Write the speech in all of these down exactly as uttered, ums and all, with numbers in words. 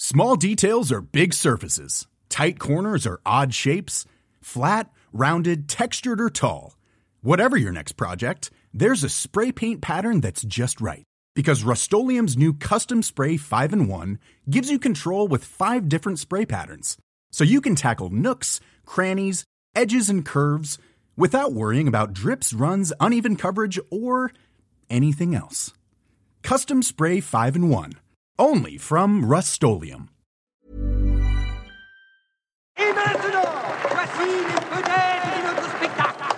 Small details are big surfaces. Tight corners are odd shapes. Flat, rounded, textured, or tall. Whatever your next project, there's a spray paint pattern that's just right. Because Rust-Oleum's new Custom Spray five in one gives you control with five different spray patterns. So you can tackle nooks, crannies, edges, and curves without worrying about drips, runs, uneven coverage, or anything else. Custom Spray five in one. Only from Rust-Oleum. Et maintenant, voici les vedettes de notre spectacle.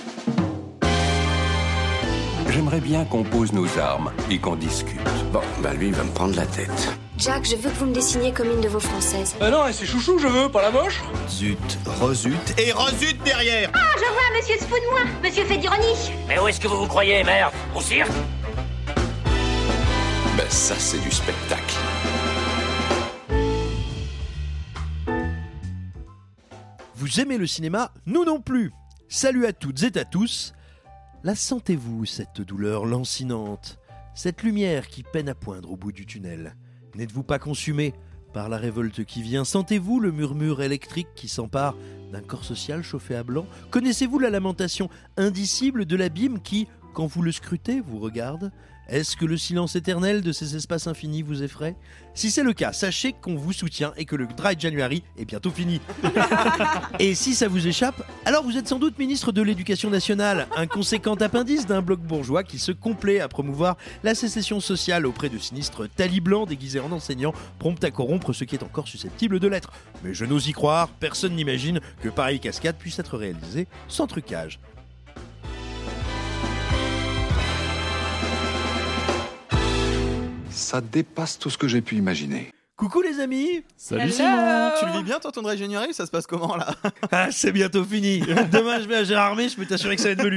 J'aimerais bien qu'on pose nos armes et qu'on discute. Bon, bah lui, il va me prendre la tête. Jack, je veux que vous me dessiniez comme une de vos françaises. Ah non, c'est chouchou, je veux, pas la moche. Zut, rezut et rezut derrière. Ah, je vois, monsieur se fout de moi. Monsieur fait d'ironie. Mais où est-ce que vous vous croyez, merde? Au cirque? Ben ça, c'est du spectacle. Vous aimez le cinéma? Nous non plus. Salut à toutes et à tous. La sentez-vous, cette douleur lancinante, cette lumière qui peine à poindre au bout du tunnel? N'êtes-vous pas consumé par la révolte qui vient? Sentez-vous le murmure électrique qui s'empare d'un corps social chauffé à blanc? Connaissez-vous la lamentation indicible de l'abîme qui, quand vous le scrutez, vous regarde? Est-ce que le silence éternel de ces espaces infinis vous effraie? Si c'est le cas, sachez qu'on vous soutient et que le Dry January est bientôt fini. Et si ça vous échappe, alors vous êtes sans doute ministre de l'Éducation nationale, un conséquent appendice d'un bloc bourgeois qui se complaît à promouvoir la sécession sociale auprès de sinistres talibans déguisés en enseignants, prompts à corrompre ce qui est encore susceptible de l'être. Mais je n'ose y croire, personne n'imagine que pareille cascade puisse être réalisée sans trucage. Ça dépasse tout ce que j'ai pu imaginer. Coucou les amis. Salut Simon. Tu le vis bien toi ton Dry January? Ça se passe comment là? Ah, c'est bientôt fini. Demain je vais à Gérardmer, je peux t'assurer que ça va être velu.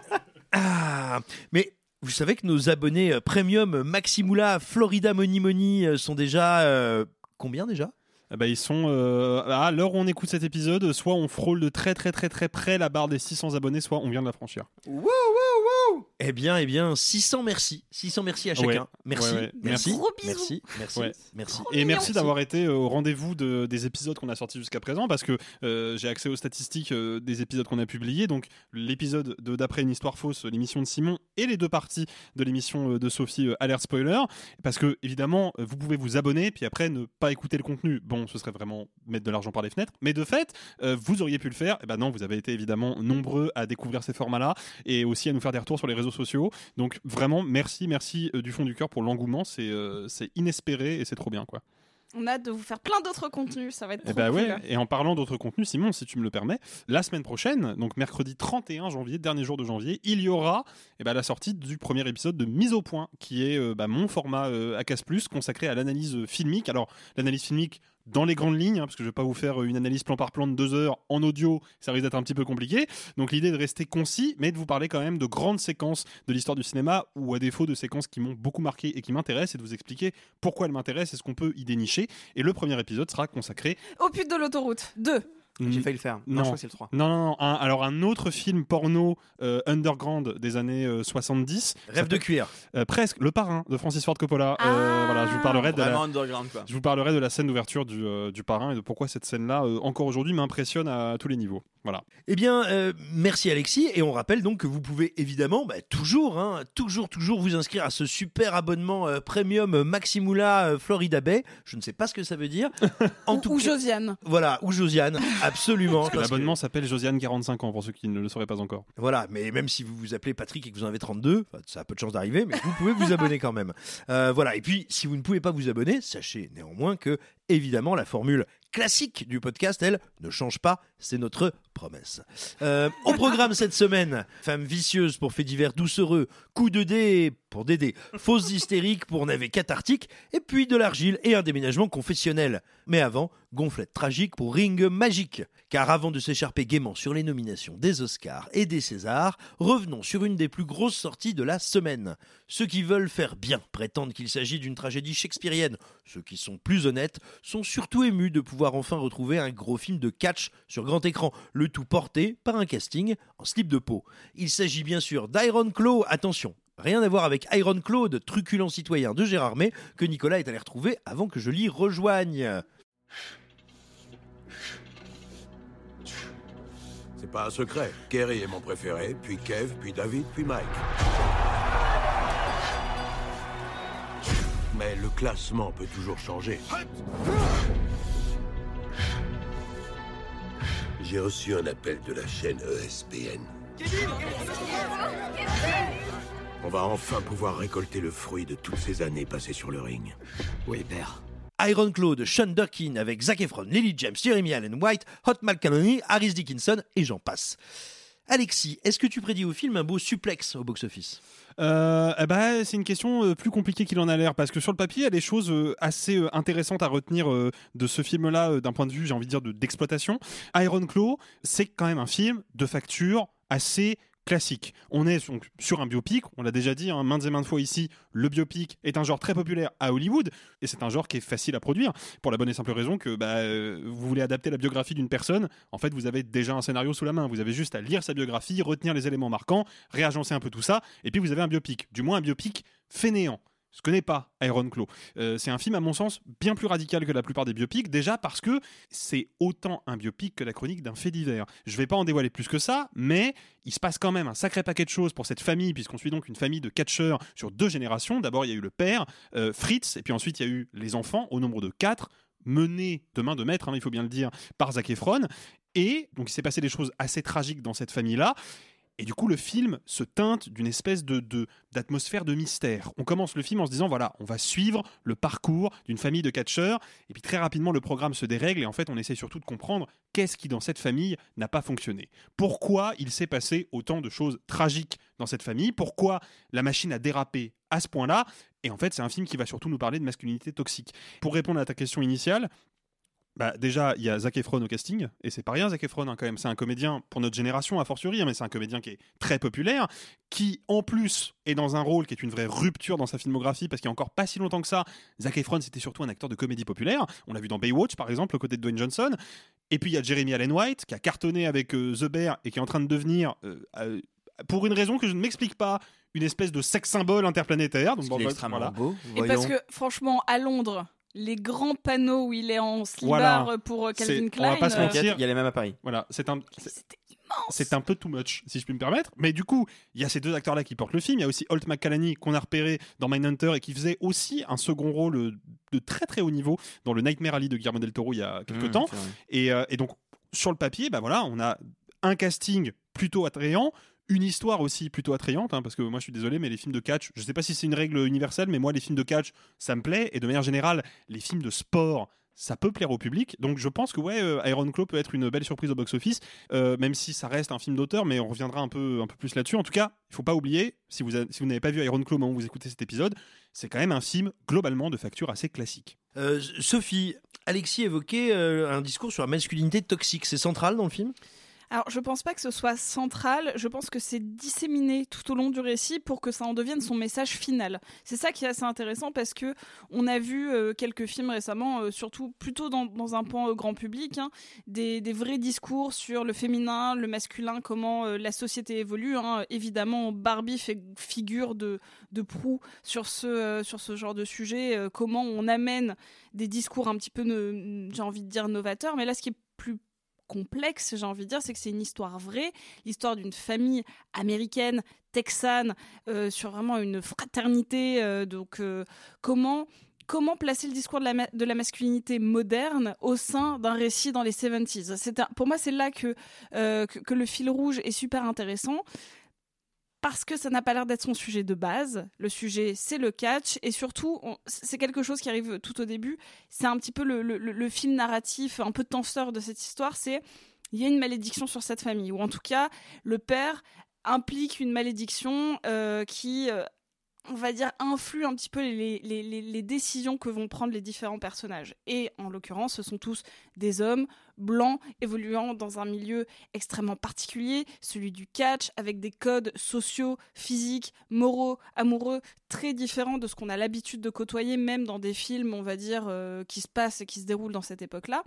Ah, mais vous savez que nos abonnés Premium Maximula Florida Money Money sont déjà... Euh, combien déjà? Eh ben, ils sont euh, à l'heure où on écoute cet épisode, soit on frôle de très très très très près la barre des six cents abonnés, soit on vient de la franchir. Wouh wouh wouh. Eh bien, eh bien, six cents merci. six cents merci à chacun. Ouais. Merci, ouais, ouais. merci, merci, merci, merci, ouais. merci. Et merci d'avoir été au rendez-vous de, des épisodes qu'on a sortis jusqu'à présent, parce que euh, j'ai accès aux statistiques euh, des épisodes qu'on a publiés. Donc l'épisode de D'après une histoire fausse, l'émission de Simon, et les deux parties de l'émission euh, de Sophie, euh, Alert Spoiler. Parce que évidemment, vous pouvez vous abonner, puis après ne pas écouter le contenu. Bon, ce serait vraiment mettre de l'argent par les fenêtres. Mais de fait, euh, vous auriez pu le faire. Et ben non, vous avez été évidemment nombreux à découvrir ces formats-là et aussi à nous faire des retours sur les réseaux sociaux. Donc vraiment, merci, merci euh, du fond du cœur pour l'engouement. C'est, euh, c'est inespéré et c'est trop bien, quoi. On a hâte de vous faire plein d'autres contenus, ça va être trop et bah cool. Ouais. Et en parlant d'autres contenus, Simon, si tu me le permets, la semaine prochaine, donc mercredi trente et un janvier, dernier jour de janvier, il y aura eh bah, la sortie du premier épisode de Mise au point, qui est euh, bah, mon format euh, Acas Plus, consacré à l'analyse filmique. Alors, l'analyse filmique dans les grandes lignes, hein, parce que je ne vais pas vous faire une analyse plan par plan de deux heures en audio, ça risque d'être un petit peu compliqué. Donc l'idée est de rester concis, mais de vous parler quand même de grandes séquences de l'histoire du cinéma, ou à défaut de séquences qui m'ont beaucoup marqué et qui m'intéressent, et de vous expliquer pourquoi elles m'intéressent et ce qu'on peut y dénicher. Et le premier épisode sera consacré Au pute de l'autoroute deux. J'ai failli le faire. Non, non, je crois que c'est le trois. Non, non, non. Un, alors, un autre film porno euh, underground des années euh, soixante-dix. Rêve de cuir. Euh, presque. Le Parrain de Francis Ford Coppola. Ah, euh, voilà, je vous parlerai de la, underground, quoi. je vous parlerai de la scène d'ouverture du, euh, du Parrain et de pourquoi cette scène-là, euh, encore aujourd'hui, m'impressionne à, à tous les niveaux. Voilà. Eh bien, euh, merci Alexis. Et on rappelle donc que vous pouvez évidemment, bah, toujours, hein, toujours, toujours vous inscrire à ce super abonnement euh, premium Maximula euh, Florida Bay. Je ne sais pas ce que ça veut dire. En ou, tout ou cas, Josiane. Voilà, ou Josiane, absolument. Parce que parce l'abonnement que... s'appelle Josiane, quarante-cinq ans, pour ceux qui ne le sauraient pas encore. Voilà, mais même si vous vous appelez Patrick et que vous en avez trente-deux, ça a peu de chance d'arriver, mais vous pouvez vous abonner quand même. Euh, voilà, et puis si vous ne pouvez pas vous abonner, sachez néanmoins que, évidemment, la formule classique du podcast, elle, ne change pas, c'est notre promesse. Euh, au programme cette semaine, femme vicieuse pour faits divers doucereux, coup de dé pour Dédé, fausse hystérique pour navet cathartique, et puis de l'argile et un déménagement confessionnel. Mais avant, gonflette tragique pour ring magique. Car avant de s'écharper gaiement sur les nominations des Oscars et des Césars, revenons sur une des plus grosses sorties de la semaine. Ceux qui veulent faire bien prétendent qu'il s'agit d'une tragédie shakespearienne. Ceux qui sont plus honnêtes sont surtout émus de pouvoir enfin retrouver un gros film de catch sur grand écran, le tout porté par un casting en slip de peau. Il s'agit bien sûr d'Iron Claw, attention, Rien à voir avec Iron Claude, truculent citoyen de Gérard May, que Nicolas est allé retrouver avant que je l'y rejoigne. C'est pas un secret. Kerry est mon préféré, puis Kev, puis David, puis Mike. Mais le classement peut toujours changer. J'ai reçu un appel de la chaîne E S P N. On va enfin pouvoir récolter le fruit de toutes ces années passées sur le ring. Oui, père. Iron Claude, Sean Durkin avec Zac Efron, Lily James, Jeremy Allen White, Hot McCallany, Harris Dickinson et j'en passe. Alexis, est-ce que tu prédis au film un beau suplex au box-office ? Euh, eh ben, c'est une question euh, plus compliquée qu'il en a l'air, parce que sur le papier, il y a des choses euh, assez euh, intéressantes à retenir euh, de ce film-là, euh, d'un point de vue, j'ai envie de dire, de, d'exploitation. Iron Claw, c'est quand même un film de facture assez classique. On est donc sur un biopic, on l'a déjà dit hein, maintes et maintes fois ici, le biopic est un genre très populaire à Hollywood, et c'est un genre qui est facile à produire, pour la bonne et simple raison que bah, euh, vous voulez adapter la biographie d'une personne, en fait vous avez déjà un scénario sous la main, vous avez juste à lire sa biographie, retenir les éléments marquants, réagencer un peu tout ça, et puis vous avez un biopic, du moins un biopic fainéant. Je connais pas Iron Claw. Euh, c'est un film, à mon sens, bien plus radical que la plupart des biopics, déjà parce que c'est autant un biopic que la chronique d'un fait divers. Je vais pas en dévoiler plus que ça, mais il se passe quand même un sacré paquet de choses pour cette famille, puisqu'on suit donc une famille de catcheurs sur deux générations. D'abord, il y a eu le père, euh, Fritz, et puis ensuite, il y a eu les enfants, au nombre de quatre, menés de main de maître, hein, il faut bien le dire, par Zac Efron. Et donc, il s'est passé des choses assez tragiques dans cette famille-là. Et du coup, le film se teinte d'une espèce de, de, d'atmosphère de mystère. On commence le film en se disant, voilà, on va suivre le parcours d'une famille de catcheurs, et puis très rapidement, le programme se dérègle, et en fait, on essaie surtout de comprendre qu'est-ce qui, dans cette famille, n'a pas fonctionné. Pourquoi il s'est passé autant de choses tragiques dans cette famille ? Pourquoi la machine a dérapé à ce point-là ? Et en fait, c'est un film qui va surtout nous parler de masculinité toxique. Pour répondre à ta question initiale, bah déjà, il y a Zac Efron au casting, et c'est pas rien, Zac Efron, hein, quand même. C'est un comédien, pour notre génération, a fortiori, hein, mais c'est un comédien qui est très populaire, qui, en plus, est dans un rôle qui est une vraie rupture dans sa filmographie, parce qu'il y a encore pas si longtemps que ça, Zac Efron, c'était surtout un acteur de comédie populaire. On l'a vu dans Baywatch, par exemple, aux côtés de Dwayne Johnson. Et puis, il y a Jeremy Allen White, qui a cartonné avec euh, The Bear, et qui est en train de devenir, euh, euh, pour une raison que je ne m'explique pas, une espèce de sex symbole interplanétaire. Donc, bon, il est bah, extrêmement voilà. beau. Et parce que, franchement, à Londres, les grands panneaux où il est en slibard voilà. pour Calvin c'est, Klein. On va pas se mentir. Il y a les mêmes à Paris. Voilà, c'est un. C'est... C'était immense. C'est un peu too much, si je puis me permettre. Mais du coup, il y a ces deux acteurs-là qui portent le film. Il y a aussi Holt McCallany, qu'on a repéré dans Mindhunter et qui faisait aussi un second rôle de très très haut niveau dans le Nightmare Alley de Guillermo del Toro il y a quelques mmh, temps. Et, euh, et donc, sur le papier, bah voilà, on a un casting plutôt attrayant. Une histoire aussi plutôt attrayante, hein, parce que moi je suis désolé, mais les films de catch, je sais pas si c'est une règle universelle, mais moi les films de catch, ça me plaît, et de manière générale, les films de sport, ça peut plaire au public, donc je pense que ouais, euh, Iron Claw peut être une belle surprise au box-office, euh, même si ça reste un film d'auteur, mais on reviendra un peu, un peu plus là-dessus. En tout cas, il faut pas oublier, si vous, a, si vous n'avez pas vu Iron Claw au moment où vous écoutez cet épisode, c'est quand même un film globalement de facture assez classique. Euh, Sophie, Alexis évoquait euh, un discours sur la masculinité toxique, c'est central dans le film ? Alors, je pense pas que ce soit central, je pense que c'est disséminé tout au long du récit pour que ça en devienne son message final. C'est ça qui est assez intéressant parce que on a vu euh, quelques films récemment, euh, surtout plutôt dans, dans un pan euh, grand public, hein, des, des vrais discours sur le féminin, le masculin, comment euh, la société évolue. Hein. Évidemment, Barbie fait figure de, de proue sur ce, euh, sur ce genre de sujet, euh, comment on amène des discours un petit peu, ne, j'ai envie de dire, novateurs. Mais là, ce qui est plus complexe, j'ai envie de dire, c'est que c'est une histoire vraie, l'histoire d'une famille américaine, texane, euh, sur vraiment une fraternité. Euh, donc, euh, comment, comment placer le discours de la, ma- de la masculinité moderne au sein d'un récit dans les soixante-dix. C'est un, pour moi, c'est là que, euh, que, que le fil rouge est super intéressant. Parce que ça n'a pas l'air d'être son sujet de base. Le sujet, c'est le catch. Et surtout, on, c'est quelque chose qui arrive tout au début. C'est un petit peu le, le, le fil narratif, un peu tenseur de cette histoire. C'est, il y a une malédiction sur cette famille. Ou en tout cas, le père implique une malédiction euh, qui, euh, on va dire, influe un petit peu les, les, les, les décisions que vont prendre les différents personnages. Et en l'occurrence, ce sont tous des hommes blancs évoluant dans un milieu extrêmement particulier, celui du catch, avec des codes sociaux, physiques, moraux, amoureux, très différents de ce qu'on a l'habitude de côtoyer, même dans des films, on va dire, euh, qui se passent et qui se déroulent dans cette époque-là.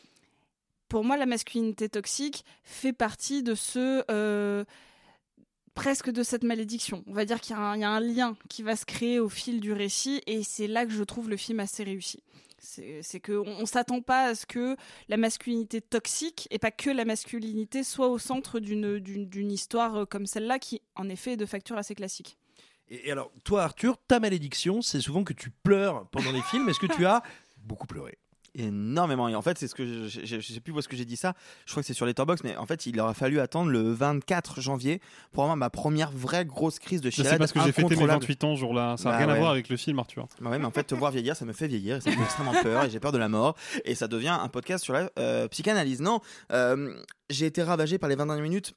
Pour moi, la masculinité toxique fait partie de ce... Euh, presque de cette malédiction. On va dire qu'il y a, un, il y a un lien qui va se créer au fil du récit et c'est là que je trouve le film assez réussi. C'est, c'est qu'on ne s'attend pas à ce que la masculinité toxique et pas que la masculinité soit au centre d'une, d'une, d'une histoire comme celle-là qui en effet est de facture assez classique. Et alors toi Arthur, ta malédiction c'est souvent que tu pleures pendant les films. Est-ce que tu as beaucoup pleuré ? Énormément. Et en fait, c'est ce que je, je, je sais plus où est-ce que j'ai dit ça. Je crois que c'est sur Letterboxd, mais en fait, il aura fallu attendre le vingt-quatre janvier pour avoir ma première vraie grosse crise de chialade. C'est parce que j'ai fêté mes vingt-huit ans ce jour-là. Ça n'a bah rien ouais. à voir avec le film, Arthur. Bah ouais, mais en fait, te voir vieillir, ça me fait vieillir et ça me fait extrêmement peur et j'ai peur de la mort et ça devient un podcast sur la euh, psychanalyse. Non, euh, j'ai été ravagé par les vingt dernières minutes.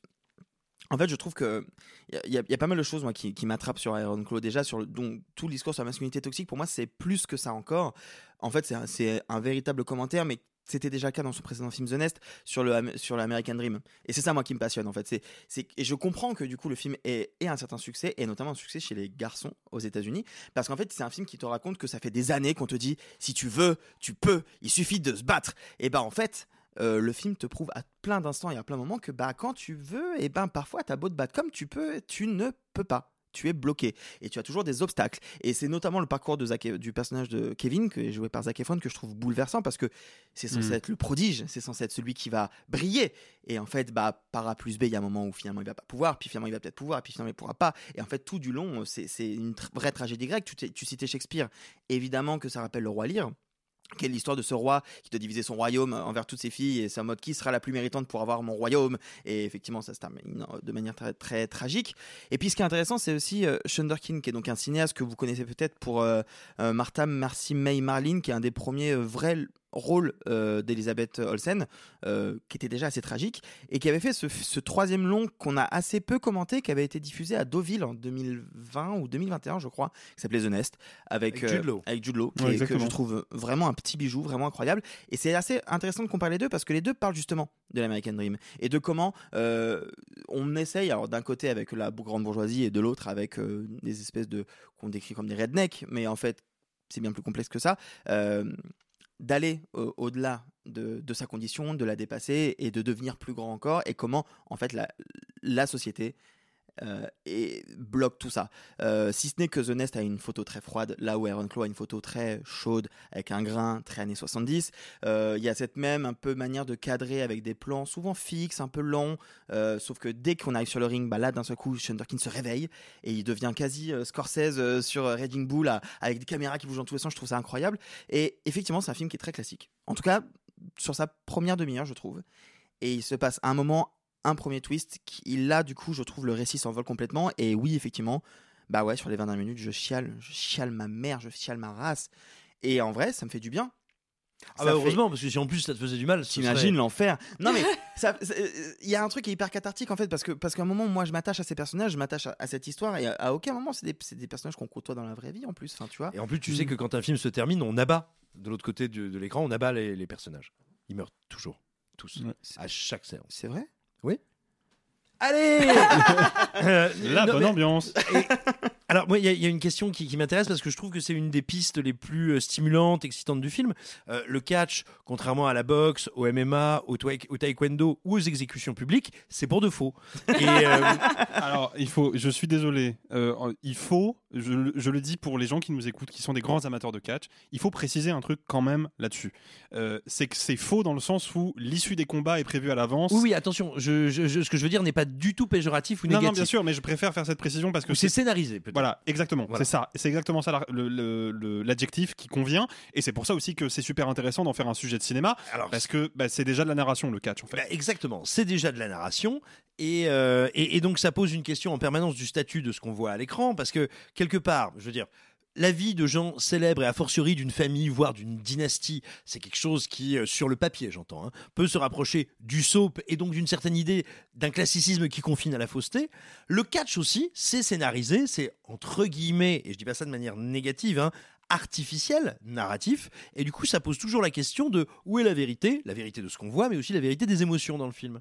En fait, je trouve que il y, y, y a pas mal de choses moi qui, qui m'attrapent sur Iron Claw. Déjà sur le, donc, tout le discours sur la masculinité toxique, pour moi, c'est plus que ça encore. En fait, c'est un, c'est un véritable commentaire, mais c'était déjà le cas dans son précédent film The Nest sur le sur l'American Dream. Et c'est ça moi qui me passionne en fait. C'est c'est et je comprends que du coup le film ait, ait un certain succès et notamment un succès chez les garçons aux États-Unis parce qu'en fait c'est un film qui te raconte que ça fait des années qu'on te dit si tu veux, tu peux, il suffit de se battre. Et bah en fait. Euh, le film te prouve à plein d'instants et à plein de moments que bah, quand tu veux, et ben parfois t'as beau te battre comme tu peux, tu ne peux pas. Tu es bloqué et tu as toujours des obstacles. Et c'est notamment le parcours de Zac, du personnage de Kevin, qui est joué par Zac Efron, que je trouve bouleversant parce que c'est censé mmh. être le prodige, c'est censé être celui qui va briller. Et en fait, bah, par A plus B, il y a un moment où finalement il va pas pouvoir, puis finalement il va peut-être pouvoir, puis finalement il pourra pas. Et en fait, tout du long, c'est, c'est une tr- vraie tragédie grecque. Tu, tu citais Shakespeare. Évidemment que ça rappelle le roi Lear. Quelle est l'histoire de ce roi qui doit diviser son royaume envers toutes ses filles et c'est en mode qui sera la plus méritante pour avoir mon royaume et effectivement ça se termine de manière très, très tragique. Et puis ce qui est intéressant c'est aussi euh, Shonderkin qui est donc un cinéaste que vous connaissez peut-être pour euh, euh, Martha Marcy May Marlin qui est un des premiers euh, vrais rôle euh, d'Elizabeth Olsen euh, qui était déjà assez tragique et qui avait fait ce, ce troisième long qu'on a assez peu commenté qui avait été diffusé à Deauville en deux mille vingt ou deux mille vingt et un je crois qui s'appelait The Nest avec, avec Jude Law, euh, avec Jude Law ouais, qui, que je trouve vraiment un petit bijou vraiment incroyable et c'est assez intéressant de comparer les deux parce que les deux parlent justement de l'American Dream et de comment euh, on essaye alors d'un côté avec la grande bourgeoisie et de l'autre avec euh, des espèces de qu'on décrit comme des rednecks mais en fait c'est bien plus complexe que ça euh, d'aller euh, au-delà de, de sa condition, de la dépasser et de devenir plus grand encore et comment en fait la, la société euh, et bloque tout ça. Euh, si ce n'est que The Nest a une photo très froide, là où Iron Claw a une photo très chaude avec un grain très années soixante-dix. Il euh, y a cette même un peu manière de cadrer avec des plans souvent fixes, un peu longs, euh, sauf que dès qu'on arrive sur le ring, bah là d'un seul coup Shonderkin se réveille et il devient quasi euh, Scorsese euh, sur Raging Bull là, avec des caméras qui bougent dans tous les sens. Je trouve ça incroyable et effectivement c'est un film qui est très classique. En tout cas sur sa première demi-heure je trouve. Et il se passe un moment un premier twist qui là du coup je trouve le récit s'envole complètement et oui effectivement bah ouais sur les vingt dernières minutes je chiale je chiale ma mère je chiale ma race et en vrai ça me fait du bien. Ah bah heureusement fait... parce que si en plus ça te faisait du mal t'imagines serait... l'enfer. Non mais il y a un truc qui est hyper cathartique en fait parce que parce qu'à un moment moi je m'attache à ces personnages je m'attache à, à cette histoire et à, à aucun moment c'est des, c'est des personnages qu'on côtoie dans la vraie vie en plus enfin, tu vois. Et en plus tu mmh. sais que quand un film se termine on abat de l'autre côté de, de l'écran on abat les, les personnages ils meurent toujours tous ouais, à chaque séance. C'est vrai. Oui. Allez euh, La non, bonne mais... ambiance. Et... Alors, moi, il y, y a une question qui, qui m'intéresse parce que je trouve que c'est une des pistes les plus stimulantes, excitantes du film. Euh, le catch, contrairement à la boxe, au M M A, au, twa- au taekwondo ou aux exécutions publiques, c'est pour de faux. Et, euh... Alors, il faut, je suis désolé, euh, il faut, je, je le dis pour les gens qui nous écoutent, qui sont des grands amateurs de catch, il faut préciser un truc quand même là-dessus. Euh, c'est que c'est faux dans le sens où l'issue des combats est prévue à l'avance. Oui, oui, attention, je, je, je, ce que je veux dire n'est pas du tout péjoratif ou négatif. Non, non, bien sûr, mais je préfère faire cette précision parce que c'est, c'est scénarisé, peut-être. Voilà, exactement. Voilà. C'est ça, c'est exactement ça la, le, le, le, l'adjectif qui convient, et c'est pour ça aussi que c'est super intéressant d'en faire un sujet de cinéma. Alors, parce que bah, c'est déjà de la narration le catch en fait. Bah, exactement, c'est déjà de la narration, et, euh, et, et donc ça pose une question en permanence du statut de ce qu'on voit à l'écran, parce que quelque part, je veux dire. La vie de gens célèbres et a fortiori d'une famille, voire d'une dynastie, c'est quelque chose qui, euh, sur le papier, j'entends, hein, peut se rapprocher du soap et donc d'une certaine idée d'un classicisme qui confine à la fausseté. Le catch aussi, c'est scénarisé, c'est entre guillemets, et je dis pas ça de manière négative, hein, artificiel, narratif, et du coup ça pose toujours la question de où est la vérité, la vérité de ce qu'on voit, mais aussi la vérité des émotions dans le film.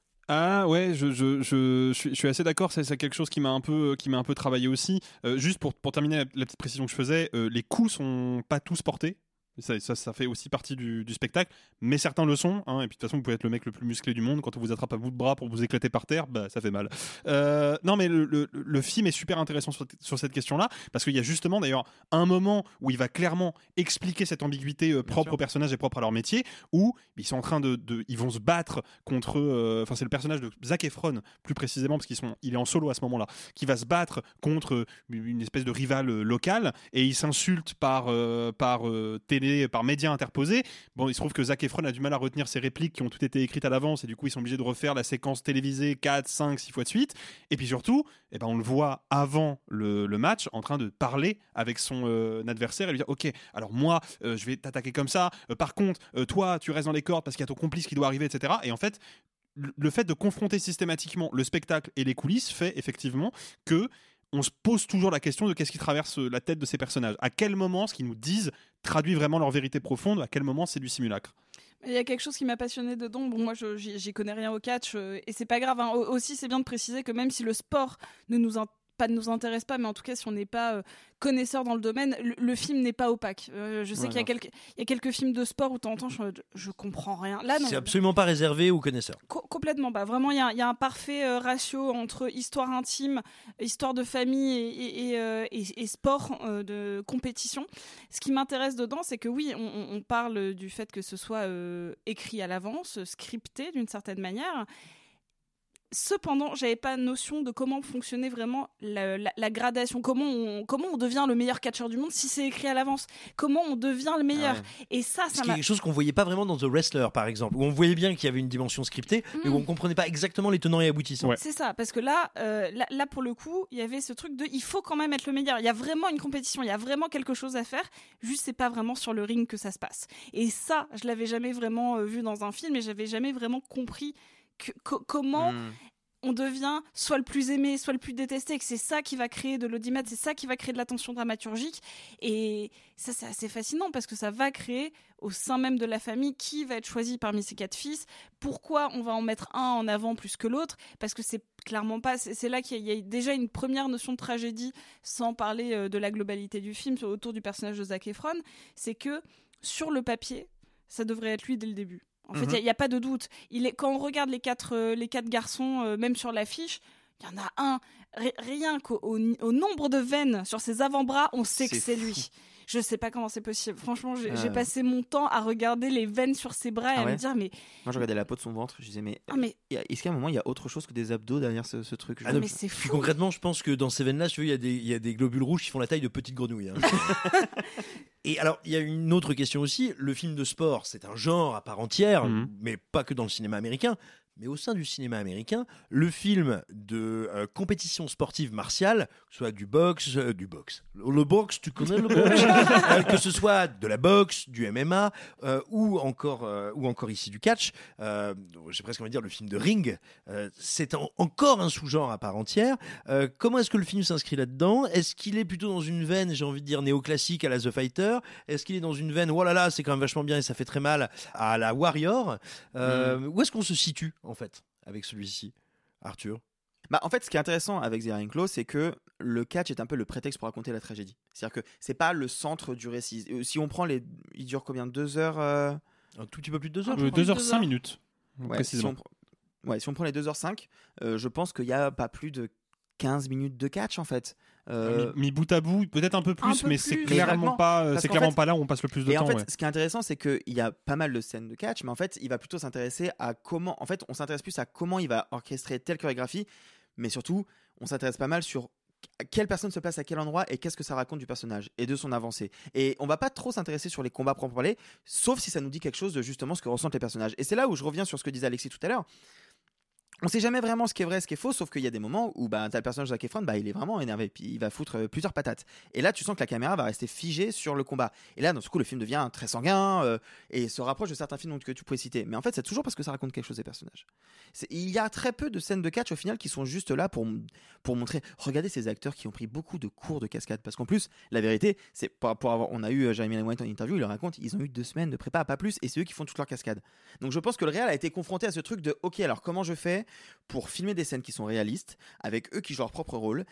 Ah ouais, je, je, je, je, suis, je suis assez d'accord, c'est, c'est quelque chose qui m'a un peu, qui m'a un peu travaillé aussi. Euh, juste pour, pour terminer la, la petite précision que je faisais, euh, les coups sont pas tous portés. Ça, ça, ça fait aussi partie du, du spectacle, mais certains le sont, hein, et puis de toute façon vous pouvez être le mec le plus musclé du monde, quand on vous attrape à bout de bras pour vous éclater par terre, bah, ça fait mal. Euh, non mais le, le, le film est super intéressant sur, sur cette question-là, parce qu'il y a justement d'ailleurs un moment où il va clairement expliquer cette ambiguïté euh, propre aux personnages et propre à leur métier, où ils sont en train de, de ils vont se battre contre, enfin euh, c'est le personnage de Zac Efron plus précisément, parce qu'ils sont, il est en solo à ce moment-là, qui va se battre contre une espèce de rival euh, local, et il s'insulte par, euh, par euh, télé, par médias interposés. Bon, il se trouve que Zac Efron a du mal à retenir ses répliques qui ont toutes été écrites à l'avance, et du coup ils sont obligés de refaire la séquence télévisée quatre, cinq, six fois de suite. Et puis surtout, eh ben, on le voit avant le, le match en train de parler avec son euh, adversaire et lui dire ok, alors moi euh, je vais t'attaquer comme ça, euh, par contre euh, toi tu restes dans les cordes parce qu'il y a ton complice qui doit arriver, et cetera. Et en fait, le fait de confronter systématiquement le spectacle et les coulisses fait effectivement que on se pose toujours la question de qu'est-ce qui traverse la tête de ces personnages. À quel moment ce qu'ils nous disent traduit vraiment leur vérité profonde, à quel moment c'est du simulacre. Il y a quelque chose qui m'a passionné dedans. Bon, moi, je, j'y, j'y connais rien au catch, euh, et c'est pas grave. Hein. Aussi, c'est bien de préciser que même si le sport ne nous intéresse pas ne nous intéresse pas, mais en tout cas si on n'est pas euh, connaisseur dans le domaine, le, le film n'est pas opaque. Euh, je sais ouais, qu'il y a, quelques, il y a quelques films de sport où t'entends, je, je comprends rien. Là, non. C'est absolument pas réservé aux connaisseurs. Co- complètement pas. Vraiment, il y a, il y a un parfait euh, ratio entre histoire intime, histoire de famille et, et, et, euh, et, et sport euh, de compétition. Ce qui m'intéresse dedans, c'est que oui, on, on parle du fait que ce soit euh, écrit à l'avance, scripté d'une certaine manière. Cependant, j'avais pas notion de comment fonctionnait vraiment la, la, la gradation, comment on, comment on devient le meilleur catcheur du monde si c'est écrit à l'avance, comment on devient le meilleur. Ah ouais. Et ça, ça m'a... quelque chose qu'on voyait pas vraiment dans The Wrestler, par exemple, où on voyait bien qu'il y avait une dimension scriptée, mmh. mais où on comprenait pas exactement les tenants et aboutissants. Ouais. C'est ça, parce que là, euh, là, là, pour le coup, il y avait ce truc de, il faut quand même être le meilleur. Il y a vraiment une compétition, il y a vraiment quelque chose à faire. Juste, c'est pas vraiment sur le ring que ça se passe. Et ça, je l'avais jamais vraiment euh, vu dans un film, et j'avais jamais vraiment compris que, co- comment. Mmh. on devient soit le plus aimé, soit le plus détesté, et que c'est ça qui va créer de l'audimat, c'est ça qui va créer de la tension dramaturgique. Et ça, c'est assez fascinant parce que ça va créer au sein même de la famille qui va être choisi parmi ces quatre fils. Pourquoi on va en mettre un en avant plus que l'autre ? Parce que c'est clairement pas... C'est, c'est là qu'il y a, il y a déjà une première notion de tragédie, sans parler de la globalité du film, autour du personnage de Zac Efron. C'est que, sur le papier, ça devrait être lui dès le début. En fait, il mmh. n'y a, a pas de doute. Il est, quand on regarde les quatre, euh, les quatre garçons, euh, même sur l'affiche, il y en a un. R- rien qu'au au, au nombre de veines sur ses avant-bras, on sait c'est que c'est fou. Lui. Je sais pas comment c'est possible. Franchement, j'ai, euh... j'ai passé mon temps à regarder les veines sur ses bras et ah à ouais me dire, mais... Moi, je regardais la peau de son ventre, je disais, mais... Ah, mais... Est-ce qu'à un moment, il y a autre chose que des abdos derrière ce, ce truc ah, non, mais c'est fou. Puis concrètement, je pense que dans ces veines-là, il y, y, y a des globules rouges qui font la taille de petites grenouilles. Hein. Et alors, il y a une autre question aussi. Le film de sport, c'est un genre à part entière, mmh. mais pas que dans le cinéma américain. Mais au sein du cinéma américain, le film de euh, compétition sportive martiale, soit du boxe, euh, du boxe, le, le boxe, tu connais le boxe, euh, que ce soit de la boxe, du M M A, euh, ou encore, euh, ou encore ici du catch, euh, j'ai presque envie de dire le film de ring, euh, c'est en, encore un sous-genre à part entière. Euh, comment est-ce que le film s'inscrit là-dedans ? Est-ce qu'il est plutôt dans une veine, j'ai envie de dire néoclassique à la The Fighter ? Est-ce qu'il est dans une veine, oh là là, c'est quand même vachement bien et ça fait très mal, à la Warrior ? euh, mmh. Où est-ce qu'on se situe en fait avec celui-ci, Arthur ? Bah, en fait, ce qui est intéressant avec The Iron Claw, c'est que le catch est un peu le prétexte pour raconter la tragédie. C'est-à-dire que c'est pas le centre du récit. Si on prend les... Il dure combien ? Deux heures euh... Un tout petit peu plus de deux heures euh, Deux heures cinq minutes, ouais, précisément. Si on... Ouais, si on prend les deux heures cinq, euh, je pense qu'il y a pas plus de quinze minutes de catch, en fait. Euh... Mis, mis bout à bout, peut-être un peu plus, un peu mais plus. c'est clairement, pas, c'est clairement fait, pas là où on passe le plus de et temps. En fait, ouais. ce qui est intéressant, c'est qu'il y a pas mal de scènes de catch, mais en fait, il va plutôt s'intéresser à comment... En fait, on s'intéresse plus à comment il va orchestrer telle chorégraphie, mais surtout, on s'intéresse pas mal sur quelle personne se place à quel endroit et qu'est-ce que ça raconte du personnage et de son avancée. Et on va pas trop s'intéresser sur les combats proprement parler, sauf si ça nous dit quelque chose de justement ce que ressentent les personnages. Et c'est là où je reviens sur ce que disait Alexis tout à l'heure. On sait jamais vraiment ce qui est vrai, ce qui est faux, sauf qu'il y a des moments où bah, t'as le personnage de Zac Efron, bah, il est vraiment énervé, puis il va foutre euh, plusieurs patates. Et là, tu sens que la caméra va rester figée sur le combat. Et là, dans ce coup, le film devient très sanguin euh, et se rapproche de certains films que tu pouvais citer. Mais en fait, c'est toujours parce que ça raconte quelque chose des personnages. C'est, il y a très peu de scènes de catch au final qui sont juste là pour, pour montrer. Regardez ces acteurs qui ont pris beaucoup de cours de cascade. Parce qu'en plus, la vérité, c'est pour, pour avoir, on a eu Jeremy Allen White en interview, il le raconte, ils ont eu deux semaines de prépa, pas plus, et c'est eux qui font toute leur cascade. Donc je pense que le réal a été confronté à ce truc de ok, alors comment je fais pour filmer des scènes qui sont réalistes, avec eux qui jouent leur propre rôle,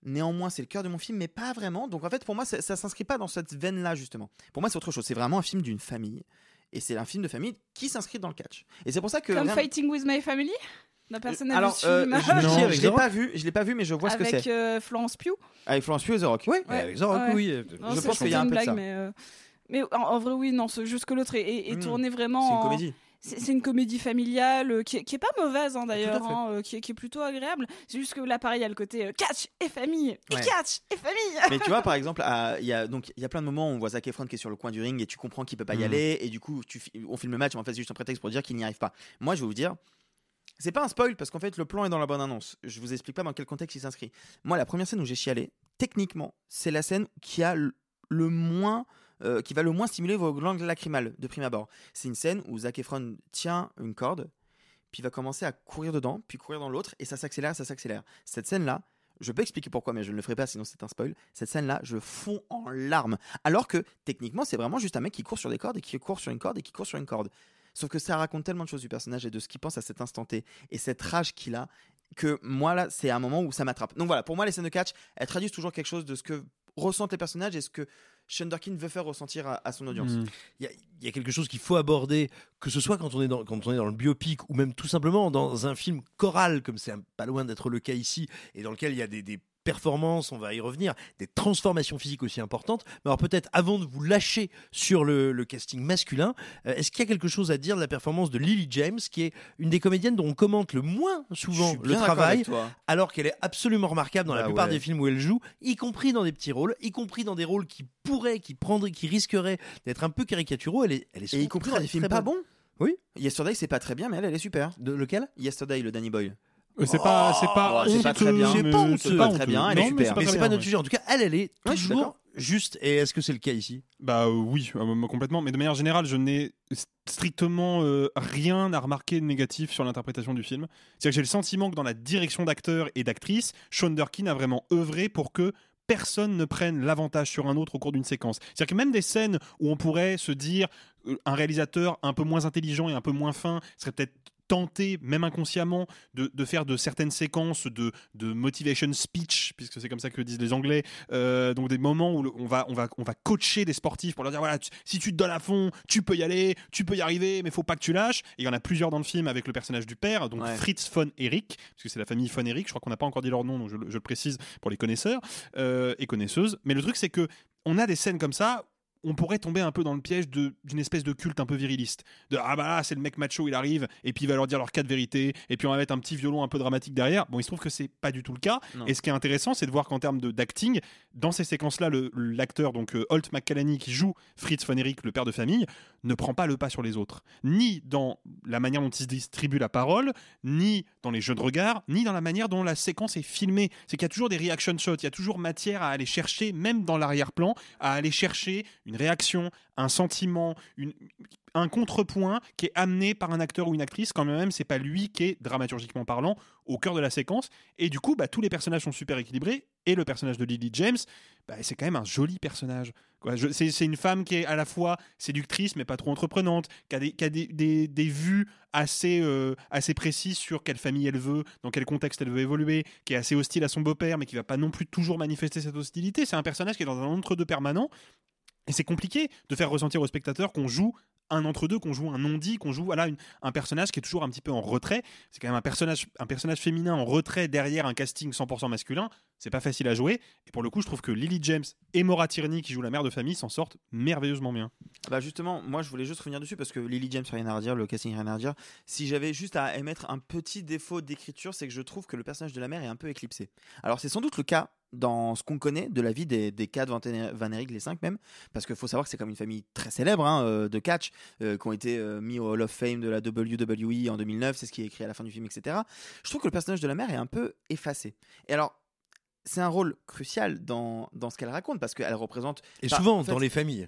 Néanmoins, c'est le cœur de mon film, mais pas vraiment. Donc en fait, pour moi, ça, ça s'inscrit pas dans cette veine-là justement. Pour moi, c'est autre chose. C'est vraiment un film d'une famille, et c'est un film de famille qui s'inscrit dans le catch. Et c'est pour ça que comme rien... Fighting with My Family. Non, personne n'a Alors, vu ce euh, film. je, Non, je, avec je l'ai The pas vu, je l'ai pas vu, mais je vois avec, ce que c'est. Euh, Florence Pugh. Avec Florence Pugh et The Rock. Oui, ouais, avec The Rock, ouais. oui. Non, je c'est, pense qu'il y a un une peu blague, de ça. mais, euh, mais en, en vrai, oui, non, c'est juste que l'autre est, est, est Mmh. tourné vraiment. C'est une en- comédie. C'est, c'est une comédie familiale euh, qui, est- qui est pas mauvaise hein, d'ailleurs, Tout à fait. hein, euh, qui, est- qui est plutôt agréable. C'est juste que là, pareil, il y a le côté euh, catch et famille, et Ouais. catch et famille. Mais tu vois, par exemple, à- il y a donc il y a plein de moments où on voit Zac Efron qui est sur le coin du ring et tu comprends qu'il peut pas y Mhm. aller et du coup tu, fi- on filme le match, mais en fait c'est juste un prétexte pour dire qu'il n'y arrive pas. Moi, je vais vous dire, c'est pas un spoil parce qu'en fait le plan est dans la bonne annonce. Je vous explique pas dans quel contexte il s'inscrit. Moi, la première scène où j'ai chialé, techniquement, c'est la scène qui a le, le moins euh, qui va le moins stimuler vos glandes lacrymales de prime abord. C'est une scène où Zac Efron tient une corde, puis va commencer à courir dedans, puis courir dans l'autre, et ça s'accélère, ça s'accélère. Cette scène-là, je peux expliquer pourquoi, mais je ne le ferai pas, sinon c'est un spoil. Cette scène-là, je fonds en larmes. Alors que, techniquement, c'est vraiment juste un mec qui court sur des cordes, et qui court sur une corde, et qui court sur une corde. Sauf que ça raconte tellement de choses du personnage, et de ce qu'il pense à cet instant T, et cette rage qu'il a, que moi, là, c'est un moment où ça m'attrape. Donc voilà, pour moi, les scènes de catch, elles traduisent toujours quelque chose de ce que ressentent les personnages, et ce que Sean Durkin veut faire ressentir à, à son audience. Il mmh. y, y a quelque chose qu'il faut aborder, que ce soit quand on est dans, quand on est dans le biopic ou même tout simplement dans un film choral, comme c'est un, pas loin d'être le cas ici, et dans lequel il y a des, des performances, on va y revenir, des transformations physiques aussi importantes. Mais alors peut-être avant de vous lâcher sur le, le casting masculin, euh, est-ce qu'il y a quelque chose à dire de la performance de Lily James, qui est une des comédiennes dont on commente le moins souvent le travail, alors qu'elle est absolument remarquable dans bah la plupart ouais. des films où elle joue, y compris dans des petits rôles, y compris dans des rôles qui pourraient, qui prendraient, qui risqueraient d'être un peu caricaturaux. Elle est, elle est et y compris très, dans des films pas bons. Oui. Yesterday, c'est pas très bien, mais elle, elle est super. De lequel? Yesterday, le Danny Boyle. C'est pas, c'est pas, oh, c'est pas très bien. C'est pas honteux. C'est pas très bien. Elle non, est super. Mais c'est pas, mais c'est pas notre sujet. En tout cas, elle, elle est ouais, toujours juste. Et est-ce que c'est le cas ici? Bah euh, oui, euh, complètement. Mais de manière générale, je n'ai strictement euh, rien à remarquer de négatif sur l'interprétation du film. C'est-à-dire que j'ai le sentiment que dans la direction d'acteurs et d'actrices, Sean Durkin a vraiment œuvré pour que personne ne prenne l'avantage sur un autre au cours d'une séquence. C'est-à-dire que même des scènes où on pourrait se dire euh, un réalisateur un peu moins intelligent et un peu moins fin serait peut-être tenter, même inconsciemment, de, de faire de certaines séquences de, de motivation speech, puisque c'est comme ça que disent les Anglais, euh, donc des moments où le, on, va, on, va, on va coacher des sportifs pour leur dire, voilà, tu, si tu te donnes à fond, tu peux y aller, tu peux y arriver, mais faut pas que tu lâches. Et il y en a plusieurs dans le film avec le personnage du père, donc ouais. Fritz von Erich, parce que c'est la famille von Erich, je crois qu'on n'a pas encore dit leur nom, donc je, je le précise pour les connaisseurs euh, et connaisseuses. Mais le truc, c'est que on a des scènes comme ça, on pourrait tomber un peu dans le piège de, d'une espèce de culte un peu viriliste. De ah bah là, c'est le mec macho, il arrive, et puis il va leur dire leurs quatre vérités, et puis on va mettre un petit violon un peu dramatique derrière. Bon, il se trouve que c'est pas du tout le cas. Non. Et ce qui est intéressant, c'est de voir qu'en termes de, d'acting, dans ces séquences-là, le, l'acteur, donc euh, Holt McCallany, qui joue Fritz von Erich, le père de famille, ne prend pas le pas sur les autres. Ni dans la manière dont il se distribue la parole, ni dans les jeux de regard, ni dans la manière dont la séquence est filmée. C'est qu'il y a toujours des reaction shots, il y a toujours matière à aller chercher, même dans l'arrière-plan, à aller chercher une réaction, un sentiment, une, un contrepoint qui est amené par un acteur ou une actrice, quand même c'est pas lui qui est, dramaturgiquement parlant, au cœur de la séquence. Et du coup, bah, tous les personnages sont super équilibrés, et le personnage de Lily James, bah, c'est quand même un joli personnage. Quoi, je, c'est, c'est une femme qui est à la fois séductrice, mais pas trop entreprenante, qui a des, qui a des, des, des vues assez, euh, assez précises sur quelle famille elle veut, dans quel contexte elle veut évoluer, qui est assez hostile à son beau-père, mais qui va pas non plus toujours manifester cette hostilité. C'est un personnage qui est dans un entre-deux permanent. Et c'est compliqué de faire ressentir au spectateur qu'on joue un entre-deux, qu'on joue un non-dit, qu'on joue voilà, une, un personnage qui est toujours un petit peu en retrait. C'est quand même un personnage, un personnage féminin en retrait derrière un casting cent pour cent masculin. C'est pas facile à jouer. Et pour le coup, je trouve que Lily James et Maura Tierney, qui joue la mère de famille, s'en sortent merveilleusement bien. Bah justement, moi je voulais juste revenir dessus parce que Lily James, rien à redire, le casting, rien à redire. Si j'avais juste à émettre un petit défaut d'écriture, c'est que je trouve que le personnage de la mère est un peu éclipsé. Alors c'est sans doute le cas dans ce qu'on connaît de la vie des, des quatre Van Erich, les cinq même, parce qu'il faut savoir que c'est comme une famille très célèbre hein, de catch, euh, qui ont été euh, mis au Hall of Fame de la W W E en deux mille neuf, c'est ce qui est écrit à la fin du film, et cetera. Je trouve que le personnage de la mère est un peu effacé. Et alors, c'est un rôle crucial dans, dans ce qu'elle raconte, parce qu'elle représente... Et souvent, en fait, dans les familles.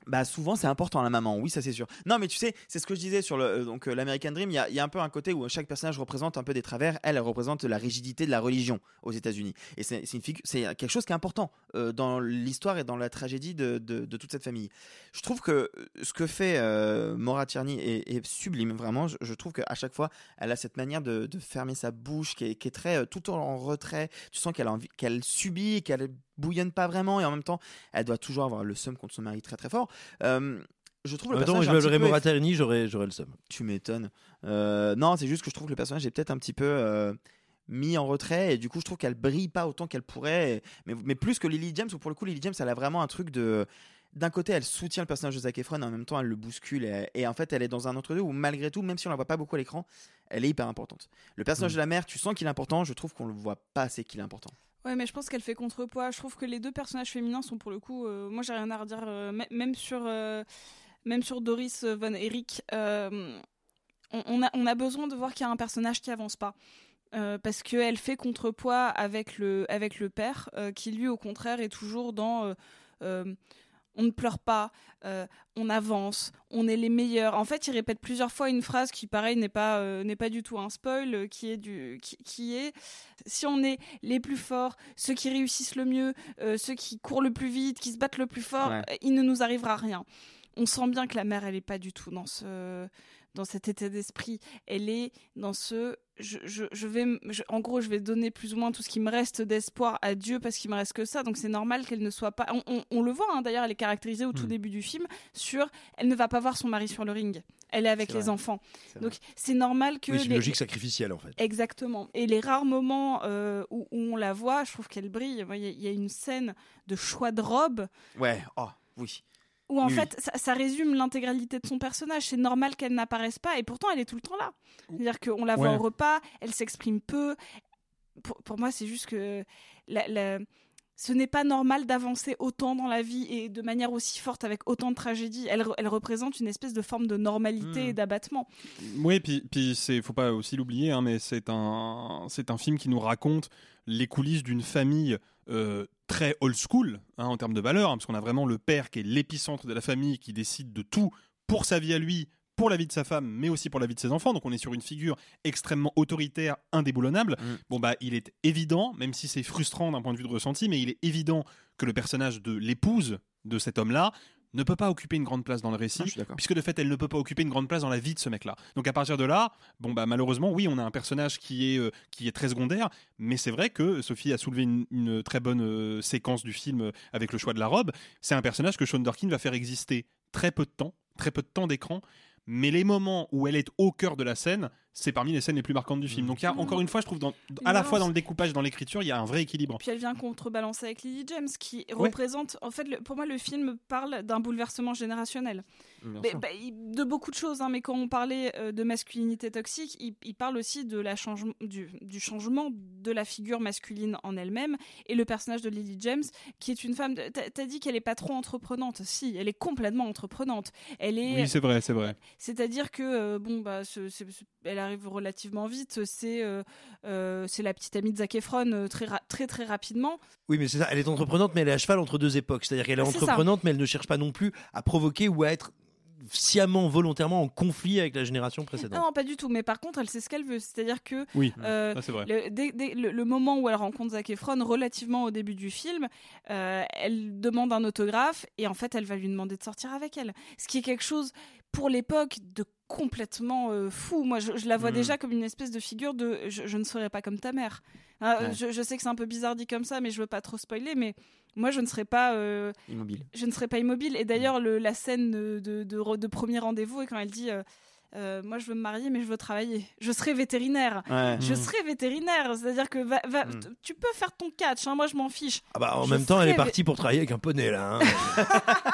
Bah souvent c'est important la maman, oui ça c'est sûr. Non mais tu sais, c'est ce que je disais sur le euh, donc euh, l'American Dream, il y a, y a un peu un côté où chaque personnage représente un peu des travers. Elle, elle représente la rigidité de la religion aux États-Unis. Et c'est, c'est, une figu- c'est quelque chose qui est important euh, dans l'histoire et dans la tragédie de, de, de toute cette famille. Je trouve que ce que fait euh, Maura Tierney est, est sublime, vraiment. Je, je trouve qu'à chaque fois, elle a cette manière de, de fermer sa bouche qui est, qui est très euh, tout en retrait. Tu sens qu'elle a envie, qu'elle subit, qu'elle bouillonne pas vraiment et en même temps elle doit toujours avoir le seum contre son mari très très fort. Euh, je trouve le Attends, personnage je un petit verrais peu... Maura Tierney, j'aurais, j'aurais le seum. Tu m'étonnes. Euh, non, c'est juste que je trouve que le personnage est peut-être un petit peu euh, mis en retrait et du coup je trouve qu'elle brille pas autant qu'elle pourrait. Et... Mais, mais plus que Lily James, où pour le coup Lily James elle a vraiment un truc de... D'un côté, elle soutient le personnage de Zac Efron, en même temps, elle le bouscule. Et, et en fait, elle est dans un entre-deux où, malgré tout, même si on la voit pas beaucoup à l'écran, elle est hyper importante. Le personnage mmh. de la mère, tu sens qu'il est important. Je trouve qu'on le voit pas assez qu'il est important. Ouais, mais je pense qu'elle fait contrepoids. Je trouve que les deux personnages féminins sont pour le coup. Euh, moi, j'ai rien à redire. Euh, m- même sur, euh, même sur Doris Von Erich, euh, on, on a, on a besoin de voir qu'il y a un personnage qui avance pas. Euh, parce qu'elle fait contrepoids avec le, avec le père, euh, qui lui, au contraire, est toujours dans. Euh, euh, on ne pleure pas, euh, on avance, on est les meilleurs. En fait, il répète plusieurs fois une phrase qui, pareil, n'est pas, euh, n'est pas du tout un spoil, euh, qui est du, qui, qui est si on est les plus forts, ceux qui réussissent le mieux, euh, ceux qui courent le plus vite, qui se battent le plus fort, ouais. euh, il ne nous arrivera rien. On sent bien que la mère, elle est pas du tout dans ce, dans cet état d'esprit. Elle est dans ce, je, je, je vais, je, en gros, je vais donner plus ou moins tout ce qui me reste d'espoir à Dieu parce qu'il me reste que ça. Donc c'est normal qu'elle ne soit pas. On, on, on le voit, hein, d'ailleurs, elle est caractérisée au mmh. tout début du film sur, elle ne va pas voir son mari sur le ring. Elle est avec c'est les vrai. enfants. C'est Donc c'est normal que. Oui, c'est une les... logique sacrificielle en fait. Exactement. Et les rares moments euh, où, où on la voit, je trouve qu'elle brille. Il y, y a une scène de choix de robe. Ouais. Oh oui. Où en oui, fait, oui. Ça, ça résume l'intégralité de son personnage. C'est normal qu'elle n'apparaisse pas, et pourtant, elle est tout le temps là. C'est-à-dire qu'on la voit ouais. au repas, elle s'exprime peu. Pour, pour moi, c'est juste que la, la... ce n'est pas normal d'avancer autant dans la vie et de manière aussi forte avec autant de tragédies. Elle, elle représente une espèce de forme de normalité mmh. et d'abattement. Oui, puis puis c'est, faut pas aussi l'oublier, hein, mais c'est un, c'est un film qui nous raconte les coulisses d'une famille euh, très old school hein, en termes de valeurs, hein, parce qu'on a vraiment le père qui est l'épicentre de la famille, qui décide de tout pour sa vie à lui, pour la vie de sa femme, mais aussi pour la vie de ses enfants. Donc on est sur une figure extrêmement autoritaire, indéboulonnable. Mmh. Bon bah il est évident, même si c'est frustrant d'un point de vue de ressenti, mais il est évident que le personnage de l'épouse de cet homme-là ne peut pas occuper une grande place dans le récit, ah, puisque de fait elle ne peut pas occuper une grande place dans la vie de ce mec-là. Donc à partir de là, bon bah malheureusement oui, on a un personnage qui est euh, qui est très secondaire, mais c'est vrai que Sophie a soulevé une, une très bonne euh, séquence du film euh, avec le choix de la robe. C'est un personnage que Sean Dorkin va faire exister très peu de temps, très peu de temps d'écran. Mais les moments où elle est au cœur de la scène, c'est parmi les scènes les plus marquantes du film. Donc il y a encore une fois, je trouve, dans, à la fois dans le découpage et dans l'écriture, il y a un vrai équilibre. Puis elle vient contrebalancer avec Lily James, qui ouais. représente, en fait, le, pour moi, le film parle d'un bouleversement générationnel. Mais, bah, de beaucoup de choses, hein, mais quand on parlait euh, de masculinité toxique, il, il parle aussi de la changement, du, du changement de la figure masculine en elle-même, et le personnage de Lily James, qui est une femme. De, t'as, t'as dit qu'elle est pas trop entreprenante. Si, elle est complètement entreprenante. Elle est. Oui, c'est vrai, c'est vrai. C'est-à-dire que euh, bon bah, c'est, c'est, elle arrive relativement vite. C'est euh, euh, c'est la petite amie de Zac Efron euh, très ra- très très rapidement. Oui, mais c'est ça. Elle est entreprenante, mais elle est à cheval entre deux époques. C'est-à-dire qu'elle est c'est entreprenante, ça. mais elle ne cherche pas non plus à provoquer ou à être sciemment, volontairement en conflit avec la génération précédente. Non, pas du tout. Mais par contre, elle sait ce qu'elle veut. C'est-à-dire que oui, euh, ça, c'est vrai. Le, dès, dès, le, le moment où elle rencontre Zac Efron, relativement au début du film, euh, elle demande un autographe et en fait, elle va lui demander de sortir avec elle. Ce qui est quelque chose pour l'époque de complètement euh, fou. Moi, je, je la vois mmh. déjà comme une espèce de figure de je, je ne serai pas comme ta mère. Hein, ouais. je, je sais que c'est un peu bizarre dit comme ça, mais je veux pas trop spoiler. Mais moi, je ne serai pas euh, immobile. Je ne serai pas immobile. Et d'ailleurs, le, la scène de, de, de, de premier rendez-vous, et quand elle dit euh, euh, moi, je veux me marier, mais je veux travailler. Je serai vétérinaire. Ouais. Je mmh. serai vétérinaire. C'est-à-dire que va, va, mmh. tu peux faire ton catch. Hein, moi, je m'en fiche. Ah bah, en je même temps, elle est partie vé- pour travailler avec un poney là. Hein.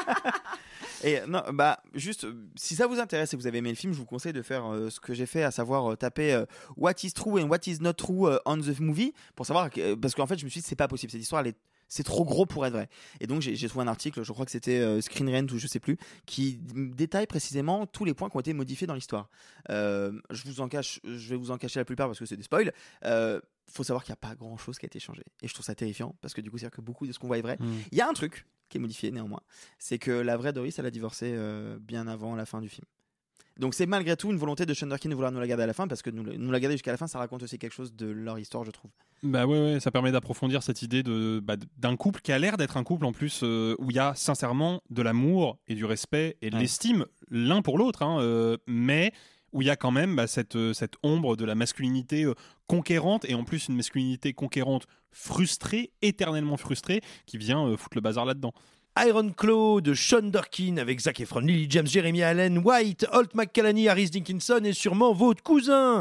Et non, bah juste, si ça vous intéresse et que vous avez aimé le film, je vous conseille de faire euh, ce que j'ai fait, à savoir euh, taper euh, What is true and what is not true euh, on the movie, pour savoir que, parce qu'en fait, je me suis dit c'est pas possible, cette histoire elle est C'est trop gros pour être vrai. Et donc j'ai, j'ai trouvé un article, je crois que c'était euh, Screen Rant ou je sais plus, qui détaille précisément tous les points qui ont été modifiés dans l'histoire. Euh, je vous en cache, je vais vous en cacher la plupart parce que c'est des spoils. Euh, faut savoir qu'il n'y a pas grand chose qui a été changé. Et je trouve ça terrifiant parce que du coup, c'est-à-dire que beaucoup de ce qu'on voit est vrai. Il mmh. y a un truc qui est modifié néanmoins, c'est que la vraie Doris, elle a divorcé euh, bien avant la fin du film. Donc c'est malgré tout une volonté de Shondarkin de vouloir nous la garder à la fin, parce que nous, nous la garder jusqu'à la fin, ça raconte aussi quelque chose de leur histoire, je trouve. Bah ouais, ouais, ça permet d'approfondir cette idée de, bah, d'un couple qui a l'air d'être un couple en plus euh, où il y a sincèrement de l'amour et du respect et de ouais. l'estime l'un pour l'autre, hein, euh, mais où il y a quand même bah, cette, cette ombre de la masculinité euh, conquérante, et en plus une masculinité conquérante frustrée, éternellement frustrée, qui vient euh, foutre le bazar là-dedans. Iron Claw de Sean Durkin avec Zac Efron, Lily James, Jeremy Allen White, Holt McCallany, Harris Dickinson et sûrement votre cousin.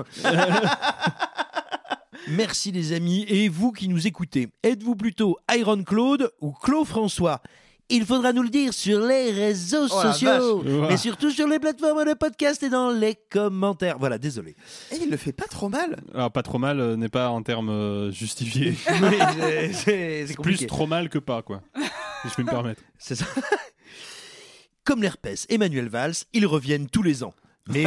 Merci les amis, et vous qui nous écoutez, êtes-vous plutôt Iron Claude ou Claude François ? Il faudra nous le dire sur les réseaux oh sociaux, mais surtout sur les plateformes de podcast et dans les commentaires. Voilà, désolé. Et il le fait pas trop mal. Alors pas trop mal euh, n'est pas un terme euh, justifié. Oui, c'est, c'est, c'est plus trop mal que pas, quoi. Si je peux me permettre. C'est ça. Comme l'herpès, Emmanuel Valls, ils reviennent tous les ans. Mais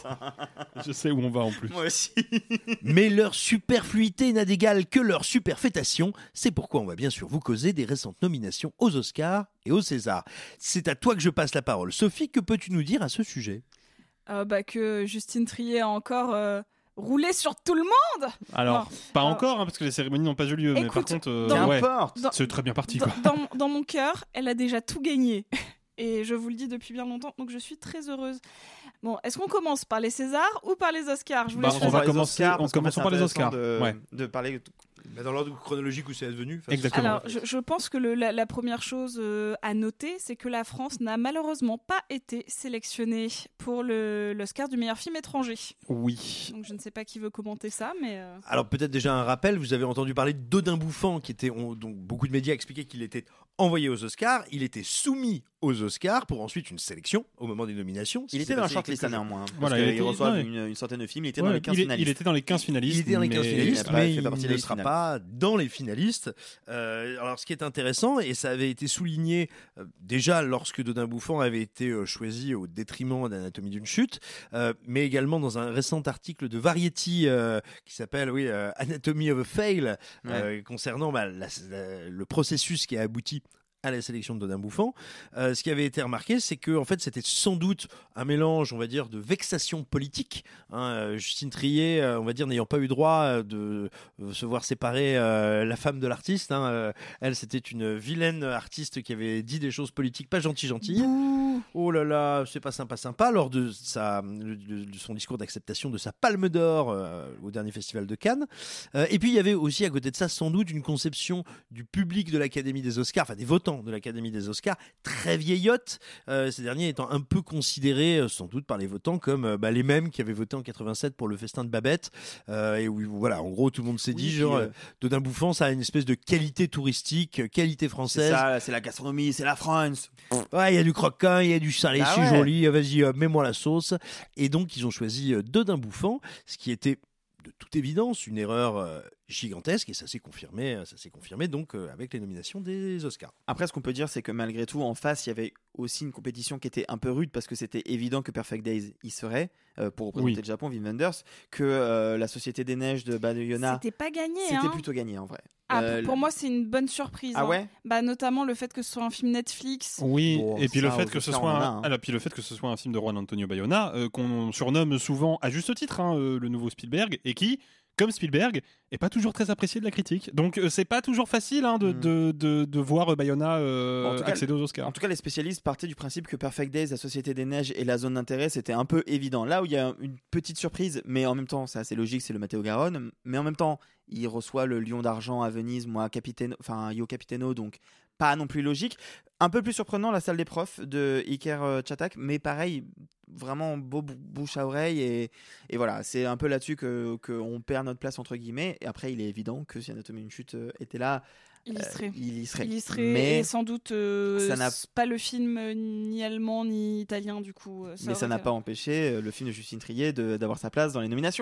je sais où on va en plus. Moi aussi. Mais leur superfluité n'a d'égal que leur superfétation. C'est pourquoi on va bien sûr vous causer des récentes nominations aux Oscars et aux Césars. C'est à toi que je passe la parole. Sophie, que peux-tu nous dire à ce sujet ? euh, bah, Que Justine Triet a encore euh, roulé sur tout le monde. Alors, Alors pas alors, encore, hein, parce que les cérémonies n'ont pas eu lieu. Écoute, mais par contre, euh, dans, ouais, dans, c'est très bien parti. Dans, Quoi. Dans, dans mon cœur, elle a déjà tout gagné. Et je vous le dis depuis bien longtemps, donc je suis très heureuse. Bon, est-ce qu'on commence par les Césars ou par les Oscars ? Je vous bah, laisse on va commencer Oscars, en commençant par les Oscars. De, ouais. de parler bah dans l'ordre chronologique où c'est advenu. Exactement. Alors, je, je pense que le, la, la première chose euh, à noter, c'est que la France n'a malheureusement pas été sélectionnée pour le, l'Oscar du meilleur film étranger. Oui. Donc je ne sais pas qui veut commenter ça, mais... Euh... Alors peut-être déjà un rappel, vous avez entendu parler d'Odin Bouffant, qui était, on, donc beaucoup de médias expliquaient qu'il était envoyé aux Oscars, il était soumis aux Oscars pour ensuite une sélection au moment des nominations. Il était dans la shortlist néanmoins. Voilà, il, il était, reçoit ouais. une, une centaine de films, il était ouais, dans les quinze il, finalistes. Il était dans les quinze finalistes. Il était dans les quinze finalistes, mais il, mais il ne sera finales. pas dans les finalistes. Euh, alors ce qui est intéressant, et ça avait été souligné euh, déjà lorsque Dodin Bouffant avait été euh, choisi au détriment d'Anatomie d'une chute, euh, mais également dans un récent article de Variety euh, qui s'appelle oui, euh, Anatomy of a Fail, euh, ouais. concernant bah, la, la, le processus qui a abouti à la sélection de Dodin Bouffant. Euh, ce qui avait été remarqué, c'est que en fait, c'était sans doute un mélange, on va dire, de vexation politique. Hein, Justine Triet, euh, on va dire, n'ayant pas eu droit de euh, se voir séparer euh, la femme de l'artiste. Hein, euh, elle, c'était une vilaine artiste qui avait dit des choses politiques pas gentilles, gentilles. Oh là là, c'est pas sympa, sympa. Lors de, sa, de, de son discours d'acceptation de sa Palme d'Or euh, au dernier festival de Cannes. Euh, et puis, il y avait aussi, à côté de ça, sans doute, une conception du public de l'Académie des Oscars, enfin des votants de l'Académie des Oscars, très vieillotte, euh, ces derniers étant un peu considérés euh, sans doute par les votants comme euh, bah, les mêmes qui avaient voté en quatre-vingt-sept pour le festin de Babette, euh, et où voilà, en gros tout le monde s'est oui, dit genre euh... euh, Dodin Bouffant, ça a une espèce de qualité touristique, qualité française. C'est ça, c'est la gastronomie, c'est la France. Ouais, il y a du croquant, il y a du salé, ah c'est ouais. joli, vas-y, euh, mets-moi la sauce. Et donc ils ont choisi euh, Dodin Bouffant, ce qui était de toute évidence une erreur euh, gigantesque, et ça s'est confirmé, ça s'est confirmé donc euh, avec les nominations des Oscars. Après, ce qu'on peut dire, c'est que malgré tout, en face, il y avait aussi une compétition qui était un peu rude parce que c'était évident que Perfect Days y serait euh, pour représenter oui. le Japon, Wim Wenders, que euh, la Société des Neiges de Bayona. C'était pas gagné. C'était hein. plutôt gagné en vrai. Ah, euh, pour moi, c'est une bonne surprise. Ah ouais hein. Bah notamment le fait que ce soit un film Netflix. Oui, bon, et puis ça, le fait que ce soit, un... hein. Alors, puis le fait que ce soit un film de Juan Antonio Bayona euh, qu'on surnomme souvent à juste titre hein, euh, le nouveau Spielberg, et qui, comme Spielberg, est pas toujours très apprécié de la critique. Donc euh, c'est pas toujours facile hein, de, mm. de, de, de voir Bayona euh, bon, accéder cas, aux Oscars. En tout cas, les spécialistes partaient du principe que Perfect Days, la Société des Neiges et la Zone d'intérêt, c'était un peu évident. Là où il y a une petite surprise, mais en même temps, c'est assez logique, c'est le Matteo Garonne. Mais en même temps, il reçoit le Lion d'argent à Venise, moi, Capitano, enfin Io Capitano, donc pas non plus logique. Un peu plus surprenant, la salle des profs de Iker Chatak, mais pareil, vraiment beau bouche à oreille, et, et voilà, c'est un peu là-dessus que qu'on perd notre place entre guillemets. Et après, il est évident que si Anatomie d'une chute était là, il y serait. Euh, il y serait. Il y serait, mais et sans doute euh, ça n'a pas le film euh, ni allemand ni italien du coup. Ça mais ça n'a pas empêché le film de Justine Triet de, d'avoir sa place dans les nominations.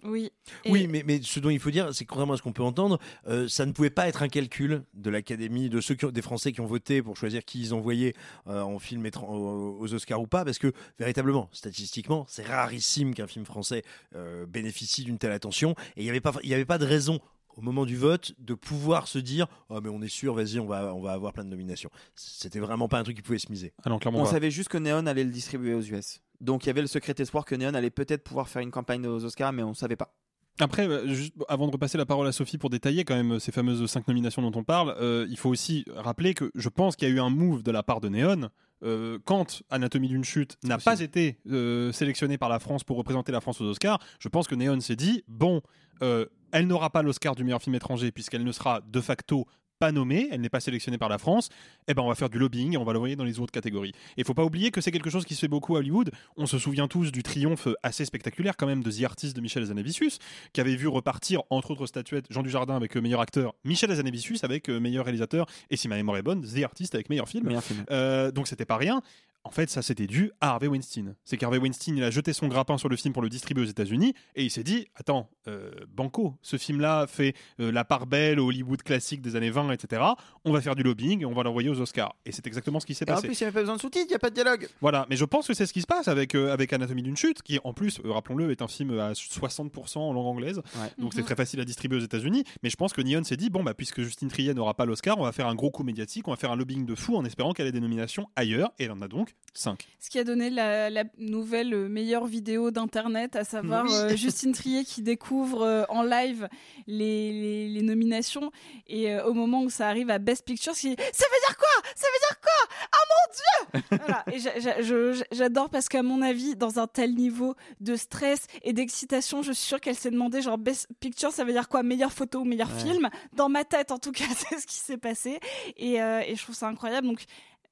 Oui. Et... Oui, mais, mais ce dont il faut dire, c'est que contrairement à ce qu'on peut entendre, euh, ça ne pouvait pas être un calcul de l'Académie, de ceux qui ont, des Français qui ont voté pour choisir qui ils envoyaient euh, en film étran- aux Oscars ou pas, parce que véritablement, statistiquement, c'est rarissime qu'un film français euh, bénéficie d'une telle attention, et il n'y avait pas, il n'y avait pas de raison au moment du vote, de pouvoir se dire oh, mais on est sûr, vas-y, on va, on va avoir plein de nominations. C'était vraiment pas un truc qui pouvait se miser. Alors, on va... savait juste que Neon allait le distribuer aux U S. Donc il y avait le secret espoir que Neon allait peut-être pouvoir faire une campagne aux Oscars, mais on ne savait pas. Après, juste avant de repasser la parole à Sophie pour détailler quand même ces fameuses cinq nominations dont on parle, euh, il faut aussi rappeler que je pense qu'il y a eu un move de la part de Neon. Euh, quand Anatomie d'une chute n'a pas été euh, sélectionné par la France pour représenter la France aux Oscars, je pense que Neon s'est dit bon, euh, elle n'aura pas l'Oscar du meilleur film étranger puisqu'elle ne sera de facto pas nommée, elle n'est pas sélectionnée par la France, eh ben on va faire du lobbying et on va l'envoyer dans les autres catégories. Et il faut pas oublier que c'est quelque chose qui se fait beaucoup à Hollywood. On se souvient tous du triomphe assez spectaculaire quand même de The Artist de Michel Hazanavicius, qui avait vu repartir entre autres statuettes Jean Dujardin avec euh, meilleur acteur, Michel Hazanavicius avec euh, meilleur réalisateur, et si ma mémoire est bonne, The Artist avec meilleur film. Meilleur film. Euh, donc c'était pas rien. En fait, ça c'était dû à Harvey Weinstein. C'est qu'Harvey Weinstein, il a jeté son grappin sur le film pour le distribuer aux États-Unis et il s'est dit attends, euh, banco, ce film-là fait euh, la part belle au Hollywood classique des années vingt, et cetera. On va faire du lobbying et on va l'envoyer aux Oscars. Et c'est exactement ce qui s'est et passé. En plus, il n'y avait pas besoin de sous-titres, il n'y a pas de dialogue. Voilà, mais je pense que c'est ce qui se passe avec, euh, avec Anatomie d'une chute, qui en plus, euh, rappelons-le, est un film à soixante pour cent en langue anglaise. Ouais. Donc Mm-hmm. c'est très facile à distribuer aux États-Unis. Mais je pense que Neon s'est dit bon, bah, puisque Justine Triet n'aura pas l'Oscar, on va faire un gros coup médiatique, on va faire un lobbying de fou en espérant qu'elle ait des nominations ailleurs. Et elle en a donc cinq. Ce qui a donné la, la nouvelle meilleure vidéo d'internet, à savoir Oui. euh, Justine Triet qui découvre euh, en live les, les, les nominations et euh, au moment où ça arrive à Best Picture, ça veut dire quoi Ça veut dire quoi Oh mon Dieu Voilà. Et j'a, j'a, je, j'adore parce qu'à mon avis, dans un tel niveau de stress et d'excitation, je suis sûre qu'elle s'est demandé genre Best Picture, ça veut dire quoi Meilleure photo ou meilleur ouais. film. Dans ma tête, en tout cas, c'est ce qui s'est passé et, euh, et je trouve ça incroyable. Donc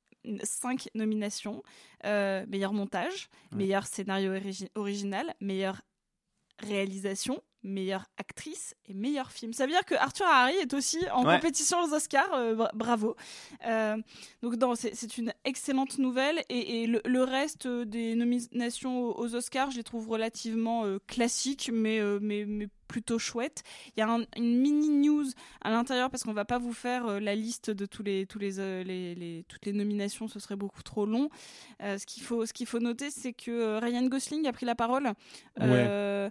cinq nominations, euh, meilleur montage, ouais. meilleur scénario origi- original, meilleure réalisation, meilleure actrice et meilleur film. Ça veut dire que Arthur Harry est aussi en ouais. compétition aux Oscars, euh, bra- bravo. Euh, donc non, c'est, c'est une excellente nouvelle et, et le, le reste des nominations aux Oscars, je les trouve relativement euh, classiques, mais, euh, mais, mais plutôt chouette. Il y a un, une mini news à l'intérieur parce qu'on va pas vous faire euh, la liste de tous les, tous les, euh, les, les, toutes les nominations, ce serait beaucoup trop long. Euh, ce qu'il faut, ce qu'il faut noter, c'est que euh, Ryan Gosling a pris la parole. Euh, ouais.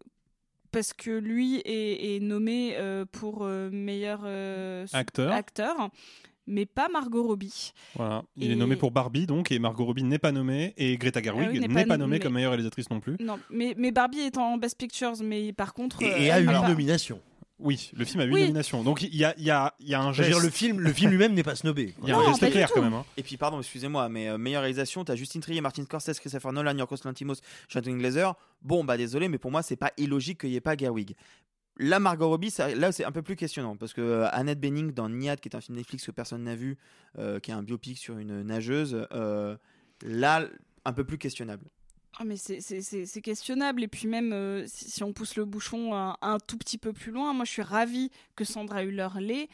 Parce que lui est, est nommé euh, pour euh, meilleur euh, acteur. acteur, mais pas Margot Robbie. Voilà, il et... est nommé pour Barbie, donc, et Margot Robbie n'est pas nommée, et Greta Gerwig ah oui, n'est, n'est pas, pas nommée mais... comme meilleure réalisatrice non plus. Non, mais, mais Barbie est en Best Pictures, mais par contre... Et, euh, et a eu une nomination. Oui, le film a eu oui. une nomination. Donc il y a, y, a, y a un geste. Je veux dire, le film, le film lui-même n'est pas snobé. Il y a non, un geste clair quand même. Hein. Et puis, pardon, excusez-moi, mais euh, meilleure réalisation, t'as Justine Triet, Martin Scorsese, Christopher Nolan, Yorgos Lanthimos, Jonathan Glazer. Bon, bah désolé, mais pour moi, c'est pas illogique qu'il n'y ait pas Gerwig. Là, Margot Robbie, ça, là, c'est un peu plus questionnant parce que euh, Annette Bening dans Niad, qui est un film Netflix que personne n'a vu, euh, qui est un biopic sur une nageuse, euh, là, un peu plus questionnable. Oh mais c'est, c'est, c'est, c'est questionnable et puis même euh, si, si on pousse le bouchon un, un tout petit peu plus loin, moi je suis ravie que Sandra Hüller l'ait,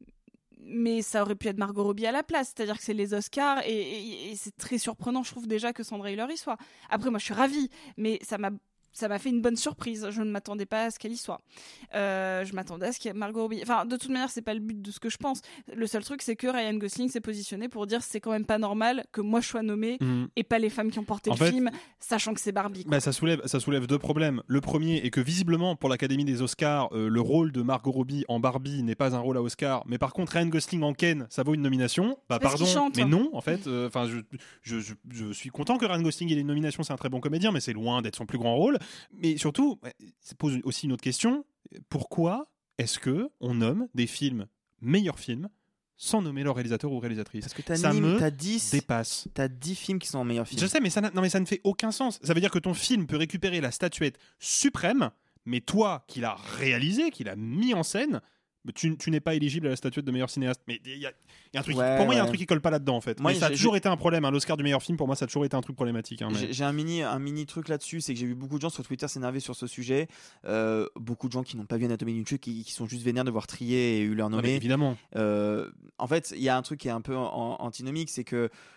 mais ça aurait pu être Margot Robbie à la place, c'est-à-dire que c'est les Oscars et, et, et c'est très surprenant, je trouve déjà que Sandra Hüller y soit. Après moi je suis ravie, mais ça m'a ça m'a fait une bonne surprise. Je ne m'attendais pas à ce qu'elle y soit. Euh, je m'attendais à ce qu'il y ait Margot Robbie. Enfin, de toute manière, c'est pas le but de ce que je pense. Le seul truc, c'est que Ryan Gosling s'est positionné pour dire c'est quand même pas normal que moi je sois nommée mmh. et pas les femmes qui ont porté en le fait, film, sachant que c'est Barbie. Bah, ça soulève, ça soulève deux problèmes. Le premier est que visiblement pour l'Académie des Oscars, euh, le rôle de Margot Robbie en Barbie n'est pas un rôle à Oscar, mais par contre Ryan Gosling en Ken, ça vaut une nomination. Bah pardon, mais non en fait. Enfin, euh, je, je, je, je suis content que Ryan Gosling ait une nomination. C'est un très bon comédien, mais c'est loin d'être son plus grand rôle. Mais surtout ça pose aussi une autre question. Pourquoi est-ce que on nomme des films meilleurs films sans nommer leur réalisateur ou réalisatrice? Parce que t'as ça Nîmes, me t'as dix, dépasse. T'as dix films qui sont en meilleurs films. Je sais, mais ça, non, mais ça ne fait aucun sens. Ça veut dire que ton film peut récupérer la statuette suprême, mais toi qui l'as réalisé, qui l'as mis en scène, tu, tu n'es pas éligible à la statuette de meilleur cinéaste. Mais il y a, y a un truc. Ouais, pour moi, il ouais. y a un truc qui colle pas là-dedans en fait. Moi, mais ça a j'ai, toujours j'ai... été un problème. Hein. L'Oscar du meilleur film, pour moi, ça a toujours été un truc problématique. Hein, mais... j'ai, j'ai un mini, un mini truc là-dessus, c'est que j'ai vu beaucoup de gens sur Twitter s'énerver sur ce sujet. Euh, beaucoup de gens qui n'ont pas vu Anatomie d'une chute, qui, qui sont juste vénères de voir Trier et eu leur nommé. Ouais, évidemment. Euh, en fait, il y a un truc qui est un peu en, en, antinomique, c'est que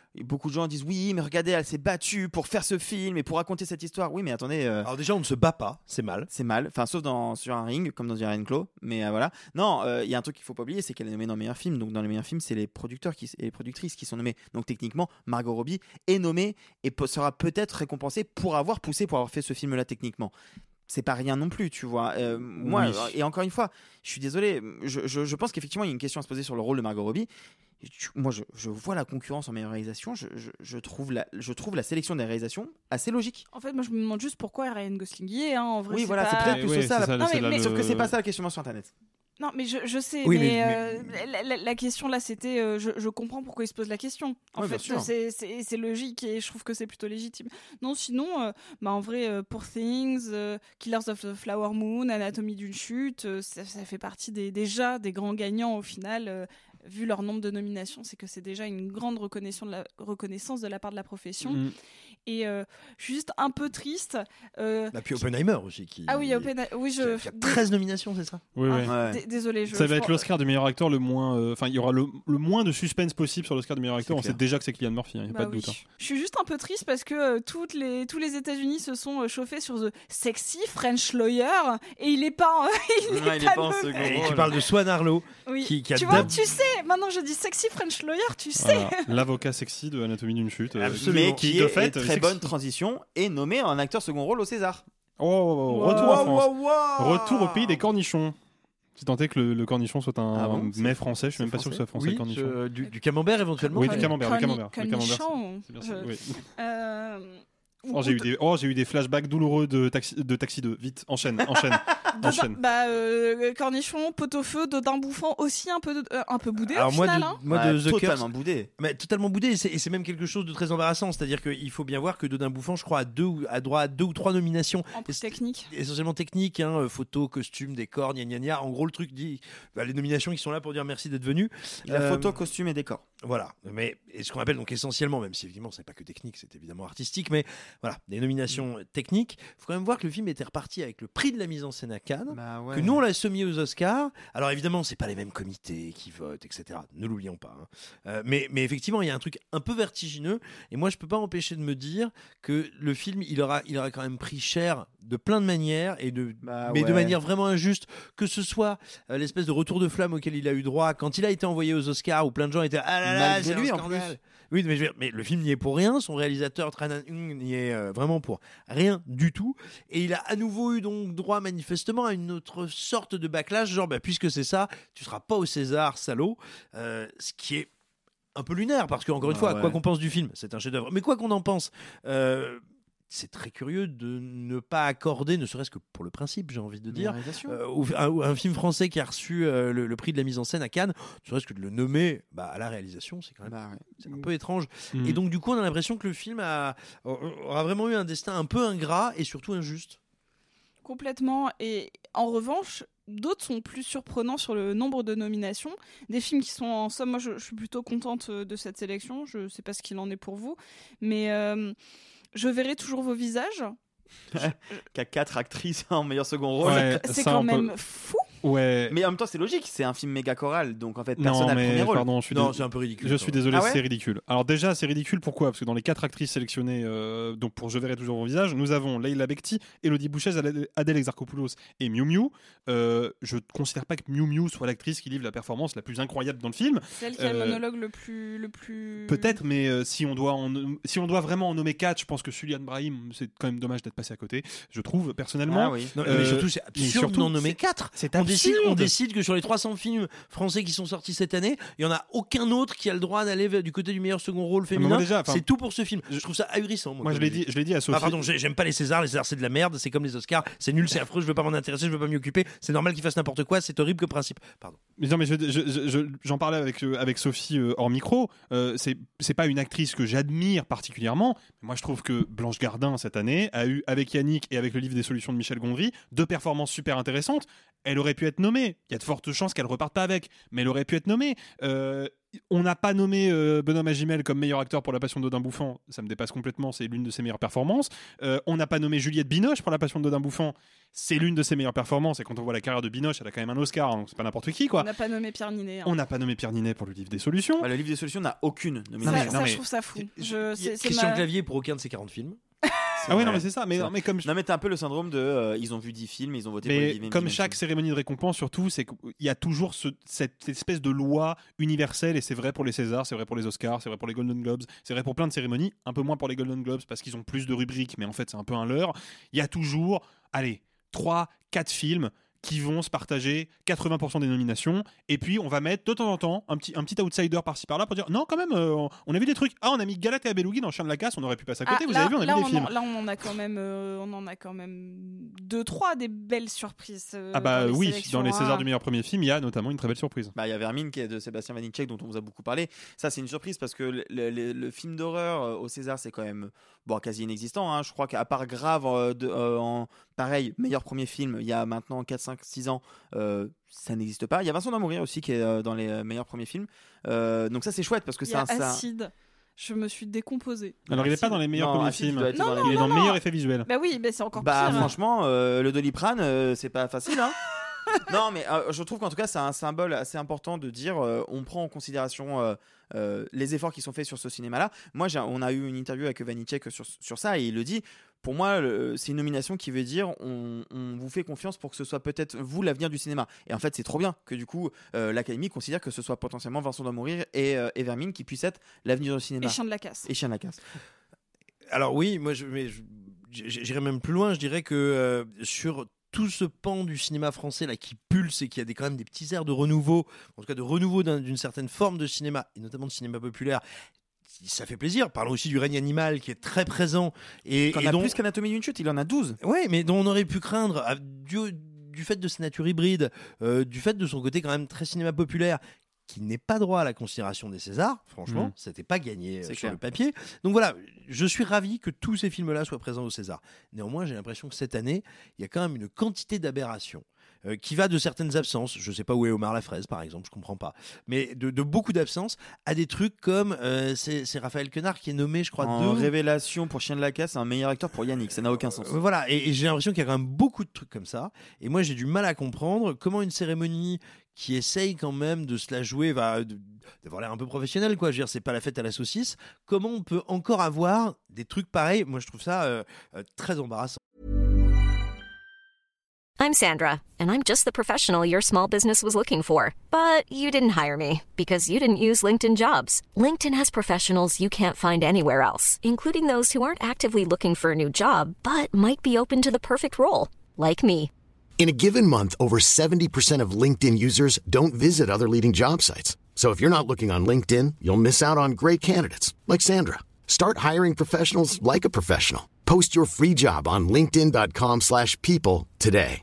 beaucoup de gens disent oui, mais regardez, elle s'est battue pour faire ce film et pour raconter cette histoire. Oui, mais attendez. Euh, Alors déjà, on ne se bat pas, c'est mal. C'est mal, enfin sauf dans sur un ring, comme dans Iron Claw. Mais euh, voilà. Non, il euh, y a un truc qu'il faut pas oublier, c'est qu'elle est nommée dans le meilleur film. Donc dans les meilleurs films, c'est les producteurs qui, et les productrices qui sont nommés. Donc techniquement, Margot Robbie est nommée et pe- sera peut-être récompensée pour avoir poussé, pour avoir fait ce film-là techniquement. C'est pas rien non plus, tu vois. Euh, moi, oui. Et encore une fois, je suis désolé. Je, je, je pense qu'effectivement, il y a une question à se poser sur le rôle de Margot Robbie. Moi, je, je vois la concurrence en meilleure réalisation. Je, je, je, trouve la, je trouve la sélection des réalisations assez logique. En fait, moi, je me demande juste pourquoi Ryan Gosling y est. Hein, en vrai, oui, c'est voilà, pas... c'est peut-être plus oui, ça. c'est La... ça Non, mais, mais, mais... le... Sauf que c'est pas ça la question sur Internet. Non, mais je, je sais, oui, mais, mais, euh, mais... La, la, la question là, c'était, euh, je, je comprends pourquoi il se pose la question. En ouais, fait, c'est, c'est, c'est logique et je trouve que c'est plutôt légitime. Non, sinon, euh, bah en vrai, euh, Poor Things, euh, Killers of the Flower Moon, Anatomie d'une chute, euh, ça, ça fait partie des, déjà des grands gagnants au final. Euh, vu leur nombre de nominations, c'est que c'est déjà une grande reconnaissance de la, reconnaissance de la part de la profession. Mmh. Et euh, je suis juste un peu triste. Euh, bah, puis Oppenheimer aussi. Qui... Ah oui, Oppenheimer. Oui, je... Il y a treize nominations, c'est ça? Oui, oui. Ah, ouais. Désolé. Je, ça va je être pense... l'Oscar du meilleur acteur le moins. Enfin, euh, il y aura le, le moins de suspense possible sur l'Oscar du meilleur acteur. On sait déjà que c'est Cillian Murphy, il hein, n'y a bah pas de oui. doute. Hein. Je suis juste un peu triste parce que euh, toutes les, tous les États-Unis se sont euh, chauffés sur The Sexy French Lawyer et il n'est pas, euh, il non, est il pas est pas en second. Et tu parles de Swan Arlo. Oui. Qui, qui a tu vois, tu sais, maintenant je dis Sexy French Lawyer, tu sais. Voilà. L'avocat sexy de Anatomie d'une chute. Euh, mais qui, qui de est fait, très sexy. bonne transition est nommé en acteur second rôle au César. Oh, oh, oh wow, retour en France. Wow, wow. Retour au pays des cornichons. Si tant est que le, le cornichon soit un, ah bon, un mets français, je suis même pas sûr que ce soit français oui, le cornichon. Je, du, du camembert éventuellement. Oui, du camembert, Corni- du camembert. Cornichon. C'est bien ça. Oui. Euh... Oh, j'ai eu des, oh, j'ai eu des flashbacks douloureux de Taxi, de Taxi deux. Vite, enchaîne, enchaîne, enchaîne. Bah, euh, cornichon, pot-au-feu, Dodin bouffant aussi un peu, euh, un peu boudé Alors au moi, final. de, hein. moi ouais, de The totalement Curse, boudé. Mais totalement boudé. Et c'est, et c'est même quelque chose de très embarrassant. C'est-à-dire qu'il faut bien voir que Dodin bouffant, je crois, a deux, a droit à deux ou trois nominations. En plus technique. Essentiellement technique, hein, photo, costume, décor, gna gna gna. En gros, le truc dit, bah, les nominations qui sont là pour dire merci d'être venu. La euh, photo, costume et décor. Voilà. Mais et ce qu'on appelle donc essentiellement, même si évidemment c'est pas que technique, c'est évidemment artistique, mais voilà, des nominations mmh. techniques. Il faut quand même voir que le film était reparti avec le prix de la mise en scène à Cannes, bah ouais. que nous on l'a soumis aux Oscars. Alors évidemment, c'est pas les mêmes comités qui votent, et cetera. Ne l'oublions pas. Hein. Euh, mais, mais effectivement, il y a un truc un peu vertigineux. Et moi, je peux pas empêcher de me dire que le film, il aura, il aura quand même pris cher de plein de manières, et de, bah mais ouais. de manière vraiment injuste. Que ce soit euh, l'espèce de retour de flamme auquel il a eu droit quand il a été envoyé aux Oscars, où plein de gens étaient ah là là, c'est lui en plus. Oui, mais, je veux dire, mais le film n'y est pour rien. Son réalisateur Tran Anh n'y est euh, vraiment pour rien du tout. Et il a à nouveau eu donc droit manifestement à une autre sorte de backlash, genre bah, puisque c'est ça, tu seras pas au César, salaud. Euh, ce qui est un peu lunaire parce que encore une ah, fois, ouais. quoi qu'on pense du film, c'est un chef-d'œuvre. Mais quoi qu'on en pense. Euh, c'est très curieux de ne pas accorder, ne serait-ce que pour le principe, j'ai envie de dire, euh, un, un film français qui a reçu euh, le, le prix de la mise en scène à Cannes, ne serait-ce que de le nommer bah, à la réalisation, c'est quand même bah ouais. c'est un peu étrange. Mmh. Et donc du coup, on a l'impression que le film a, aura vraiment eu un destin un peu ingrat et surtout injuste. Complètement. Et en revanche, d'autres sont plus surprenants sur le nombre de nominations. Des films qui sont en somme, moi je, je suis plutôt contente de cette sélection, je ne sais pas ce qu'il en est pour vous, mais... Euh, Je verrai toujours vos visages. Qu'à quatre actrices en meilleur second rôle. Ouais, c'est quand même peut... fou. Ouais. Mais en même temps, c'est logique, c'est un film méga choral, donc en fait, personne n'a le premier rôle. Pardon, je suis non, dés... c'est un peu ridicule. Je suis désolé, ah ouais c'est ridicule. Alors déjà, c'est ridicule, pourquoi ? Parce que dans les quatre actrices sélectionnées, euh, donc pour Je verrai toujours vos visages, nous avons Leila Bekti, Elodie Bouchez, Adèle Exarchopoulos et Miu Miu. Euh, je ne considère pas que Miu Miu soit l'actrice qui livre la performance la plus incroyable dans le film. Celle qui a euh, le monologue le plus, le plus... Peut-être, mais euh, si, on doit en, si on doit vraiment en nommer quatre, je pense que Sulian Brahim, c'est quand même dommage d'être passé à côté, je trouve, personnellement. Ah oui. Non, euh, mais surtout, c'est absurde d'en nommer quatre. C'est on absurde. décide, on décide que sur les trois cents films français qui sont sortis cette année, il n'y en a aucun autre qui a le droit d'aller du côté du meilleur second rôle féminin. Déjà, c'est tout pour ce film. Je trouve ça ahurissant. Moi, moi je l'ai dit, je l'ai dit à Sophie. Ah, pardon, j'aime pas les Césars. Les Césars, c'est de la merde. C'est comme les Oscars. C'est nul, c'est affreux. Je veux pas m'en intéresser. Je veux pas m'y occuper. C'est normal qu'ils fassent n'importe quoi. C'est horrible que principe. Pardon. Mais non, mais je, je, je, j'en parlais avec euh, avec Sophie euh, hors micro. Euh, c'est c'est pas une actrice que j'admire particulièrement. Moi, je trouve que Blanche Gardin cette année a eu avec Yannick et avec le livre des solutions de Michel Gondry deux performances super intéressantes. Elle aurait pu être nommée. Il y a de fortes chances qu'elle reparte pas avec, mais elle aurait pu être nommée. Euh, On n'a pas nommé euh, Benoît Magimel comme meilleur acteur pour La Passion d'Odin Bouffant, ça me dépasse complètement, c'est l'une de ses meilleures performances. Euh, on n'a pas nommé Juliette Binoche pour La Passion d'Odin Bouffant, c'est l'une de ses meilleures performances, et quand on voit la carrière de Binoche, elle a quand même un Oscar, donc c'est pas n'importe qui, quoi. On n'a pas nommé Pierre Ninet. Hein. On n'a pas nommé Pierre Ninet pour le livre des solutions. Bah, le livre des solutions n'a aucune nomination. Ça, non, ça mais... je trouve ça fou. Je, c'est, c'est Christian ma... Clavier pour aucun de ses quarante films. Ah oui, non, mais c'est ça. Mais, non, mais comme je... non, mais t'as un peu le syndrome de. Euh, ils ont vu dix films, ils ont voté mais pour les dix comme dix chaque films. cérémonie de récompense, surtout, c'est qu'il y a toujours ce, cette espèce de loi universelle, et c'est vrai pour les Césars, c'est vrai pour les Oscars, c'est vrai pour les Golden Globes, c'est vrai pour plein de cérémonies, un peu moins pour les Golden Globes parce qu'ils ont plus de rubriques, mais en fait, c'est un peu un leurre. Il y a toujours, allez, trois, quatre films qui vont se partager quatre-vingts pour cent des nominations, et puis on va mettre de temps en temps un petit, un petit outsider par-ci par-là pour dire non, quand même, euh, on a vu des trucs. Ah, on a mis Galate et Abelougi dans Chien de la Casse, on aurait pu passer à côté. Ah, vous là, avez vu, on a là, vu des on films. En, là, on en a quand même, euh, on en a quand même deux, trois des belles surprises. Euh, ah bah dans les oui, sélections. dans les Césars Ah. du meilleur premier film, il y a notamment une très belle surprise. Bah, il y a Vermine qui est de Sébastien Vanitschek dont on vous a beaucoup parlé. Ça, c'est une surprise parce que le, le, le, le film d'horreur euh, au César, c'est quand même bon, quasi inexistant. Hein. Je crois qu'à part Grave, euh, de, euh, en pareil, meilleur premier film, il y a maintenant quatre, cinq, six ans, euh, ça n'existe pas. Il y a Vincent d'Amourir aussi qui est euh, dans les euh, meilleurs premiers films. Euh, donc ça, c'est chouette parce que il y c'est a un. ça... Acide. Je me suis décomposée. Alors, il n'est pas dans les meilleurs non, premiers Acide, films. il doit être Non, dans non, les- Il est non, dans le non. meilleur effet visuel. Bah oui, bah c'est encore Bah pire. franchement, euh, le Doliprane, euh, c'est pas facile. Hein. Non, mais euh, je trouve qu'en tout cas, c'est un symbole assez important de dire euh, on prend en considération euh, euh, les efforts qui sont faits sur ce cinéma-là. Moi, j'ai, on a eu une interview avec Vanitschek sur, sur ça et il le dit. Pour moi, le, c'est une nomination qui veut dire on, on vous fait confiance pour que ce soit peut-être vous l'avenir du cinéma. Et en fait, c'est trop bien que du coup, euh, l'Académie considère que ce soit potentiellement Vincent doit mourir et, euh, et Vermine qui puissent être l'avenir du cinéma. Et Chien de la Casse. Et Chien de la Casse. Alors oui, moi je, mais je- j'irais même plus loin, je dirais que euh, sur tout ce pan du cinéma français là qui pulse et qui a des, quand même des petits airs de renouveau, en tout cas de renouveau d'un- d'une certaine forme de cinéma, et notamment de cinéma populaire, ça fait plaisir. Parlons aussi du règne animal qui est très présent. Et, Il et en a dont- plus qu'Anatomie d'une chute, il en a douze. Ouais, mais dont on aurait pu craindre, ah, du, du fait de sa nature hybride, euh, du fait de son côté quand même très cinéma populaire, qui n'est pas droit à la considération des Césars, franchement, Mmh. c'était pas gagné euh, C'est sur clair. le papier. Donc voilà, je suis ravi que tous ces films-là soient présents au César. Néanmoins, j'ai l'impression que cette année, il y a quand même une quantité d'aberrations. euh, qui va de certaines absences, je sais pas où est Omar Lafraise par exemple, je comprends pas, mais de, de beaucoup d'absences à des trucs comme euh, c'est, c'est Raphaël Quenard qui est nommé, je crois, En deux. révélation pour Chien de la Casse, un meilleur acteur pour Yannick, ça n'a aucun sens. Euh, Voilà, et, et j'ai l'impression qu'il y a quand même beaucoup de trucs comme ça. Et moi, j'ai du mal à comprendre comment une cérémonie qui essaye quand même de se la jouer, va, de- d'avoir l'air un peu professionnel, quoi. Je veux dire, c'est pas la fête à la saucisse. Comment on peut encore avoir des trucs pareils ? Moi, je trouve ça euh, euh, très embarrassant. I'm Sandra, and I'm just the professional your small business was looking for. But you didn't hire me because you didn't use LinkedIn Jobs. LinkedIn has professionals you can't find anywhere else, including those who aren't actively looking for a new job, but might be open to the perfect role, like me. In a given month, over seventy percent of LinkedIn users don't visit other leading job sites. So if you're not looking on LinkedIn, you'll miss out on great candidates like Sandra. Start hiring professionals like a professional. Post your free job on linkedin dot com slash people today.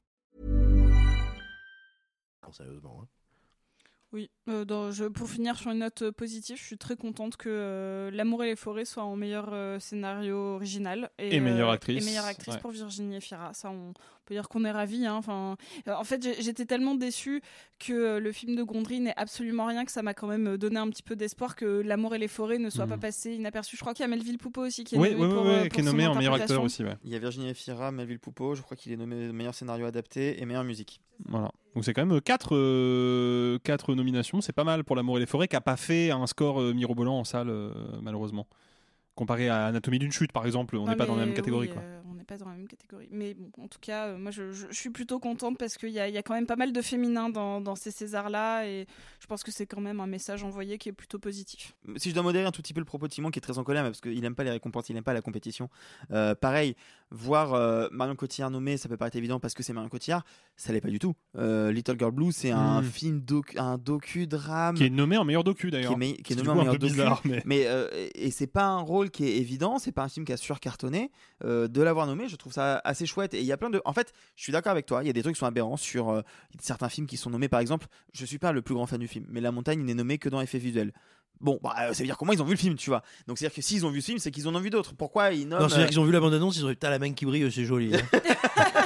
Sérieusement. Hein. Oui, euh, dans- je, pour finir sur une note euh, positive, je suis très contente que euh, L'amour et les forêts soit en meilleur euh, scénario original. Et meilleure euh, actrice. Et meilleure actrice Ouais. pour Virginie Efira. Ça, on peut dire qu'on est ravis. Hein. Enfin, euh, en fait, j'ai- j'étais tellement déçue que euh, le film de Gondry n'ait absolument rien, que ça m'a quand même donné un petit peu d'espoir que L'amour et les forêts ne soit Mhm. pas passé inaperçu. Je crois qu'il y a Melville Poupeau aussi qui est Oui, nommé oui, pour, oui, euh, oui, pour qui est son nommé en meilleur interprétation. acteur aussi. Ouais. Il y a Virginie Efira, Melville Poupeau, je crois qu'il est nommé meilleur scénario adapté et meilleure musique. Voilà. Donc c'est quand même quatre, euh, quatre nominations, c'est pas mal pour L'amour et les forêts, qui a pas fait un score euh, mirobolant en salle, euh, malheureusement. Comparé à Anatomie d'une chute, par exemple, on Non, n'est pas dans la mais même catégorie. oui, quoi. euh, on n'est pas dans la même catégorie. Mais bon, en tout cas, euh, moi, je, je- je suis plutôt contente parce qu'il y a, il y a quand même pas mal de féminins dans, dans ces Césars-là et je pense que c'est quand même un message envoyé qui est plutôt positif. Si je dois modérer un tout petit peu le propos de Simon qui est très en colère mais parce qu'il n'aime pas les récompenses, il n'aime pas la compétition. Euh, pareil, voir euh, Marion Cotillard nommée, ça peut paraître évident parce que c'est Marion Cotillard, ça l'est pas du tout. Euh, Little Girl Blue, c'est un Mm. film docu, un docu-drame Qui est nommé en meilleur docu d'ailleurs. qui est, me- qui est C'est nommé du en coup un meilleur peu docu. bizarre, mais- mais euh, et c'est pas un rôle qui est évident, c'est pas un film qui a surcartonné. Euh, de l'avoir nommé, je trouve ça assez chouette. Et il y a plein de. En fait, je suis d'accord avec toi. Il y a des trucs qui sont aberrants sur euh, certains films qui sont nommés. Par exemple, je suis pas le plus grand fan du film, mais La Montagne, il n'est nommé que dans effets visuels. Bon, bah, euh, ça veut dire comment ils ont vu le film, tu vois. Donc c'est à dire que s'ils ont vu ce film, c'est qu'ils en ont vu d'autres. Pourquoi ils nomment Non, c'est-à-dire euh, qu'ils ont vu la bande-annonce, ils ont dit putain, la main qui brille, c'est joli. hein.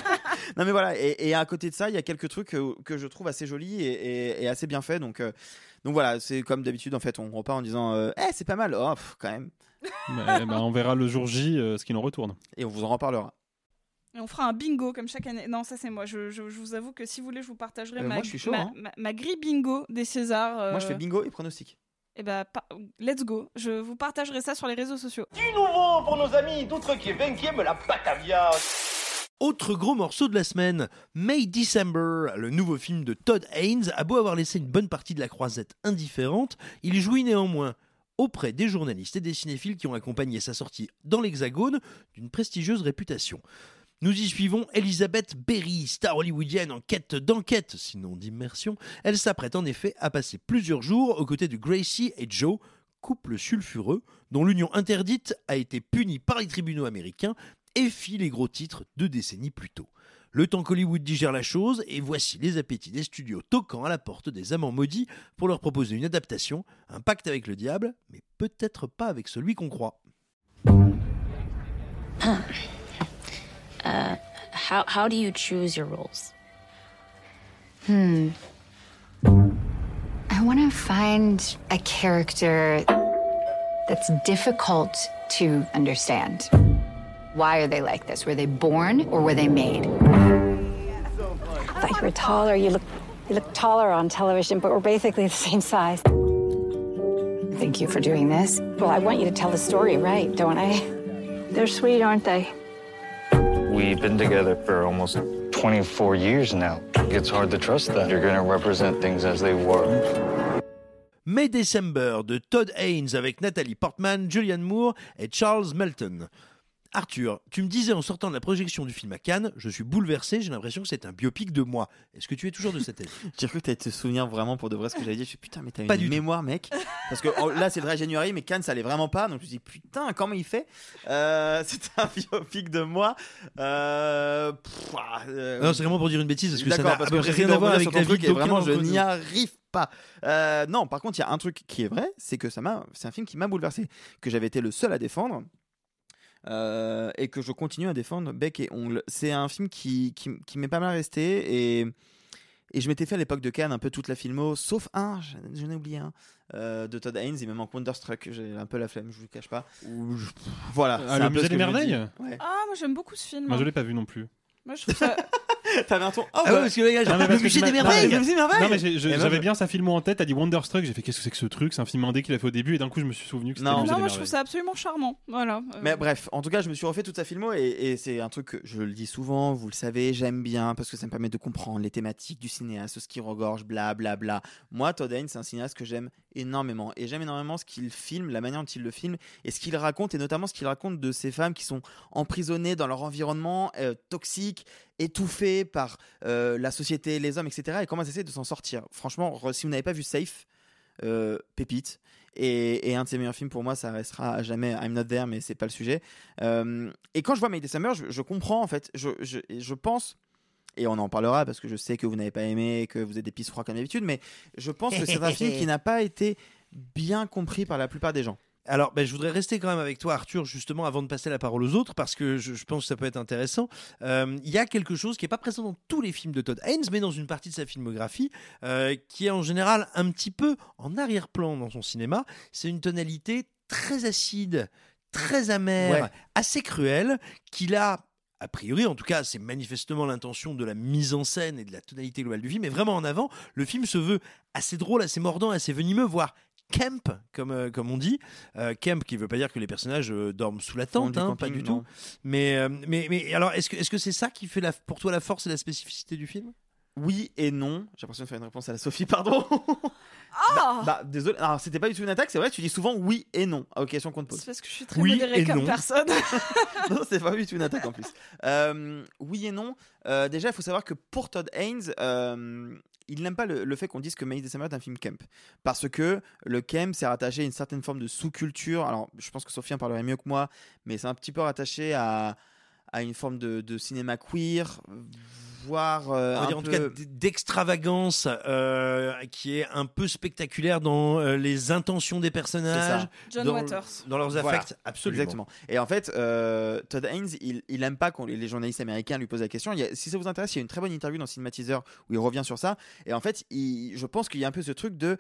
non mais voilà, et, et à côté de ça, il y a quelques trucs que, que je trouve assez jolis et, et, et assez bien faits. Donc, euh, donc voilà, c'est comme d'habitude en fait, on repart en disant, eh hey, c'est pas mal, oh pff, quand même. bah, bah, on verra le jour J euh, ce qu'il en retourne. Et on vous en reparlera. Et on fera un bingo comme chaque année. Non, ça c'est moi. Je, je, je vous avoue que si vous voulez, je vous partagerai euh, ma, moi, je suis chaud, ma, hein. ma, ma grille bingo des Césars. Euh... Moi, je fais bingo et pronostic. Et bah, pa- let's go. Je vous partagerai ça sur les réseaux sociaux. Du nouveau pour nos amis d'outre-Québec, la Batavia. Autre gros morceau de la semaine, May December, le nouveau film de Todd Haynes, a beau avoir laissé une bonne partie de la croisette indifférente, il jouit néanmoins auprès des journalistes et des cinéphiles qui ont accompagné sa sortie dans l'Hexagone d'une prestigieuse réputation. Nous y suivons Elizabeth Berry, star hollywoodienne en quête d'enquête, sinon d'immersion. Elle s'apprête en effet à passer plusieurs jours aux côtés de Gracie et Joe, couple sulfureux dont l'union interdite a été punie par les tribunaux américains et fit les gros titres deux décennies plus tôt. Le temps qu'Hollywood digère la chose, et voici les appétits des studios toquant à la porte des amants maudits pour leur proposer une adaptation, un pacte avec le diable, mais peut-être pas avec celui qu'on croit. Huh. Uh, how how do you choose your roles? Hmm. I want to find a character that's difficult to understand. Why are they like this? Were they born or were they made? I thought you were taller. You look you look taller on television, but we're basically the same size. Thank you for doing this. Well, I want you to tell the story right, don't I? They're sweet, aren't they? We've been together for almost twenty-four years now. It's hard to trust that you're going to represent things as they were. May December de Todd Haynes avec Nathalie Portman, Julianne Moore et Charles Melton. Arthur, tu me disais en sortant de la projection du film à Cannes, je suis bouleversé, j'ai l'impression que c'est un biopic de moi. Est-ce que tu es toujours de cette avis? J'ai cru que tu allais te souvenir vraiment pour de vrai ce que j'avais dit. Je suis putain, mais t'as Pas une du mémoire, mec. Parce que oh, là, c'est le Dry January, mais Cannes, ça allait vraiment pas. Donc je me suis dit, putain, comment il fait euh, C'est un biopic de moi. Euh, pff, euh, non, c'est vraiment pour dire une bêtise, parce que ça n'a parce à peu que près j'essaie rien à voir d'envoyer avec sur ton la vie truc et d'aucun vraiment, je d'entre nous. n'y arrive pas. Euh, non, par contre, il y a un truc qui est vrai, c'est que ça m'a, c'est un film qui m'a bouleversé, que j'avais été le seul à défendre. Euh, et que je continue à défendre bec et ongle. C'est un film qui, qui, qui m'est pas mal resté et, et je m'étais fait à l'époque de Cannes un peu toute la filmo, sauf un, j'en ai oublié un, euh, de Todd Haynes. Il me manque Wonderstruck, j'ai un peu la flemme, je vous le cache pas. Voilà. Ah, le Musée des Merveilles. Ouais. Ah, moi j'aime beaucoup ce film. Moi je l'ai pas vu non plus. Moi je trouve ça. T'avais un ton. Oh, ah bah... ouais, parce que les gars, genre, non, le musée des merveilles. Le musée des merveilles. Non mais j'ai, je, ben, j'avais je... bien sa filmo en tête. T'as dit Wonderstruck, j'ai fait qu'est-ce que c'est que ce truc? C'est un film indé qu'il a fait au début et d'un coup je me suis souvenu que c'était non. le musée non, des moi merveilles. je trouve ça absolument charmant. Voilà. Euh... Mais bref, en tout cas, je me suis refait toute sa filmo et, et c'est un truc que je le dis souvent, vous le savez, j'aime bien parce que ça me permet de comprendre les thématiques du cinéaste, ce qui regorge, bla bla bla. Moi, Todd Haynes, c'est un cinéaste que j'aime énormément et j'aime énormément ce qu'il filme, la manière dont il le filme et ce qu'il raconte et notamment ce qu'il raconte de ces femmes qui sont emprisonnées dans leur environnement euh, toxique, étouffées par euh, la société, les hommes, et cetera. Et comment elles essaient de s'en sortir. Franchement, si vous n'avez pas vu Safe, euh, pépite. Et, et un de ses meilleurs films pour moi, ça restera à jamais I'm Not There, mais c'est pas le sujet. Euh, et quand je vois May December, je, je comprends en fait. Je, je, je pense. Et on en parlera parce que je sais que vous n'avez pas aimé, que vous êtes des pisse froids comme d'habitude, mais je pense que c'est un film qui n'a pas été bien compris par la plupart des gens. Alors, ben, je voudrais rester quand même avec toi, Arthur, justement, avant de passer la parole aux autres, parce que je, je pense que ça peut être intéressant. Il euh, y a quelque chose qui n'est pas présent dans tous les films de Todd Haynes, mais dans une partie de sa filmographie, euh, qui est en général un petit peu en arrière-plan dans son cinéma. C'est une tonalité très acide, très amère, ouais. assez cruelle, qu'il a... A priori, en tout cas, c'est manifestement l'intention de la mise en scène et de la tonalité globale du film, mais vraiment en avant, le film se veut assez drôle, assez mordant, assez venimeux, voire camp, comme, euh, comme on dit. Euh, camp qui ne veut pas dire que les personnages euh, dorment sous la tente, hein, camping, pas du non. tout. Mais, euh, mais, mais alors, est-ce que, est-ce que c'est ça qui fait la, pour toi la force et la spécificité du film ? Oui et non. J'ai l'impression de faire une réponse à la Sophie, pardon. Oh bah, bah, désolé. Alors, c'était pas du tout une attaque, c'est vrai, tu dis souvent oui et non aux questions qu'on te pose. C'est parce que je suis très oui modérée comme non. personne. Non, c'est pas du tout une attaque en plus. Euh, oui et non. Euh, déjà, il faut savoir que pour Todd Haynes, euh, il n'aime pas le, le fait qu'on dise que May December est un film camp. Parce que le camp, c'est rattaché à une certaine forme de sous-culture. Alors, je pense que Sophie en parlerait mieux que moi, mais c'est un petit peu rattaché à, à une forme de, de cinéma queer. voire euh, on va dire en tout cas d'extravagance euh, qui est un peu spectaculaire dans euh, les intentions des personnages, John dans, Waters, dans leurs affects, voilà, absolument. Exactement. Et en fait, euh, Todd Haynes, il, il aime pas quand les journalistes américains lui posent la question. Il y a, si ça vous intéresse, il y a une très bonne interview dans Cinematiseur où il revient sur ça. Et en fait, il, je pense qu'il y a un peu ce truc de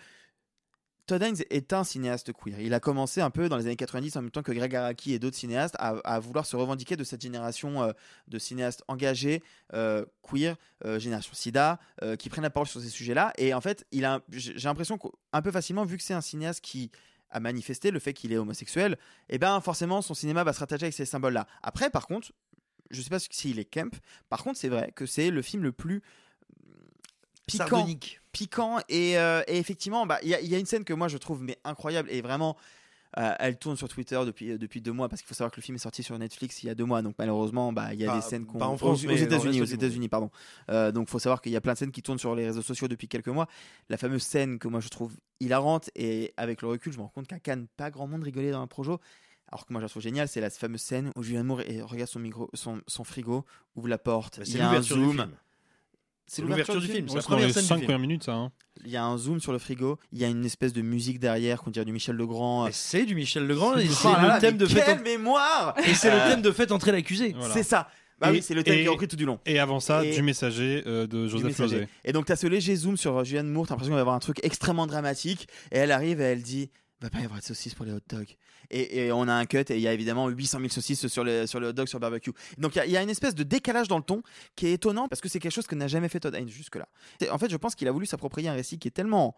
Todd Haynes est un cinéaste queer. Il a commencé un peu dans les années quatre-vingt-dix en même temps que Greg Araki et d'autres cinéastes à, à vouloir se revendiquer de cette génération euh, de cinéastes engagés, euh, queer, euh, génération sida, euh, qui prennent la parole sur ces sujets-là. Et en fait, il a, j'ai l'impression qu'un peu facilement, vu que c'est un cinéaste qui a manifesté le fait qu'il est homosexuel, et ben forcément son cinéma va se rattacher avec ces symboles-là. Après, par contre, je sais pas s'il est camp. Par contre, c'est vrai que c'est le film le plus piquant, sardonique, piquant et, euh, et effectivement, bah il y, y a une scène que moi je trouve mais incroyable et vraiment, euh, elle tourne sur Twitter depuis depuis deux mois parce qu'il faut savoir que le film est sorti sur Netflix il y a deux mois, donc malheureusement, bah il y a pas, des scènes qu'on pas en France, aux, mais aux États-Unis, aux États-Unis, États-Unis, pardon. Euh, donc faut savoir qu'il y a plein de scènes qui tournent sur les réseaux sociaux depuis quelques mois. La fameuse scène que moi je trouve hilarante et avec le recul, je me rends compte qu'à Cannes, pas grand monde rigolait dans un projet. Alors que moi je la trouve géniale, c'est la fameuse scène où Julianne Moore et regarde son, micro, son, son frigo, ouvre la porte, bah, il y a un zoom. C'est l'ouverture du film, c'est ouais, la première scène du cinq film. premières minutes, ça. Hein. Il y a un zoom sur le frigo, il y a une espèce de musique derrière qu'on dirait du Michel Legrand. Et c'est du Michel Legrand et c'est oh là le là, thème de quelle fait mémoire. Et c'est le thème de fait entrer l'accusé. Voilà. C'est ça. Bah et, oui, c'est le thème et, qui est repris tout du long. Et avant ça, et, du messager euh, de Joseph Losey. Et donc, tu as ce léger zoom sur Julianne Moore, tu as l'impression qu'il va y avoir un truc extrêmement dramatique. Et elle arrive et elle dit il va pas y avoir de saucisses pour les hot dogs. Et, et on a un cut et il y a évidemment huit cent mille saucisses sur les, sur les hot dogs sur le barbecue. Donc il y, y a une espèce de décalage dans le ton qui est étonnant parce que c'est quelque chose que n'a jamais fait Todd Haynes jusque-là. En fait, je pense qu'il a voulu s'approprier un récit qui est tellement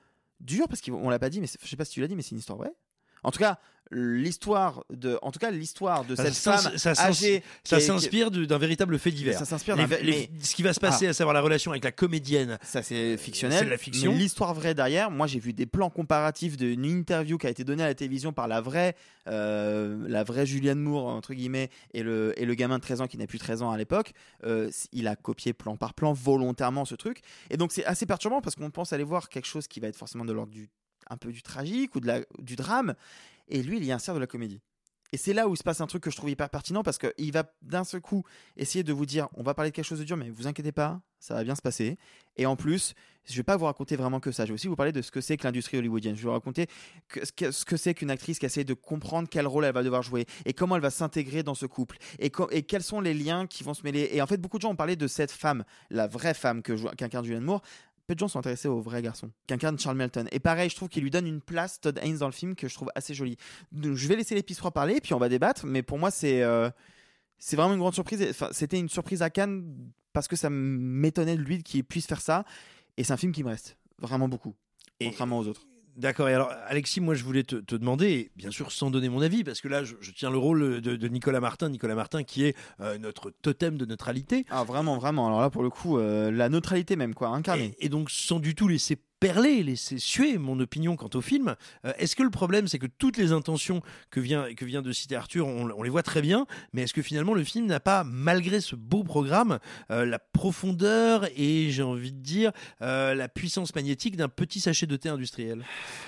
dur parce qu'on l'a pas dit, mais je sais pas si tu l'as dit, mais c'est une histoire vraie. En tout cas, l'histoire de, en tout cas, l'histoire de cette ça, femme ça, âgée, ça s'inspire d'un véritable fait divers. Ça s'inspire d'un les, mais... ce qui va se passer, ah. à savoir la relation avec la comédienne. Ça, c'est fictionnel. C'est de la fiction. Mais l'histoire vraie derrière, moi, j'ai vu des plans comparatifs d'une interview qui a été donnée à la télévision par la vraie, euh, la vraie Julianne Moore entre guillemets, et le et le gamin de treize ans qui n'a plus treize ans à l'époque. Euh, il a copié plan par plan volontairement ce truc. Et donc, c'est assez perturbant parce qu'on pense aller voir quelque chose qui va être forcément de l'ordre du un peu du tragique ou de la, du drame. Et lui, il y insère de la comédie. Et c'est là où il se passe un truc que je trouve hyper pertinent parce qu'il va d'un seul coup essayer de vous dire on va parler de quelque chose de dur, mais vous inquiétez pas, ça va bien se passer. Et en plus, je vais pas vous raconter vraiment que ça. Je vais aussi vous parler de ce que c'est que l'industrie hollywoodienne. Je vais vous raconter que, ce, que, ce que c'est qu'une actrice qui essaie de comprendre quel rôle elle va devoir jouer et comment elle va s'intégrer dans ce couple et, co- et quels sont les liens qui vont se mêler. Et en fait, beaucoup de gens ont parlé de cette femme, la vraie femme que qu'incarne Julianne Moore. Peu de gens sont intéressés au vrai garçon qu'incarne Charles Melton. Et pareil, je trouve qu'il lui donne une place, Todd Haynes, dans le film que je trouve assez jolie. Donc, je vais laisser les Pistes parler, puis on va débattre. Mais pour moi, c'est, euh, c'est vraiment une grande surprise. Enfin, c'était une surprise à Cannes parce que ça m'étonnait de lui qu'il puisse faire ça. Et c'est un film qui me reste vraiment beaucoup, et... contrairement aux autres. D'accord, et alors Alexis, moi je voulais te, te demander, et bien sûr sans donner mon avis, parce que là je, je tiens le rôle de, de Nicolas Martin, Nicolas Martin qui est euh, notre totem de neutralité. Ah vraiment, vraiment, alors là pour le coup, euh, la neutralité même, quoi, incarnée. Et, et donc sans du tout laisser perler, laisser suer mon opinion quant au film. Euh, est-ce que le problème c'est que toutes les intentions que vient, que vient de citer Arthur, on, on les voit très bien, mais est-ce que finalement le film n'a pas, malgré ce beau programme, euh, la profondeur et j'ai envie de dire euh, la puissance magnétique d'un petit sachet de thé industriel?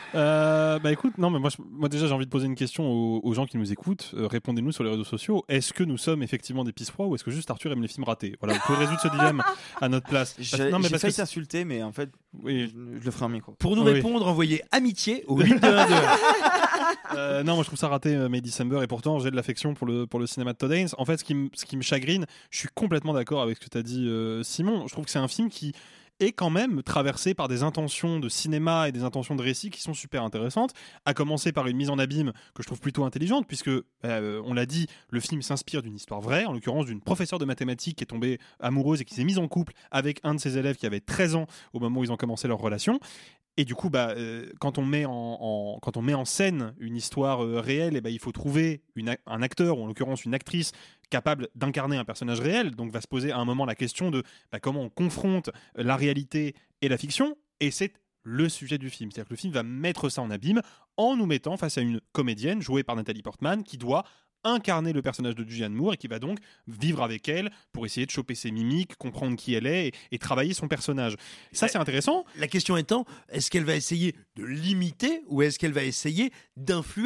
Euh, bah écoute, non, mais moi, je, moi déjà j'ai envie de poser une question aux, aux gens qui nous écoutent. Euh, répondez-nous sur les réseaux sociaux. Est-ce que nous sommes effectivement des pisse-froids ou est-ce que juste Arthur aime les films ratés? Voilà, vous pouvez résoudre ce dilemme à notre place. J'ai, parce, non, mais j'ai parce failli que t'insulter, mais en fait, oui. je, je le ferai un micro. Pour nous oui. répondre, envoyez amitié au huit deux un deux. euh, non, moi je trouve ça raté, euh, May December, et pourtant j'ai de l'affection pour le, pour le cinéma de Todd Haynes. En fait, ce qui, m- ce qui me chagrine, je suis complètement d'accord avec ce que tu as dit, euh, Simon. Je trouve que c'est un film qui est quand même traversé par des intentions de cinéma et des intentions de récit qui sont super intéressantes, à commencer par une mise en abîme que je trouve plutôt intelligente, puisque, euh, on l'a dit, le film s'inspire d'une histoire vraie, en l'occurrence d'une professeure de mathématiques qui est tombée amoureuse et qui s'est mise en couple avec un de ses élèves qui avait treize ans au moment où ils ont commencé leur relation. Et du coup, bah, euh, quand, on met en, en, quand on met en scène une histoire euh, réelle, et bah, il faut trouver une, un acteur, ou en l'occurrence une actrice, capable d'incarner un personnage réel. Donc va se poser à un moment la question de bah, comment on confronte la réalité et la fiction. Et c'est le sujet du film. C'est-à-dire que le film va mettre ça en abîme en nous mettant face à une comédienne jouée par Nathalie Portman qui doit incarner le personnage de Julianne Moore et qui va donc vivre avec elle pour essayer de choper ses mimiques, comprendre qui elle est et, et travailler son personnage. Ça, c'est intéressant. La question étant, est-ce qu'elle va essayer de l'imiter ou est-ce qu'elle va essayer d'influer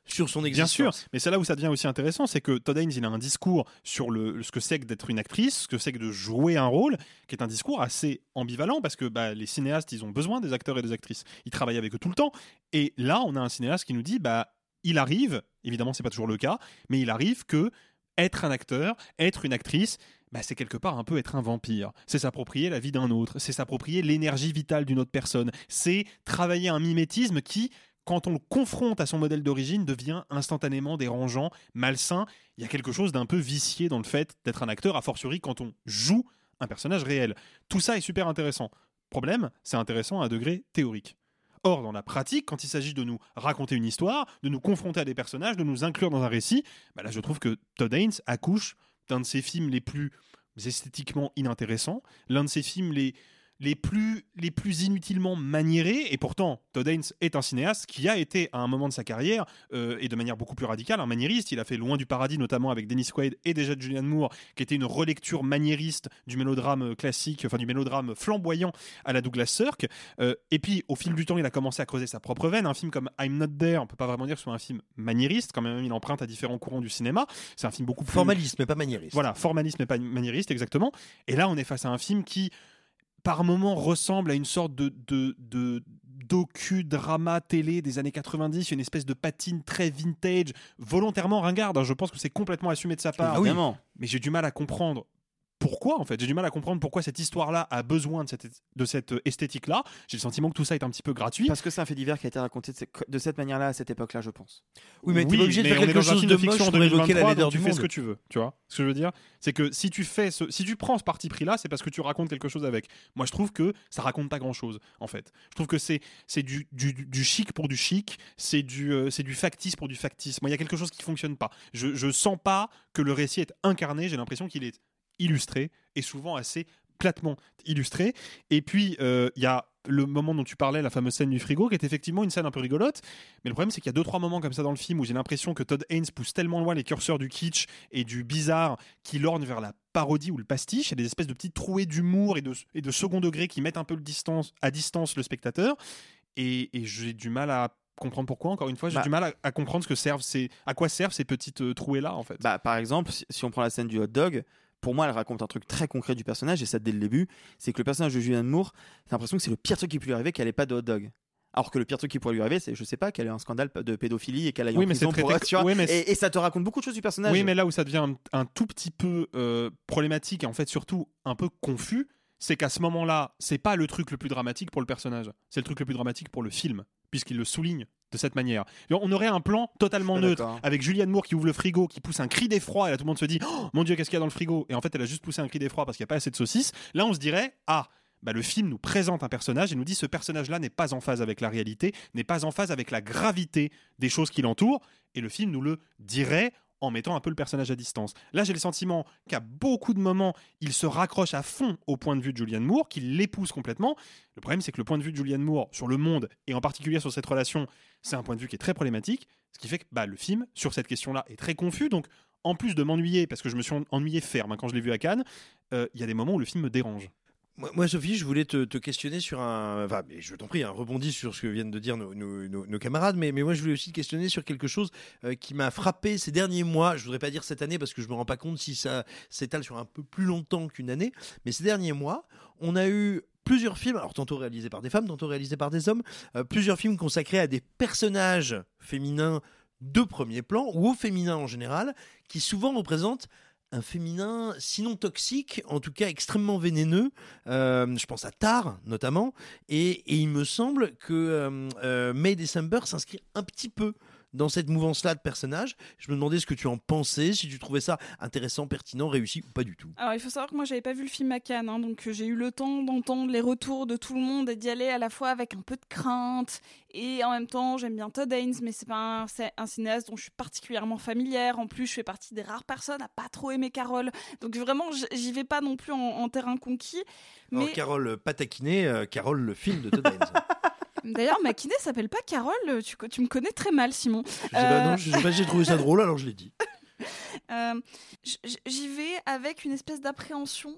sur son Bien existence. sûr, mais c'est là où ça devient aussi intéressant, c'est que Todd Haynes, il a un discours sur le, ce que c'est que d'être une actrice, ce que c'est que de jouer un rôle, qui est un discours assez ambivalent, parce que bah, les cinéastes, ils ont besoin des acteurs et des actrices. Ils travaillent avec eux tout le temps. Et là, on a un cinéaste qui nous dit, bah, il arrive, évidemment, c'est pas toujours le cas, mais il arrive que être un acteur, être une actrice, bah, c'est quelque part un peu être un vampire. C'est s'approprier la vie d'un autre, c'est s'approprier l'énergie vitale d'une autre personne, c'est travailler un mimétisme qui, quand on le confronte à son modèle d'origine, devient instantanément dérangeant, malsain. Il y a quelque chose d'un peu vicié dans le fait d'être un acteur, a fortiori quand on joue un personnage réel. Tout ça est super intéressant. Problème, c'est intéressant à un degré théorique. Or, dans la pratique, quand il s'agit de nous raconter une histoire, de nous confronter à des personnages, de nous inclure dans un récit, bah là je trouve que Todd Haynes accouche d'un de ses films les plus esthétiquement inintéressants, l'un de ses films les... Les plus, les plus inutilement maniérés, et pourtant Todd Haynes est un cinéaste qui a été à un moment de sa carrière euh, et de manière beaucoup plus radicale un maniériste. Il a fait Loin du paradis notamment avec Dennis Quaid et déjà Julianne Moore, qui était une relecture maniériste du mélodrame classique, enfin du mélodrame flamboyant à la Douglas Sirk. Euh, et puis au fil du temps il a commencé à creuser sa propre veine. Un film comme I'm Not There, on peut pas vraiment dire que ce soit un film maniériste, quand même il emprunte à différents courants du cinéma. C'est un film beaucoup plus formaliste mais pas maniériste. Voilà, formaliste mais pas maniériste, exactement. Et là on est face à un film qui par moments ressemble à une sorte de, de, de docu-drama télé des années quatre-vingt-dix, une espèce de patine très vintage, volontairement ringarde. Je pense que c'est complètement assumé de sa part. Ah oui. Mais j'ai du mal à comprendre pourquoi, en fait. J'ai du mal à comprendre pourquoi cette histoire-là a besoin de cette, de cette esthétique-là. J'ai le sentiment que tout ça est un petit peu gratuit. Parce que c'est un fait divers qui a été raconté de, ce, de cette manière-là à cette époque-là, je pense. Oui, mais t'es pas obligé de mais faire on est quelque dans un chose film de de fiction moche en pour évoquer la deux mille vingt-trois, laideur donc du tu fais monde. ce que tu veux, tu vois. Ce que je veux dire, c'est que si tu fais ce, si tu prends ce parti pris-là, c'est parce que tu racontes quelque chose avec. Moi, je trouve que ça raconte pas grand-chose, en fait. Je trouve que c'est, c'est du, du, du chic pour du chic, c'est du, euh, c'est du factice pour du factice. Moi, il y a quelque chose qui fonctionne pas. Je, je sens pas que le récit est incarné. J'ai l'impression qu'il est illustré et souvent assez platement illustré. Et puis il euh, y a le moment dont tu parlais, la fameuse scène du frigo, qui est effectivement une scène un peu rigolote, mais le problème c'est qu'il y a deux trois moments comme ça dans le film où j'ai l'impression que Todd Haynes pousse tellement loin les curseurs du kitsch et du bizarre qu'il orne vers la parodie ou le pastiche. Il y a des espèces de petites trouées d'humour et de, et de second degré qui mettent un peu le distance, à distance le spectateur, et, et j'ai du mal à comprendre pourquoi. Encore une fois, j'ai bah, du mal à, à comprendre ce que servent ces, à quoi servent ces petites euh, trouées là en fait. Bah, par exemple, si, si on prend la scène du hot dog, pour moi, elle raconte un truc très concret du personnage, et ça dès le début, c'est que le personnage de Julianne Moore, j'ai l'impression que c'est le pire truc qui peut lui arriver qu'elle ait pas de hot dog. Alors que le pire truc qui pourrait lui arriver, c'est, je sais pas, qu'elle ait un scandale de pédophilie et qu'elle aille oui, en mais prison c'est pour très... tu vois, oui, mais et, et ça te raconte beaucoup de choses du personnage. Oui, mais là où ça devient un, un tout petit peu euh, problématique et en fait surtout un peu confus, c'est qu'à ce moment-là, c'est pas le truc le plus dramatique pour le personnage, c'est le truc le plus dramatique pour le film, puisqu'il le souligne de cette manière. On aurait un plan totalement neutre d'accord. avec Julianne Moore qui ouvre le frigo, qui pousse un cri d'effroi, et là tout le monde se dit oh, mon Dieu, qu'est-ce qu'il y a dans le frigo, et en fait elle a juste poussé un cri d'effroi parce qu'il n'y a pas assez de saucisses. Là on se dirait ah, bah, le film nous présente un personnage et nous dit ce personnage-là n'est pas en phase avec la réalité, n'est pas en phase avec la gravité des choses qui l'entourent, et le film nous le dirait en mettant un peu le personnage à distance. Là, j'ai le sentiment qu'à beaucoup de moments, il se raccroche à fond au point de vue de Julianne Moore, qu'il l'épouse complètement. Le problème, c'est que le point de vue de Julianne Moore sur le monde, et en particulier sur cette relation, c'est un point de vue qui est très problématique, ce qui fait que bah, le film, sur cette question-là, est très confus. Donc, en plus de m'ennuyer, parce que je me suis ennuyé ferme hein, quand je l'ai vu à Cannes, il euh, y a des moments où le film me dérange. Moi, Sophie, je voulais te, te questionner sur un... Enfin, je t'en prie, un rebondis sur ce que viennent de dire nos, nos, nos, nos camarades, mais, mais moi, je voulais aussi te questionner sur quelque chose euh, qui m'a frappé ces derniers mois. Je voudrais pas dire cette année, parce que je me rends pas compte si ça s'étale sur un peu plus longtemps qu'une année, mais ces derniers mois, on a eu plusieurs films, alors tantôt réalisés par des femmes, tantôt réalisés par des hommes, euh, plusieurs films consacrés à des personnages féminins de premier plan, ou au féminin en général, qui souvent représentent un féminin sinon toxique, en tout cas extrêmement vénéneux. Euh, je pense à Tar notamment, et, et il me semble que euh, euh, May December s'inscrit un petit peu dans cette mouvance-là de personnages. Je me demandais ce que tu en pensais, si tu trouvais ça intéressant, pertinent, réussi ou pas du tout. Alors il faut savoir que moi j'avais pas vu le film à Cannes, hein, donc j'ai eu le temps d'entendre les retours de tout le monde et d'y aller à la fois avec un peu de crainte et en même temps j'aime bien Todd Haynes, mais c'est pas un, c'est un cinéaste dont je suis particulièrement familière. En plus je fais partie des rares personnes à pas trop aimer Carole, donc vraiment j'y vais pas non plus en, en terrain conquis. Mais... Alors, Carole pas taquinée, euh, Carole le film de Todd Haynes. D'ailleurs, ma kiné s'appelle pas Carole. Tu, tu me connais très mal, Simon. Je sais pas, non, je sais pas, j'ai trouvé ça drôle, alors je l'ai dit. euh, j'y vais avec une espèce d'appréhension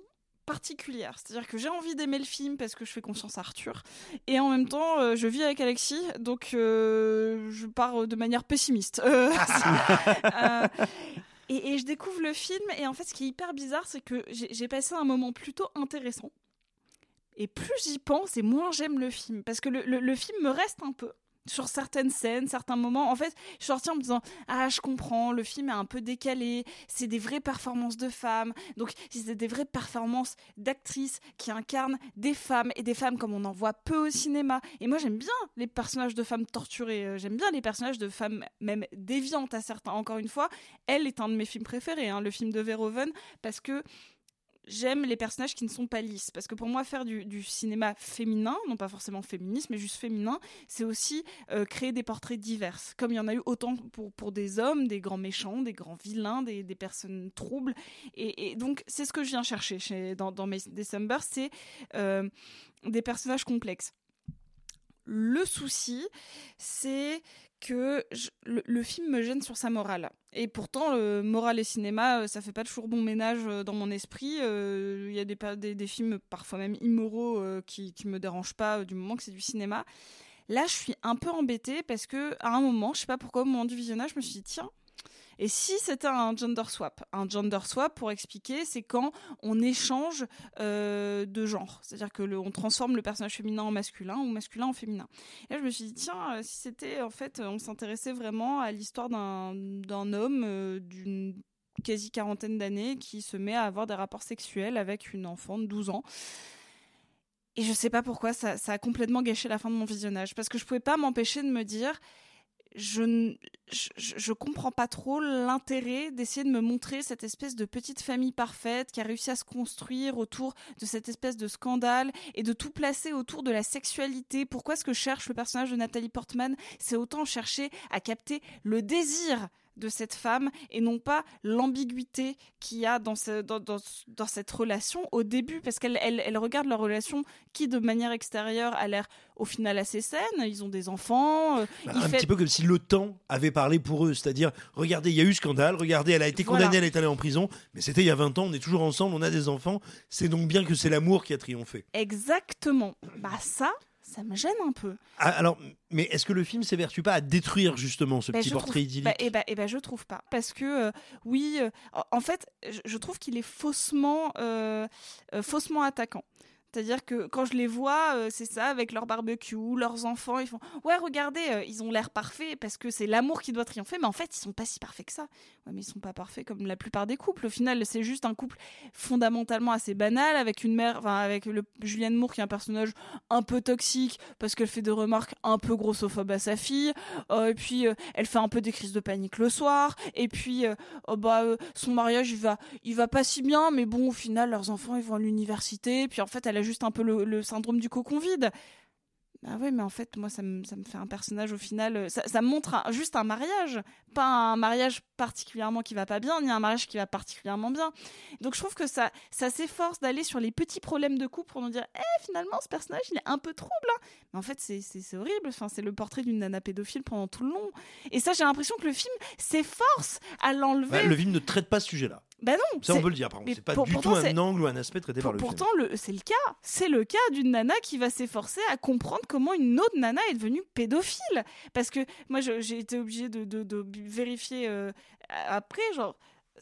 particulière. C'est-à-dire que j'ai envie d'aimer le film parce que je fais confiance à Arthur. Et en même temps, euh, je vis avec Alexis, donc euh, je pars de manière pessimiste. Euh, euh, et, et je découvre le film, et en fait, ce qui est hyper bizarre, c'est que j'ai, j'ai passé un moment plutôt intéressant. Et plus j'y pense, et moins j'aime le film. Parce que le, le, le film me reste un peu sur certaines scènes, certains moments. En fait, je suis sortie en me disant « Ah, je comprends, le film est un peu décalé, c'est des vraies performances de femmes. » Donc, c'est des vraies performances d'actrices qui incarnent des femmes, et des femmes comme on en voit peu au cinéma. Et moi, j'aime bien les personnages de femmes torturées. J'aime bien les personnages de femmes même déviantes à certains. Encore une fois, Elle est un de mes films préférés, hein, le film de Verhoeven, parce que j'aime les personnages qui ne sont pas lisses. Parce que pour moi, faire du, du cinéma féminin, non pas forcément féministe, mais juste féminin, c'est aussi euh, créer des portraits divers. Comme il y en a eu autant pour, pour des hommes, des grands méchants, des grands vilains, des, des personnes troubles. Et, et donc, c'est ce que je viens chercher chez, dans, dans mes December, c'est euh, des personnages complexes. Le souci, c'est que je, le, le film me gêne sur sa morale. Et pourtant, le morale et cinéma, ça fait pas toujours bon ménage dans mon esprit. Il euh, y a des, des, des films parfois même immoraux euh, qui, qui me dérangent pas euh, du moment que c'est du cinéma. Là, je suis un peu embêtée parce que à un moment, je sais pas pourquoi, au moment du visionnage, je me suis dit tiens. Et si c'était un gender swap? Un gender swap, pour expliquer, c'est quand on échange euh, de genre. C'est-à-dire que le, on transforme le personnage féminin en masculin ou masculin en féminin. Et là, je me suis dit, tiens, euh, si c'était, en fait, on s'intéressait vraiment à l'histoire d'un, d'un homme euh, d'une quasi quarantaine d'années qui se met à avoir des rapports sexuels avec une enfant de douze ans. Et je sais pas pourquoi, ça, ça a complètement gâché la fin de mon visionnage. Parce que je pouvais pas m'empêcher de me dire... Je, je, je comprends pas trop l'intérêt d'essayer de me montrer cette espèce de petite famille parfaite qui a réussi à se construire autour de cette espèce de scandale et de tout placer autour de la sexualité. Pourquoi est-ce que cherche le personnage de Nathalie Portman? C'est autant chercher à capter le désir de cette femme et non pas l'ambiguïté qu'il y a dans, ce, dans, dans, dans cette relation au début, parce qu'elle elle, elle regarde leur relation qui de manière extérieure a l'air au final assez saine, ils ont des enfants. Euh, bah, il un fait... petit peu comme si le temps avait parlé pour eux, c'est-à-dire regardez, il y a eu scandale, regardez, elle a été condamnée, voilà. Elle est allée en prison, mais c'était il y a vingt ans, on est toujours ensemble, on a des enfants, c'est donc bien que c'est l'amour qui a triomphé. Exactement, bah ça ça me gêne un peu. Ah, alors, mais est-ce que le film s'évertue pas à détruire justement ce bah, petit portrait trouve, idyllique? bah, et bah, et bah, je trouve pas. Parce que, euh, oui, euh, en fait, je, je trouve qu'il est faussement, euh, euh, faussement attaquant. C'est-à-dire que quand je les vois, euh, c'est ça, avec leur barbecue, leurs enfants, ils font « Ouais, regardez, euh, ils ont l'air parfaits parce que c'est l'amour qui doit triompher. » Mais en fait, ils sont pas si parfaits que ça. Ouais, mais ils sont pas parfaits comme la plupart des couples. Au final, c'est juste un couple fondamentalement assez banal, avec une mère, enfin, avec le, Julianne Moore qui est un personnage un peu toxique parce qu'elle fait des remarques un peu grossophobes à sa fille. Euh, et puis, euh, elle fait un peu des crises de panique le soir. Et puis, euh, oh, bah, euh, son mariage, il va, il va pas si bien. Mais bon, au final, leurs enfants, ils vont à l'université. Puis en fait, elle a juste un peu le, le syndrome du cocon vide. Ah ouais, mais en fait, moi, ça me, ça me fait un personnage au final. Ça, ça me montre un, juste un mariage, pas un mariage particulièrement qui va pas bien, ni un mariage qui va particulièrement bien. Donc, je trouve que ça, ça s'efforce d'aller sur les petits problèmes de couple pour nous dire, eh, finalement, ce personnage, il est un peu trouble. Hein. Mais en fait, c'est, c'est, c'est horrible. Enfin, c'est le portrait d'une nana pédophile pendant tout le long. Et ça, j'ai l'impression que le film s'efforce à l'enlever. Ouais, le film ne traite pas ce sujet-là. Ben non, ça on peut le dire par contre, c'est pas pour, du tout un c'est... angle ou un aspect traité pour, par le pourtant, film. Pourtant, c'est le cas. C'est le cas d'une nana qui va s'efforcer à comprendre comment une autre nana est devenue pédophile. Parce que moi, je, j'ai été obligée de, de, de vérifier euh, après, genre...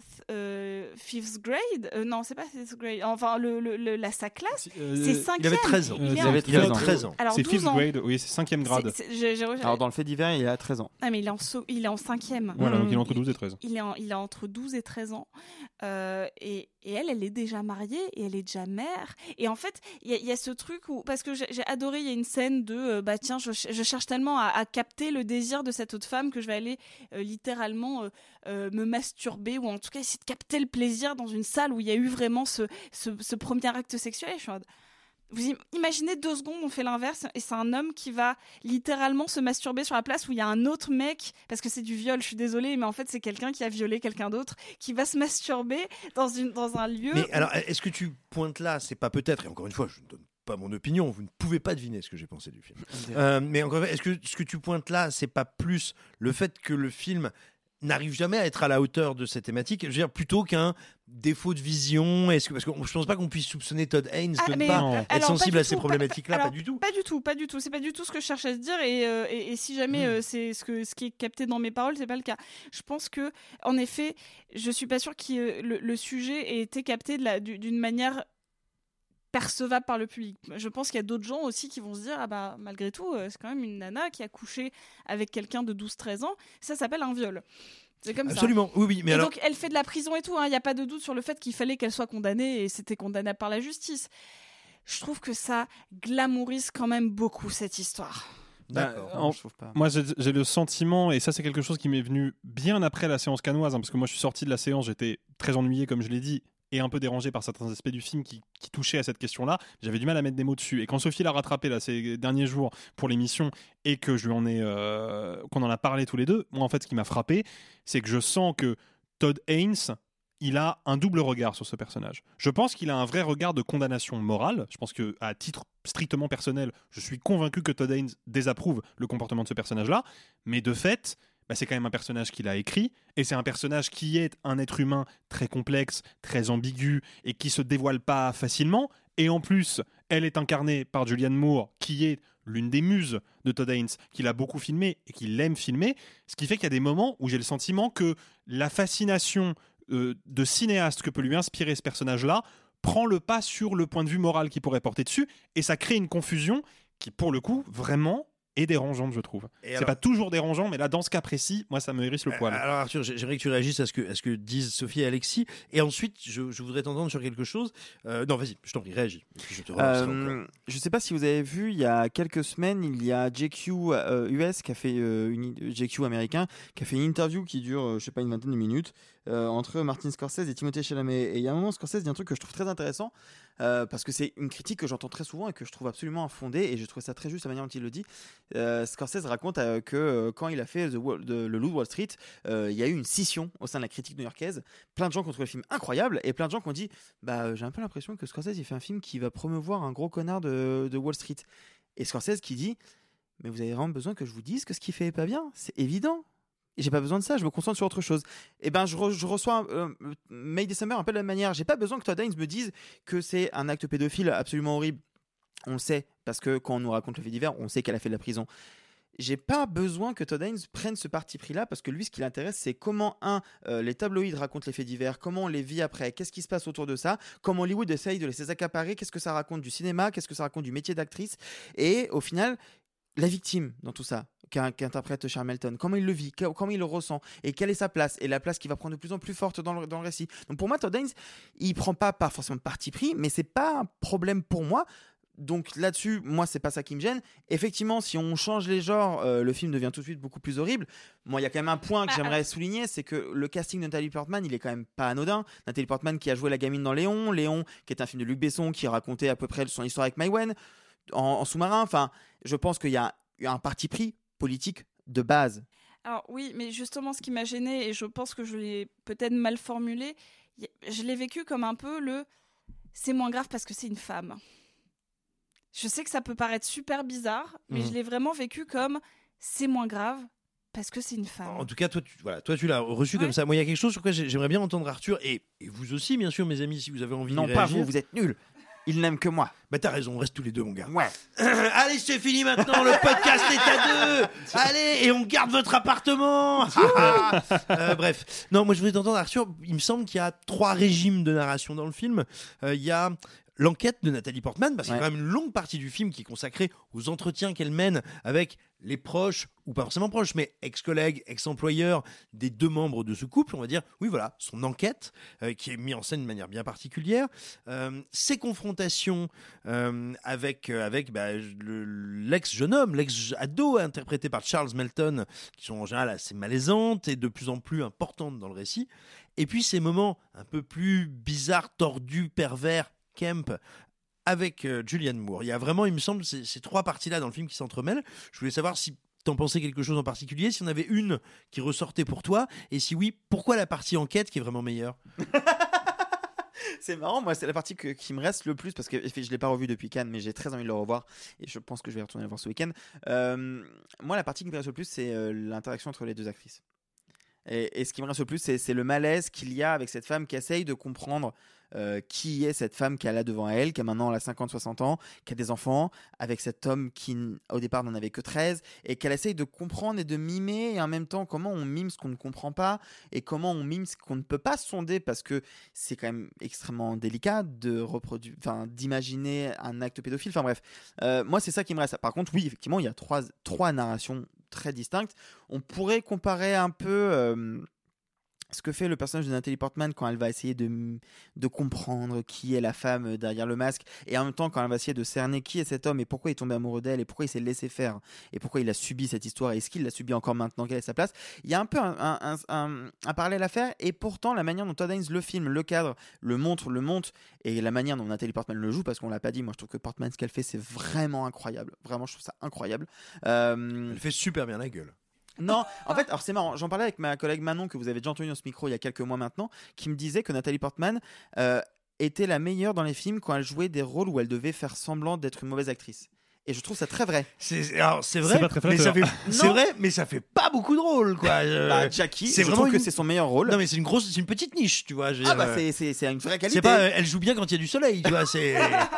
Euh, fifth grade euh, non c'est pas fifth grade enfin le, le, le, la sa classe euh, c'est cinquième. Il avait treize ans il, il avait treize, treize ans. Alors, c'est fifth grade, oui, c'est cinquième grade. C'est, c'est, j'ai, j'ai... Alors dans le fait divers il a treize ans. Ah mais il est en, so... il est en cinquième. Voilà, mmh. Donc il est entre douze et treize. Il est, en... il est entre douze et treize ans euh, et, et elle elle est déjà mariée et elle est déjà mère et en fait il y, y a ce truc où parce que j'ai, j'ai adoré, il y a une scène de euh, bah tiens je, je cherche tellement à, à capter le désir de cette autre femme que je vais aller euh, littéralement euh, euh, me masturber ou en tout cas essayer de capter le plaisir dans une salle où il y a eu vraiment ce, ce, ce premier acte sexuel. Et je suis en mode, vous imaginez deux secondes, on fait l'inverse et c'est un homme qui va littéralement se masturber sur la place où il y a un autre mec, parce que c'est du viol, je suis désolée, mais en fait c'est quelqu'un qui a violé quelqu'un d'autre, qui va se masturber dans, une, dans un lieu. Mais où... alors, est-ce que tu pointes là, c'est pas peut-être, et encore une fois, je ne donne pas mon opinion, vous ne pouvez pas deviner ce que j'ai pensé du film. euh, mais encore une fois, est-ce que ce que tu pointes là, c'est pas plus le fait que le film n'arrive jamais à être à la hauteur de ces thématiques, je veux dire, plutôt qu'un défaut de vision? Est-ce que parce que je pense pas qu'on puisse soupçonner Todd Haynes Ah, de ne mais, pas euh, être alors, sensible pas à du ces tout, problématiques-là, pas, pas, alors, du tout. Pas du tout, pas du tout. C'est pas du tout ce que je cherche à se dire. Et, euh, et, et si jamais Mm. euh, c'est ce que ce qui est capté dans mes paroles, c'est pas le cas. Je pense que, en effet, je suis pas sûre que euh, le, le sujet ait été capté de la, du- d'une manière percevable par le public. Je pense qu'il y a d'autres gens aussi qui vont se dire ah bah malgré tout euh, c'est quand même une nana qui a couché avec quelqu'un de douze treize ans, ça s'appelle un viol. C'est comme Absolument, ça. oui, oui. Mais et alors... donc elle fait de la prison et tout, il hein, n'y a pas de doute sur le fait qu'il fallait qu'elle soit condamnée et c'était condamnable par la justice. Je trouve que ça glamourise quand même beaucoup cette histoire. D'accord. En- je trouve pas. Moi, j'ai j'ai le sentiment, et ça, c'est quelque chose qui m'est venu bien après la séance cannoise, hein, parce que moi, je suis sorti de la séance, j'étais très ennuyé, comme je l'ai dit, et un peu dérangé par certains aspects du film qui, qui touchaient à cette question-là. J'avais du mal à mettre des mots dessus. Et quand Sophie l'a rattrapé là, ces derniers jours pour l'émission, et que je lui en ai, euh, qu'on en a parlé tous les deux, moi, en fait, ce qui m'a frappé, c'est que je sens que Todd Haynes, il a un double regard sur ce personnage. Je pense qu'il a un vrai regard de condamnation morale. Je pense qu'à titre strictement personnel, je suis convaincu que Todd Haynes désapprouve le comportement de ce personnage-là. Mais de fait, bah, c'est quand même un personnage qu'il a écrit. Et c'est un personnage qui est un être humain très complexe, très ambigu et qui se dévoile pas facilement. Et en plus, elle est incarnée par Julianne Moore, qui est l'une des muses de Todd Haynes, qu'il a beaucoup filmé et qu'il aime filmer. Ce qui fait qu'il y a des moments où j'ai le sentiment que la fascination euh, de cinéaste que peut lui inspirer ce personnage-là prend le pas sur le point de vue moral qu'il pourrait porter dessus. Et ça crée une confusion qui, pour le coup, vraiment est dérangeante, je trouve. Et C'est alors- pas toujours dérangeant, mais là, dans ce cas précis, moi, ça me hérisse le poil. Alors Arthur, j'ai- j'aimerais que tu réagisses à ce que, à ce que disent Sophie et Alexis. Et ensuite, je, je voudrais t'entendre sur quelque chose. Euh, non, vas-y, je t'en prie, réagis. Et puis je te relancerai Euh, encore. je sais pas si vous avez vu, il y a quelques semaines, il y a J Q euh, U S qui a fait euh, une J Q américain qui a fait une interview qui dure, euh, je sais pas, une vingtaine de minutes euh, entre Martin Scorsese et Timothée Chalamet. Et il y a un moment, Scorsese dit un truc que je trouve très intéressant euh, parce que c'est une critique que j'entends très souvent et que je trouve absolument infondée. Et je trouve ça très juste la manière dont il le dit. Euh, Scorsese raconte euh, que euh, quand il a fait The Wall- de- le Loup de Wall Street, euh, il y a eu une scission au sein de la critique new-yorkaise. Plein de gens qui ont trouvé le film incroyable et plein de gens qui ont dit bah euh, j'ai un peu l'impression que Scorsese il fait un film qui va promouvoir un gros connard de, de Wall Street. Et Scorsese qui dit mais vous avez vraiment besoin que je vous dise que ce qu'il fait est pas bien, c'est évident. Et j'ai pas besoin de ça, je me concentre sur autre chose. Et ben je, re- je reçois euh, May December un peu de la même manière. J'ai pas besoin que Todd Haynes me dise que c'est un acte pédophile absolument horrible. On le sait parce que quand on nous raconte le fait divers, on sait qu'elle a fait de la prison. J'ai pas besoin que Todd Haynes prenne ce parti pris-là parce que lui, ce qui l'intéresse, c'est comment, un, euh, les tabloïds racontent les faits divers, comment on les vit après, qu'est-ce qui se passe autour de ça, comment Hollywood essaye de les accaparer, qu'est-ce que ça raconte du cinéma, qu'est-ce que ça raconte du métier d'actrice, et au final, la victime dans tout ça, qu'in- qu'interprète Charles Melton, comment il le vit, que- comment il le ressent, et quelle est sa place, et la place qui va prendre de plus en plus forte dans le, dans le récit. Donc pour moi, Todd Haynes, il prend pas, pas forcément de parti pris, mais c'est pas un problème pour moi. Donc là-dessus, moi, c'est pas ça qui me gêne. Effectivement, si on change les genres, euh, le film devient tout de suite beaucoup plus horrible. Moi, il y a quand même un point que Ah, j'aimerais ah. souligner, c'est que le casting de Nathalie Portman, il est quand même pas anodin. Nathalie Portman qui a joué la gamine dans Léon, Léon qui est un film de Luc Besson qui racontait à peu près son histoire avec Maïwenn en, en sous-marin. Enfin, je pense qu'il y a un parti pris politique de base. Alors oui, mais justement, ce qui m'a gêné et je pense que je l'ai peut-être mal formulé, y- je l'ai vécu comme un peu le c'est moins grave parce que c'est une femme. Je sais que ça peut paraître super bizarre, mais Mhm. je l'ai vraiment vécu comme c'est moins grave parce que c'est une femme. En tout cas, toi, tu, voilà, toi, tu l'as reçu comme ça. Moi, il y a quelque chose sur quoi j'ai- j'aimerais bien entendre Arthur et, et vous aussi, bien sûr, mes amis, si vous avez envie Non, de pas réagir. vous, vous êtes nuls. Il n'aime que moi. Bah t'as raison, on reste tous les deux, mon gars. Ouais. Allez, c'est fini maintenant, le podcast est à deux. Allez, et on garde votre appartement. Euh, bref, non, moi je voulais t'entendre, Arthur. Il me semble qu'il y a trois régimes de narration dans le film. Euh, Il y a l'enquête de Nathalie Portman, parce qu'il y a Ouais. quand même une longue partie du film qui est consacrée aux entretiens qu'elle mène avec les proches, ou pas forcément proches, mais ex-collègues, ex-employeurs des deux membres de ce couple, on va dire. Oui, voilà, son enquête, euh, qui est mise en scène de manière bien particulière. Euh, ses confrontations euh, avec, euh, avec bah, le- l'ex-jeune homme, l'ex-ado interprété par Charles Melton, qui sont en général assez malaisantes et de plus en plus importantes dans le récit. Et puis ces moments un peu plus bizarres, tordus, pervers, Kemp, avec euh, Julianne Moore. Il y a vraiment, il me semble, ces, ces trois parties-là dans le film qui s'entremêlent. Je voulais savoir si t'en pensais quelque chose en particulier, s'il y en avait une qui ressortait pour toi, et si oui, pourquoi la partie enquête qui est vraiment meilleure? C'est marrant, moi c'est la partie que- qui me reste le plus parce que je ne l'ai pas revu depuis Cannes, mais j'ai très envie de le revoir et je pense que je vais retourner le voir ce week-end. Euh, moi, la partie qui me reste le plus, c'est euh, l'interaction entre les deux actrices. Et, et ce qui me reste le plus, c'est, c'est le malaise qu'il y a avec cette femme qui essaye de comprendre euh, qui est cette femme qu'elle a devant elle, qui a maintenant la cinquante soixante ans, qui a des enfants, avec cet homme qui, au départ, n'en avait que treize, et qu'elle essaye de comprendre et de mimer, et en même temps, comment on mime ce qu'on ne comprend pas, et comment on mime ce qu'on ne peut pas sonder, parce que c'est quand même extrêmement délicat de reproduire, enfin, d'imaginer un acte pédophile. Enfin bref, euh, moi, c'est ça qui me reste. Par contre, oui, effectivement, il y a trois, trois narrations très distinctes. On pourrait comparer un peu euh, ce que fait le personnage de Nathalie Portman quand elle va essayer de, de comprendre qui est la femme derrière le masque, et en même temps quand elle va essayer de cerner qui est cet homme et pourquoi il est tombé amoureux d'elle et pourquoi il s'est laissé faire et pourquoi il a subi cette histoire et est-ce qu'il l'a subi encore maintenant, quelle est sa place. Il y a un peu un, un, un, un, un parallèle à faire, et pourtant la manière dont Todd Haynes le filme, le cadre, le montre, le monte, et la manière dont Nathalie Portman le joue, parce qu'on l'a pas dit, moi je trouve que Portman, ce qu'elle fait, c'est vraiment incroyable, vraiment je trouve ça incroyable. Euh... Elle fait super bien la gueule. Non, en fait, alors c'est marrant, j'en parlais avec ma collègue Manon, que vous avez déjà entendu dans ce micro il y a quelques mois maintenant, qui me disait que Nathalie Portman euh, était la meilleure dans les films quand elle jouait des rôles où elle devait faire semblant d'être une mauvaise actrice. Et je trouve ça très vrai. C'est, alors, c'est vrai, c'est pas très mais ça fait, Non. c'est vrai, mais ça fait pas beaucoup de rôles, quoi. Je- Bah, Jackie, c'est je vraiment trouve que une- c'est son meilleur rôle. Non, mais c'est une grosse, c'est une petite niche, tu vois. je veux Ah dire, bah euh, c'est, c'est, c'est une vraie qualité. c'est pas, euh, elle joue bien quand il y a du soleil, tu vois. C'est.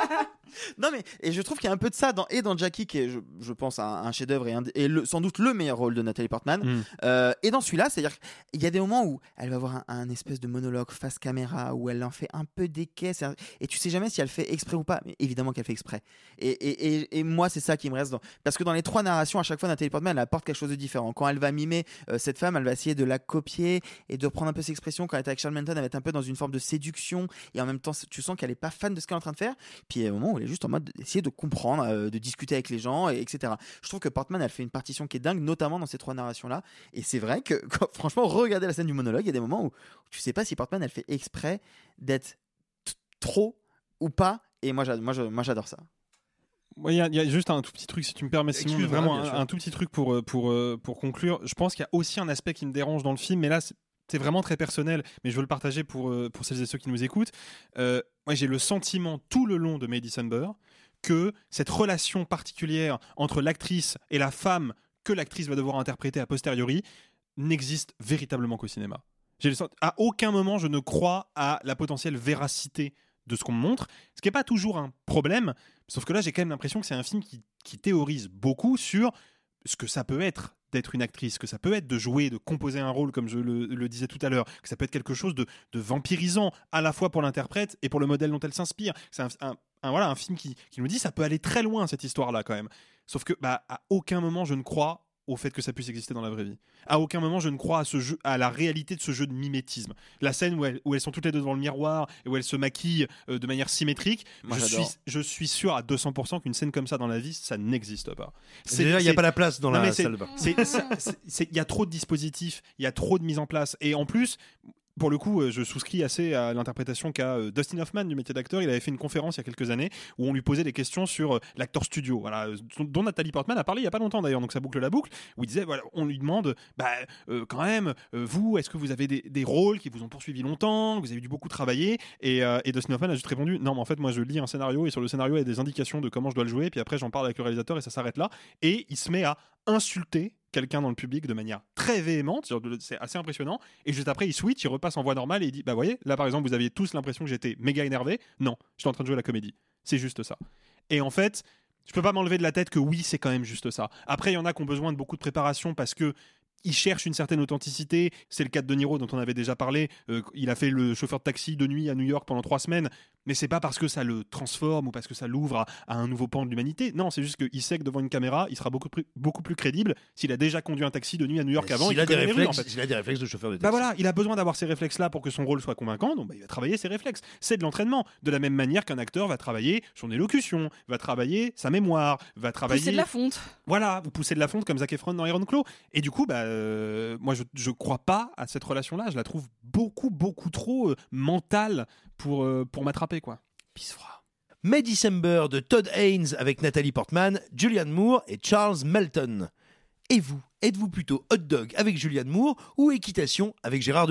Non mais et je trouve qu'il y a un peu de ça dans, et dans Jackie qui est je, je pense un, un chef-d'œuvre et, un, et le, sans doute le meilleur rôle de Nathalie Portman Mm. euh, et dans celui-là, c'est-à-dire qu'il y a des moments où elle va avoir un, un espèce de monologue face caméra où elle en fait un peu des caisses et tu sais jamais si elle fait exprès ou pas, mais évidemment qu'elle fait exprès et, et, et, et moi c'est ça qui me reste dans, parce que dans les trois narrations à chaque fois Nathalie Portman elle apporte quelque chose de différent. Quand elle va mimer euh, cette femme, elle va essayer de la copier et de reprendre un peu ses expressions. Quand elle est avec Charles Manson, elle va être un peu dans une forme de séduction et en même temps tu sens qu'elle est pas fan de ce qu'elle est en train de faire, puis il y a un moment où elle est juste en mode d'essayer de comprendre, euh, de discuter avec les gens, et, etc. Je trouve que Portman, elle fait une partition qui est dingue, notamment dans ces trois narrations-là. Et c'est vrai que, quand, franchement, regardez la scène du monologue, il y a des moments où tu sais pas si Portman, elle fait exprès d'être t- trop ou pas. Et moi, j'adore, moi, je- moi j'adore ça. Il y, a- y a juste un tout petit truc, si tu me permets, Simon, mais Excuse-moi, vraiment bien un, sûr. un tout petit truc pour, euh, pour, euh, pour conclure. Je pense qu'il y a aussi un aspect qui me dérange dans le film, mais là, c'est, c'est vraiment très personnel, mais je veux le partager pour, euh, pour celles et ceux qui nous écoutent. Euh, moi, j'ai le sentiment tout le long de May December que cette relation particulière entre l'actrice et la femme que l'actrice va devoir interpréter a posteriori n'existe véritablement qu'au cinéma. J'ai le sent- à aucun moment je ne crois à la potentielle véracité de ce qu'on me montre, ce qui n'est pas toujours un problème, sauf que là j'ai quand même l'impression que c'est un film qui, qui théorise beaucoup sur ce que ça peut être d'être une actrice, que ça peut être de jouer, de composer un rôle comme je le, le disais tout à l'heure, que ça peut être quelque chose de, de vampirisant à la fois pour l'interprète et pour le modèle dont elle s'inspire. C'est un, un, un, voilà, un film qui, qui nous dit ça peut aller très loin cette histoire-là quand même. Sauf que bah, à aucun moment je ne crois au fait que ça puisse exister dans la vraie vie. À aucun moment je ne crois à, ce jeu, à la réalité de ce jeu de mimétisme. La scène où, elle, où elles sont toutes les deux devant le miroir et où elles se maquillent euh, de manière symétrique, Moi, je, j'adore. suis, je suis sûr à deux cents pour cent qu'une scène comme ça dans la vie, ça n'existe pas. Déjà, il y a pas la place dans Non, la mais c'est- salle de bain. c'est- c'est- c'est- c'est- Il y a trop de dispositifs, il y a trop de mise en place. Et en plus, pour le coup, euh, je souscris assez à l'interprétation qu'a euh, Dustin Hoffman du métier d'acteur. Il avait fait une conférence il y a quelques années où on lui posait des questions sur euh, l'acteur studio, voilà, euh, dont Nathalie Portman a parlé il y a pas longtemps d'ailleurs, donc ça boucle la boucle, où il disait, voilà, on lui demande, bah, euh, quand même, euh, vous, est-ce que vous avez des, des rôles qui vous ont poursuivi longtemps, que vous avez dû beaucoup travailler, et, euh, et Dustin Hoffman a juste répondu, non, mais en fait, moi, je lis un scénario et sur le scénario, il y a des indications de comment je dois le jouer, puis après, j'en parle avec le réalisateur et ça s'arrête là, et il se met à insulter quelqu'un dans le public de manière très véhémente, c'est assez impressionnant, et juste après il switch, il repasse en voix normale et il dit, bah voyez, là par exemple vous aviez tous l'impression que j'étais méga énervé, non, j'étais en train de jouer la comédie, c'est juste ça. Et en fait, je peux pas m'enlever de la tête que oui, c'est quand même juste ça. Après il y en a qui ont besoin de beaucoup de préparation parce que il cherche une certaine authenticité. C'est le cas de De Niro dont on avait déjà parlé. Euh, il a fait le chauffeur de taxi de nuit à New York pendant trois semaines. Mais c'est pas parce que ça le transforme ou parce que ça l'ouvre à, à un nouveau pan de l'humanité. Non, c'est juste qu'il sait que devant une caméra, il sera beaucoup plus, beaucoup plus crédible s'il a déjà conduit un taxi de nuit à New York avant. S'il et a, qu'il des connaît les rues, réflexes, en fait. s'il a des réflexes de chauffeur de taxi. Bah voilà, il a besoin d'avoir ces réflexes-là pour que son rôle soit convaincant, donc bah, il va travailler ses réflexes. C'est de l'entraînement. De la même manière qu'un acteur va travailler son élocution, va travailler sa mémoire, va travailler. Pousser de la fonte. Voilà, vous poussez de la fonte comme Zac Efron dans Iron Claw. Et du coup, bah, euh, moi je, je crois pas à cette relation-là. Je la trouve beaucoup, beaucoup trop euh, mentale pour, euh, pour m'attraper, quoi. Pisse froid. May December de Todd Haynes avec Nathalie Portman, Julianne Moore et Charles Melton. Et vous, êtes-vous plutôt hot dog avec Julianne Moore ou équitation avec Gérard Depardieu ?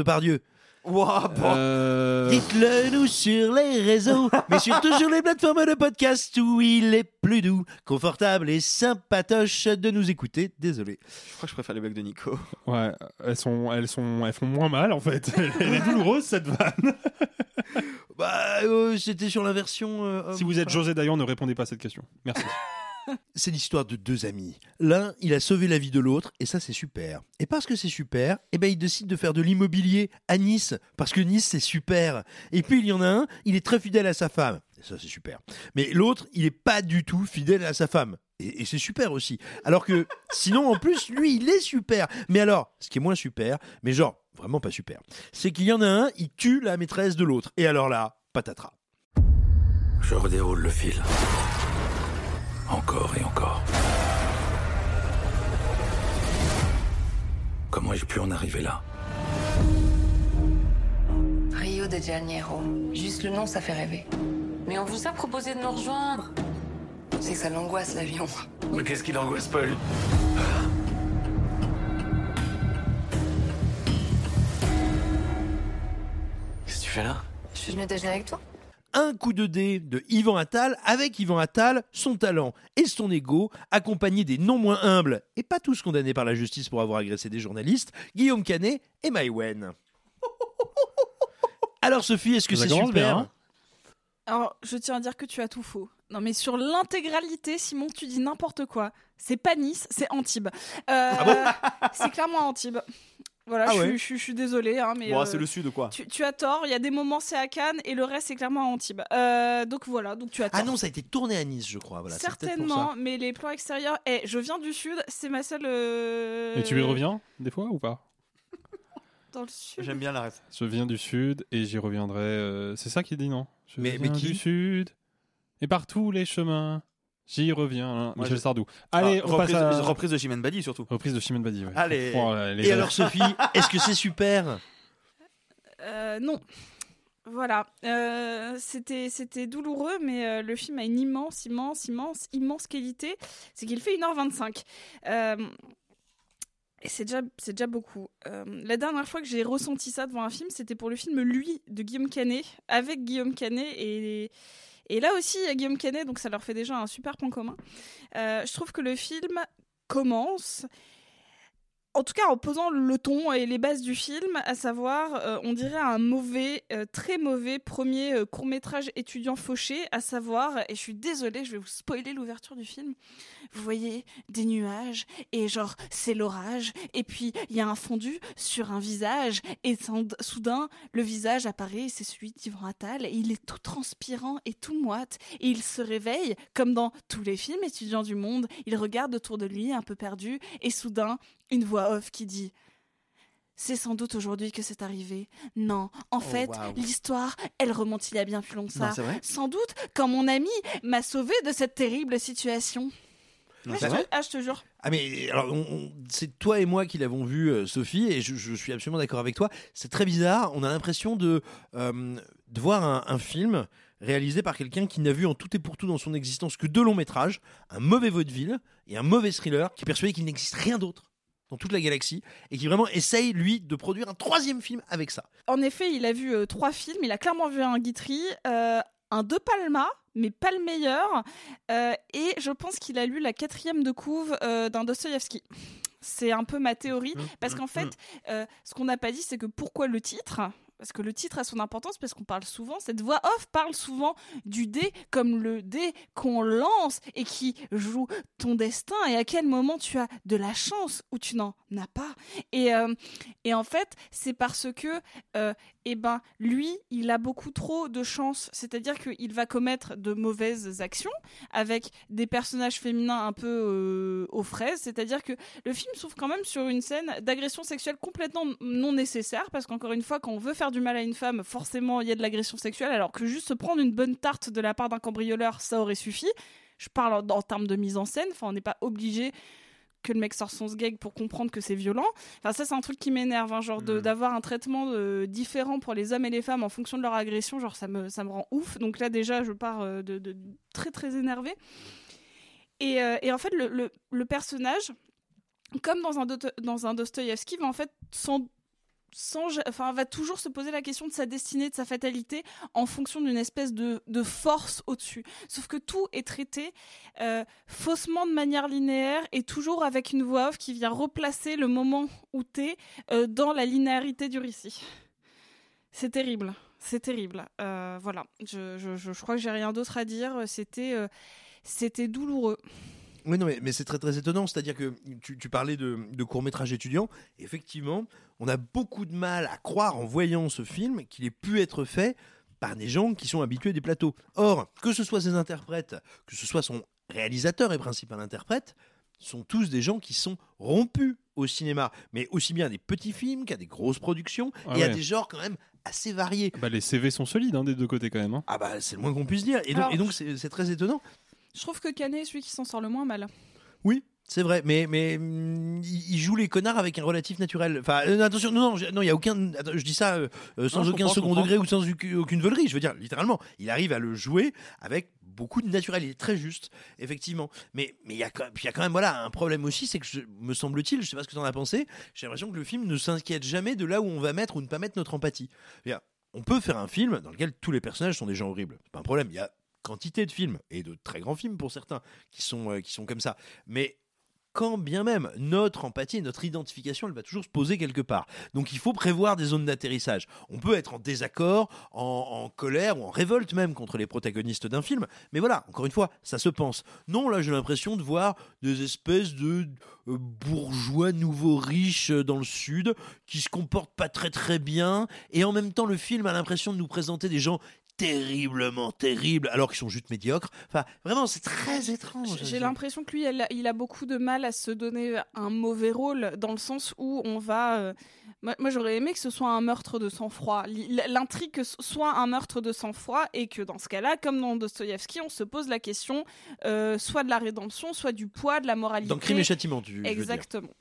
Wow, bon. Euh... Dites-le nous sur les réseaux, mais surtout sur les plateformes de podcast où il est plus doux, confortable et sympatoche de nous écouter. Désolé. Je crois que je préfère les blagues de Nico. Ouais, elles sont, elles sont, elles font moins mal en fait. Elle est douloureuse cette vanne. Bah, euh, c'était sur la version. Euh, si vous êtes José Dayan, ne répondez pas à cette question. Merci. C'est l'histoire de deux amis. L'un, il a sauvé la vie de l'autre, et ça, c'est super. Et parce que c'est super, eh ben, il décide de faire de l'immobilier à Nice, parce que Nice, c'est super. Et puis, il y en a un, il est très fidèle à sa femme, et ça, c'est super. Mais l'autre, il est pas du tout fidèle à sa femme. Et, et c'est super aussi. Alors que, sinon, en plus, lui, il est super. Mais alors, ce qui est moins super, mais genre, vraiment pas super, c'est qu'il y en a un, il tue la maîtresse de l'autre. Et alors là, patatras. Je redéroule le fil. Encore et encore. Comment ai-je pu en arriver là? Rio de Janeiro. Juste le nom, ça fait rêver. Mais on vous a proposé de nous rejoindre. C'est que ça l'angoisse, l'avion. Mais qu'est-ce qui l'angoisse pas, lui? Qu'est-ce que tu fais là? Je suis venu déjeuner avec toi. Un coup de dé de Yvan Attal avec Yvan Attal, son talent et son ego, accompagné des non moins humbles et pas tous condamnés par la justice pour avoir agressé des journalistes, Guillaume Canet et Maïwenn. Alors Sophie, est-ce que ça c'est super bien, hein? Alors, je tiens à dire que tu as tout faux. Non, mais sur l'intégralité, Simon, tu dis n'importe quoi. C'est pas Nice, c'est Antibes. Euh, ah bon c'est clairement Antibes. Voilà, ah je, ouais. je, je, je suis désolée. Hein, mais bon, euh, c'est le sud, quoi. Tu, tu as tort, il y a des moments c'est à Cannes et le reste c'est clairement à Antibes. Euh, donc voilà, donc tu as tort. Ah non, ça a été tourné à Nice, je crois. Voilà, certainement, mais les plans extérieurs. Eh, je viens du sud, c'est ma seule. Euh... Et tu y reviens des fois ou pas? Dans le sud. J'aime bien la ref. Je viens du sud et j'y reviendrai. Euh... C'est ça qu'il dit, non? Je mais, viens mais qui du sud et par tous les chemins. J'y reviens, hein. Michel je... Sardou. Allez, ah, on reprise, passe à... reprise de Chimène Badi surtout. Reprise de Chimène Badi, ouais. Allez. Oh, là, les et alors Sophie, est-ce que c'est super? euh, Non. Voilà. Euh, c'était, c'était douloureux, mais euh, le film a une immense, immense, immense, immense qualité. C'est qu'il fait une heure vingt-cinq. Euh, et c'est déjà, c'est déjà beaucoup. Euh, la dernière fois que j'ai ressenti ça devant un film, c'était pour le film Lui de Guillaume Canet, avec Guillaume Canet et... Et là aussi, il y a Guillaume Canet, donc ça leur fait déjà un super point commun. Euh, je trouve que le film commence, en tout cas en posant le ton et les bases du film, à savoir, euh, on dirait un mauvais, euh, très mauvais premier euh, court-métrage étudiant fauché, à savoir, et je suis désolée, je vais vous spoiler l'ouverture du film, vous voyez des nuages, et genre, c'est l'orage, et puis il y a un fondu sur un visage, et soudain, le visage apparaît, c'est celui d'Yvan Attal, et il est tout transpirant et tout moite, et il se réveille, comme dans tous les films étudiants du monde, il regarde autour de lui, un peu perdu, et soudain, une voix off qui dit « C'est sans doute aujourd'hui que c'est arrivé. Non, en oh, fait, wow. l'histoire, elle remonte il y a bien plus longtemps que ça. Non, sans doute quand mon ami m'a sauvé de cette terrible situation. » Non, je te... Ah, je te jure. Ah mais alors, on, on, c'est toi et moi qui l'avons vu, euh, Sophie, et je, je suis absolument d'accord avec toi. C'est très bizarre. On a l'impression de, euh, de voir un, un film réalisé par quelqu'un qui n'a vu en tout et pour tout dans son existence que deux longs métrages, un mauvais vaudeville et un mauvais thriller, qui est persuadé qu'il n'existe rien d'autre dans toute la galaxie, et qui vraiment essaye, lui, de produire un troisième film avec ça. En effet, il a vu euh, trois films, il a clairement vu un Guitry, euh, un De Palma, mais pas le meilleur, euh, et je pense qu'il a lu la quatrième de couve euh, d'un Dostoïevski. C'est un peu ma théorie, parce qu'en fait, euh, ce qu'on n'a pas dit, c'est que pourquoi le titre ? Parce que le titre a son importance, parce qu'on parle souvent, cette voix off parle souvent du dé comme le dé qu'on lance et qui joue ton destin, et à quel moment tu as de la chance ou tu n'en as pas. Et, euh, et en fait, c'est parce que euh, eh ben, lui, il a beaucoup trop de chance, c'est-à-dire qu'il va commettre de mauvaises actions avec des personnages féminins un peu euh, aux fraises, c'est-à-dire que le film s'ouvre quand même sur une scène d'agression sexuelle complètement non nécessaire, parce qu'encore une fois, quand on veut faire du mal à une femme, forcément il y a de l'agression sexuelle, alors que juste se prendre une bonne tarte de la part d'un cambrioleur, ça aurait suffi. Je parle en, en termes de mise en scène, enfin on n'est pas obligé que le mec sorte son sgeg pour comprendre que c'est violent. Enfin ça c'est un truc qui m'énerve, hein, genre de, mmh. d'avoir un traitement de, différent pour les hommes et les femmes en fonction de leur agression, genre ça me, ça me rend ouf. Donc là déjà je pars de, de, de très très énervée. Et, euh, et en fait le, le, le personnage, comme dans un, dans un Dostoïevski, va en fait sans sans, enfin, va toujours se poser la question de sa destinée, de sa fatalité, en fonction d'une espèce de, de force au-dessus. Sauf que tout est traité euh, faussement de manière linéaire et toujours avec une voix off qui vient replacer le moment où t'es euh, dans la linéarité du récit. C'est terrible, c'est terrible. Euh, voilà, je, je, je, je crois que j'ai rien d'autre à dire. C'était, euh, c'était douloureux. Oui, non, mais, mais c'est très très étonnant. C'est-à-dire que tu, tu parlais de, de court-métrage étudiant. Effectivement, on a beaucoup de mal à croire en voyant ce film qu'il ait pu être fait par des gens qui sont habitués des plateaux. Or, que ce soit ses interprètes, que ce soit son réalisateur et principal interprète, sont tous des gens qui sont rompus au cinéma. Mais aussi bien à des petits films qu'à des grosses productions ah et ouais. à des genres quand même assez variés. Bah, les C V sont solides hein, des deux côtés quand même. Hein. Ah bah c'est le moins qu'on puisse dire. Et donc, Alors, et donc c'est, c'est très étonnant. Je trouve que Canet est celui qui s'en sort le moins mal. Oui, c'est vrai, mais mais mm, il joue les connards avec un relatif naturel. Enfin, euh, attention, non, non, je- non, il y a aucun. Attends, je dis ça euh, euh, sans Non, je aucun comprends, je second comprends. degré ou sans aucune aucune veulerie. Je veux dire, littéralement, il arrive à le jouer avec beaucoup de naturel. Il est très juste, effectivement. Mais mais il y a quand, puis il y a quand même voilà un problème aussi, c'est que je- me semble-t-il, je sais pas ce que tu en as pensé. J'ai l'impression que le film ne s'inquiète jamais de là où on va mettre ou ne pas mettre notre empathie. C'est-à-dire, on peut faire un film dans lequel tous les personnages sont des gens horribles. C'est pas un problème. Il y a quantité de films et de très grands films pour certains qui sont euh, qui sont comme ça. Mais quand bien même notre empathie, notre identification, elle va toujours se poser quelque part. Donc il faut prévoir des zones d'atterrissage. On peut être en désaccord, en, en colère ou en révolte même contre les protagonistes d'un film. Mais voilà, encore une fois, ça se pense. Non, là j'ai l'impression de voir des espèces de euh, bourgeois nouveaux riches euh, dans le sud qui se comportent pas très très bien. Et en même temps, le film a l'impression de nous présenter des gens terriblement terribles alors qu'ils sont juste médiocres. Enfin, vraiment, c'est très étrange. J'ai l'impression que lui, elle a- il a beaucoup de mal à se donner un mauvais rôle, dans le sens où on va... euh, Moi, moi, j'aurais aimé que ce soit un meurtre de sang-froid. L- L'intrigue que ce soit un meurtre de sang-froid et que dans ce cas-là, comme dans Dostoïevski, on se pose la question euh, soit de la rédemption, soit du poids, de la moralité. Dans Crime et Châtiment, tu veux dire. Exactement.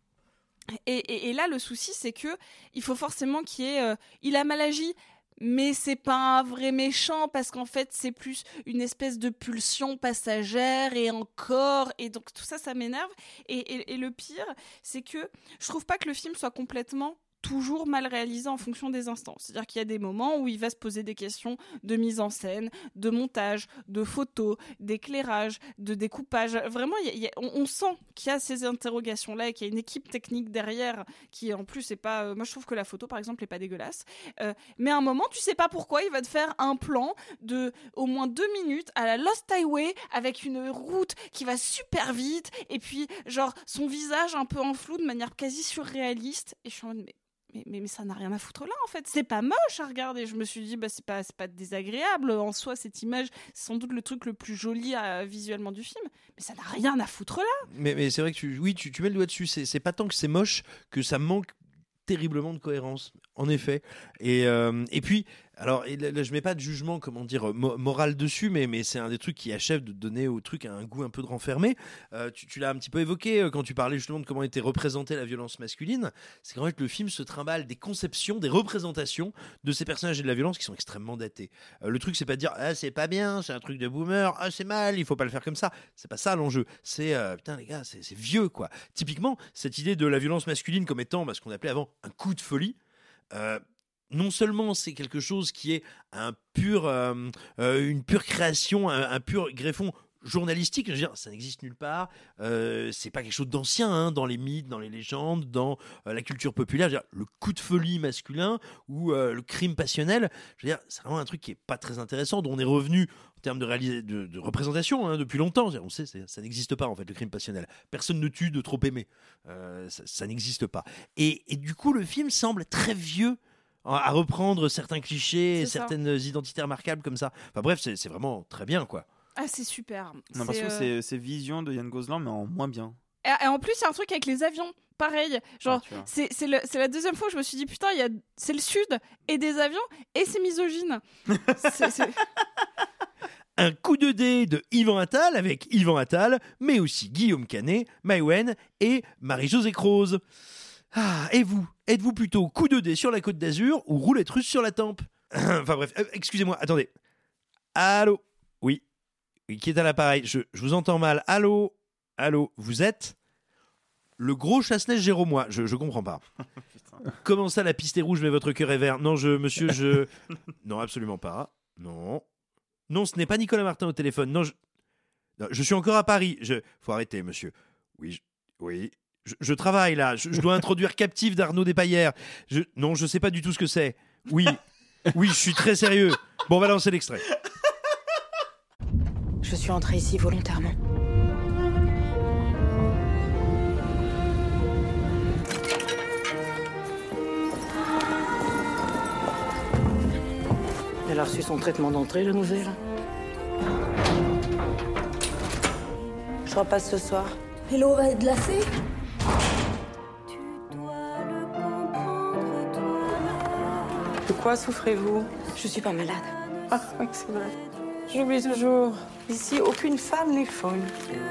Et, et, et là, le souci, c'est que il faut forcément qu'il y ait... euh, il a mal agi, mais c'est pas un vrai méchant, parce qu'en fait, c'est plus une espèce de pulsion passagère, et encore... Et donc, tout ça, ça m'énerve. Et, et, et le pire, c'est que je trouve pas que le film soit complètement... toujours mal réalisé en fonction des instants. C'est-à-dire qu'il y a des moments où il va se poser des questions de mise en scène, de montage, de photos, d'éclairage, de découpage. Vraiment, il y a, il y a, on, on sent qu'il y a ces interrogations-là et qu'il y a une équipe technique derrière qui, en plus, est pas... Euh, moi, je trouve que la photo, par exemple, est pas dégueulasse. Euh, mais à un moment, tu sais pas pourquoi, il va te faire un plan de au moins deux minutes à la Lost Highway avec une route qui va super vite et puis, genre, son visage un peu en flou de manière quasi surréaliste. Et je suis en mode, mais Mais, mais, mais ça n'a rien à foutre là, en fait. C'est pas moche à regarder. Je me suis dit, bah, c'est pas, c'est pas désagréable. En soi, cette image, c'est sans doute le truc le plus joli à, visuellement du film. Mais ça n'a rien à foutre là. Mais, mais c'est vrai que tu, oui, tu, tu mets le doigt dessus. C'est, c'est pas tant que c'est moche que ça manque terriblement de cohérence, en effet. Et, euh, et puis, alors, et là, là, je mets pas de jugement, comment dire, mo- moral dessus, mais, mais c'est un des trucs qui achève de donner au truc un goût un peu de renfermé. Euh, tu, tu l'as un petit peu évoqué euh, quand tu parlais justement de comment était représentée la violence masculine. C'est qu'en fait, le film se trimballe des conceptions, des représentations de ces personnages et de la violence qui sont extrêmement datées. Euh, le truc, c'est pas de dire, ah, c'est pas bien, c'est un truc de boomer, ah, c'est mal, il faut pas le faire comme ça. C'est pas ça l'enjeu. C'est, euh, putain, les gars, c'est, c'est vieux, quoi. Typiquement, cette idée de la violence masculine comme étant bah, ce qu'on appelait avant un coup de folie. Euh, non seulement c'est quelque chose qui est un pur, euh, euh, une pure création, un, un pur greffon journalistique, je veux dire, ça n'existe nulle part, euh, c'est pas quelque chose d'ancien hein, dans les mythes, dans les légendes, dans euh, la culture populaire. Je veux dire, le coup de folie masculin ou euh, le crime passionnel, je veux dire, c'est vraiment un truc qui est pas très intéressant, dont on est revenu en termes de, réalis- de, de représentation hein, depuis longtemps. On sait, c'est, ça n'existe pas en fait, le crime passionnel. Personne ne tue de trop aimer, euh, ça, ça n'existe pas. Et, et du coup, le film semble très vieux à reprendre certains clichés, C'est ça. certaines identités remarquables comme ça. Enfin bref, c'est, c'est vraiment très bien, quoi. Ah, c'est super. On a l'impression que euh, c'est, c'est Vision de Yann Gozlan, mais en moins bien. Et, et en plus, il y a un truc avec les avions. Pareil, genre, Ah, tu vois. c'est, c'est, le- c'est la deuxième fois que je me suis dit, putain, il y a, c'est le Sud et des avions et c'est misogyne. c'est, c'est... Un coup de dé de Yvan Attal avec Yvan Attal, mais aussi Guillaume Canet, Maïwen et Marie-Josée Croze. Ah, et vous, êtes-vous plutôt coup de dé sur la Côte d'Azur ou roulette russe sur la tempe? Enfin bref, euh, excusez-moi, attendez. Allô? Oui. Oui, qui est à l'appareil? je, je vous entends mal. Allô? Allô? Vous êtes? Le gros chasse-neige Jéromois, je, je comprends pas. Comment ça, la piste est rouge, mais votre cœur est vert? Non, je, monsieur, je... Non, absolument pas. Non. Non, ce n'est pas Nicolas Martin au téléphone. Non, je... Non, je suis encore à Paris. Je... Faut arrêter, monsieur. Oui, je... oui. Je, je travaille, là. Je, je dois introduire Captive d'Arnaud Despaillères. Je... Non, je sais pas du tout ce que c'est. Oui. Oui, je suis très sérieux. Bon, on va lancer l'extrait. Je suis entrée ici volontairement. Elle a reçu son traitement d'entrée, la nouvelle. Je repasse ce soir. Et l'eau va être glacée? De quoi souffrez-vous? Je suis pas malade. Ah oui, c'est vrai. J'oublie toujours. Ici, aucune femme n'est folle.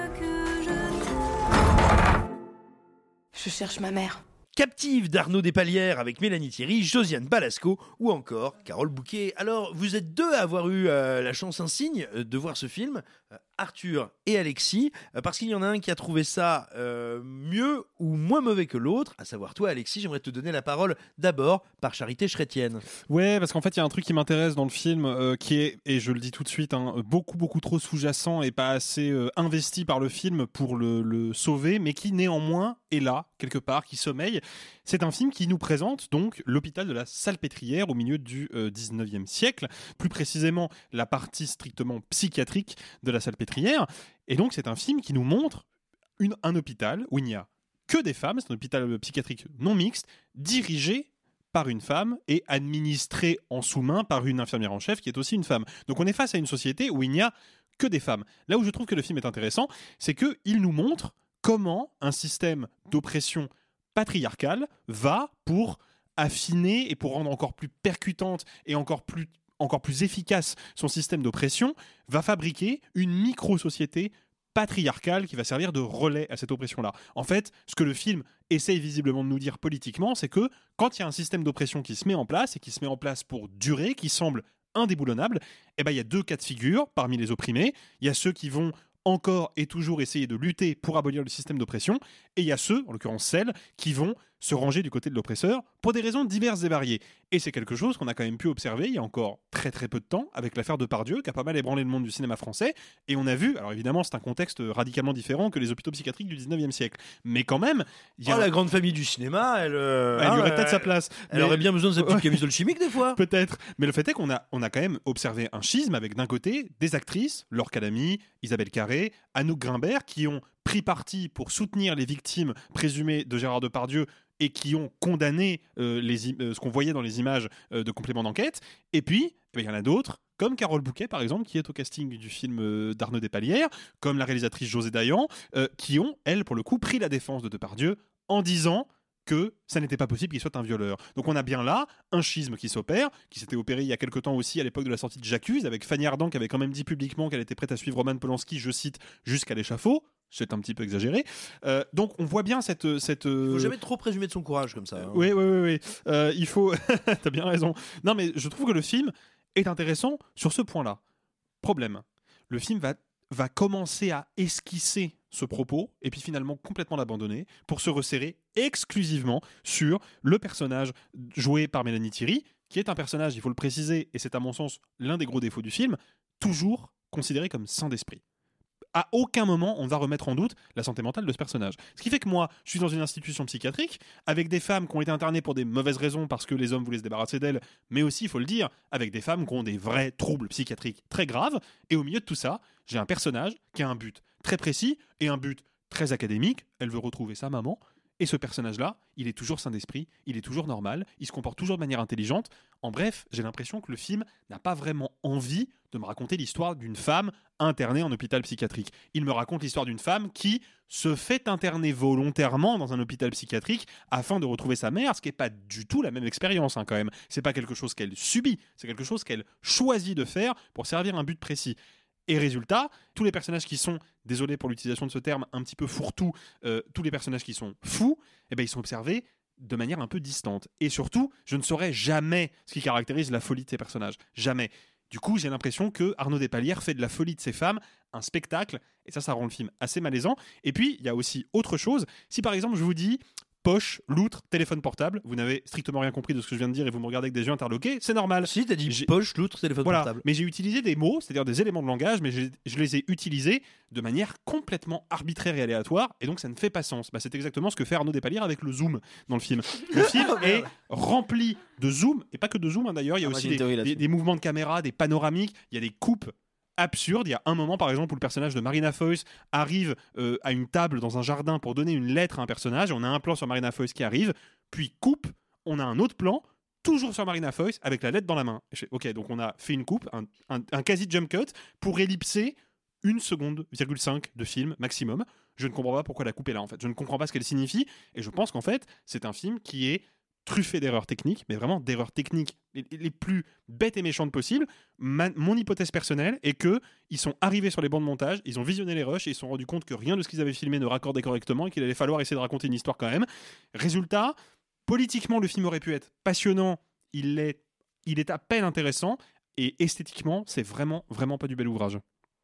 Je cherche ma mère. Captive d'Arnaud Despaillères avec Mélanie Thierry, Josiane Balasco ou encore Carole Bouquet. Alors, vous êtes deux à avoir eu euh, la chance insigne euh, de voir ce film, euh, Arthur et Alexis, euh, parce qu'il y en a un qui a trouvé ça euh, mieux ou moins mauvais que l'autre, à savoir toi, Alexis. J'aimerais te donner la parole d'abord par charité chrétienne. Ouais, parce qu'en fait, il y a un truc qui m'intéresse dans le film euh, qui est, et je le dis tout de suite, hein, beaucoup, beaucoup trop sous-jacent et pas assez euh, investi par le film pour le, le sauver, mais qui néanmoins est là, quelque part, qui sommeille. C'est un film qui nous présente donc l'hôpital de la Salpêtrière au milieu du euh, dix-neuvième siècle, plus précisément la partie strictement psychiatrique de la Salpêtrière. Et donc c'est un film qui nous montre une, un hôpital où il n'y a que des femmes, c'est un hôpital psychiatrique non mixte, dirigé par une femme et administré en sous-main par une infirmière en chef qui est aussi une femme. Donc on est face à une société où il n'y a que des femmes. Là où je trouve que le film est intéressant, c'est qu'il nous montre comment un système d'oppression patriarcale va pour affiner et pour rendre encore plus percutante et encore plus, encore plus efficace son système d'oppression, va fabriquer une micro-société patriarcale qui va servir de relais à cette oppression-là. En fait, ce que le film essaye visiblement de nous dire politiquement, c'est que quand il y a un système d'oppression qui se met en place et qui se met en place pour durer, qui semble indéboulonnable, eh ben, il y a deux cas de figure parmi les opprimés. Il y a ceux qui vont encore et toujours essayer de lutter pour abolir le système d'oppression, et il y a ceux, en l'occurrence celles, qui vont se ranger du côté de l'oppresseur pour des raisons diverses et variées. Et c'est quelque chose qu'on a quand même pu observer il y a encore très très peu de temps avec l'affaire Depardieu, qui a pas mal ébranlé le monde du cinéma français, et on a vu, alors évidemment c'est un contexte radicalement différent que les hôpitaux psychiatriques du dix-neuvième siècle, mais quand même... Y a... Oh, la grande famille du cinéma, elle... Euh... Elle ah, lui aurait euh... peut-être sa place. Elle mais... aurait bien besoin de sa petite camisole chimique des fois. Peut-être, mais le fait est qu'on a, on a quand même observé un schisme avec d'un côté des actrices, Laure Calamy, Isabelle Carré, Anouk Grimbert, qui ont pris parti pour soutenir les victimes présumées de Gérard Depardieu et qui ont condamné euh, les, euh, ce qu'on voyait dans les images euh, de complément d'enquête. Et puis, il y en a d'autres, comme Carole Bouquet, par exemple, qui est au casting du film euh, d'Arnaud Despaillères, comme la réalisatrice José Dayan, euh, qui ont, elles, pour le coup, pris la défense de Depardieu en disant que ça n'était pas possible qu'il soit un violeur. Donc on a bien là un schisme qui s'opère, qui s'était opéré il y a quelque temps aussi à l'époque de la sortie de J'accuse, avec Fanny Ardant qui avait quand même dit publiquement qu'elle était prête à suivre Roman Polanski, je cite, jusqu'à l'échafaud. C'est un petit peu exagéré. Euh, donc on voit bien cette... cette euh... Il faut jamais trop présumer de son courage comme ça. Hein. Oui, oui, oui. oui. Euh, il faut... T'as bien raison. Non, mais je trouve que le film est intéressant sur ce point-là. Problème. Le film va, va commencer à esquisser ce propos et puis finalement complètement l'abandonner pour se resserrer exclusivement sur le personnage joué par Mélanie Thierry, qui est un personnage, il faut le préciser, et c'est à mon sens l'un des gros défauts du film, toujours considéré comme sans d'esprit. À aucun moment on va remettre en doute la santé mentale de ce personnage. Ce qui fait que moi, je suis dans une institution psychiatrique avec des femmes qui ont été internées pour des mauvaises raisons parce que les hommes voulaient se débarrasser d'elles, mais aussi, il faut le dire, avec des femmes qui ont des vrais troubles psychiatriques très graves. Et au milieu de tout ça, j'ai un personnage qui a un but très précis et un but très académique. Elle veut retrouver sa maman. Et ce personnage-là, il est toujours sain d'esprit, il est toujours normal, il se comporte toujours de manière intelligente. En bref, j'ai l'impression que le film n'a pas vraiment envie de me raconter l'histoire d'une femme internée en hôpital psychiatrique. Il me raconte l'histoire d'une femme qui se fait interner volontairement dans un hôpital psychiatrique afin de retrouver sa mère, ce qui n'est pas du tout la même expérience hein, quand même. C'est pas quelque chose qu'elle subit, c'est quelque chose qu'elle choisit de faire pour servir un but précis. Et résultat, tous les personnages qui sont, désolé pour l'utilisation de ce terme, un petit peu fourre-tout, euh, tous les personnages qui sont fous, eh ben, ils sont observés de manière un peu distante. Et surtout, je ne saurais jamais ce qui caractérise la folie de ces personnages. Jamais. Du coup, j'ai l'impression que Arnaud Despaillères fait de la folie de ces femmes un spectacle, et ça, ça rend le film assez malaisant. Et puis, il y a aussi autre chose. Si par exemple, je vous dis, poche, loutre, téléphone portable. Vous n'avez strictement rien compris de ce que je viens de dire et vous me regardez avec des yeux interloqués. C'est normal. Si, t'as dit J'ai- poche, loutre, téléphone Voilà. portable. Mais j'ai utilisé des mots, c'est-à-dire des éléments de langage, mais j'ai- je les ai utilisés de manière complètement arbitraire et aléatoire, et donc ça ne fait pas sens. Bah, c'est exactement ce que fait Arnaud Despalières avec le zoom dans le film. Le film est rempli de zoom, et pas que de zoom hein, d'ailleurs, il y a Ah, moi, aussi j'ai une des, théorie des- là-dessus. des mouvements de caméra, des panoramiques, il y a des coupes absurdes. Il y a un moment par exemple où le personnage de Marina Foïs arrive euh, à une table dans un jardin pour donner une lettre à un personnage, et on a un plan sur Marina Foïs qui arrive, puis coupe, on a un autre plan toujours sur Marina Foïs avec la lettre dans la main. Et je fais, ok, donc on a fait une coupe, un, un- un quasi jump cut pour ellipser une seconde, virgule cinq de film maximum. Je ne comprends pas pourquoi la coupe est là en fait. Je ne comprends pas ce qu'elle signifie, et je pense qu'en fait c'est un film qui est truffé d'erreurs techniques, mais vraiment d'erreurs techniques les, les plus bêtes et méchantes possibles. Ma- mon hypothèse personnelle est que ils sont arrivés sur les bancs de montage, ils ont visionné les rushs et ils se sont rendus compte que rien de ce qu'ils avaient filmé ne raccordait correctement et qu'il allait falloir essayer de raconter une histoire quand même. Résultat, politiquement le film aurait pu être passionnant, il est, il est à peine intéressant, et esthétiquement c'est vraiment vraiment pas du bel ouvrage.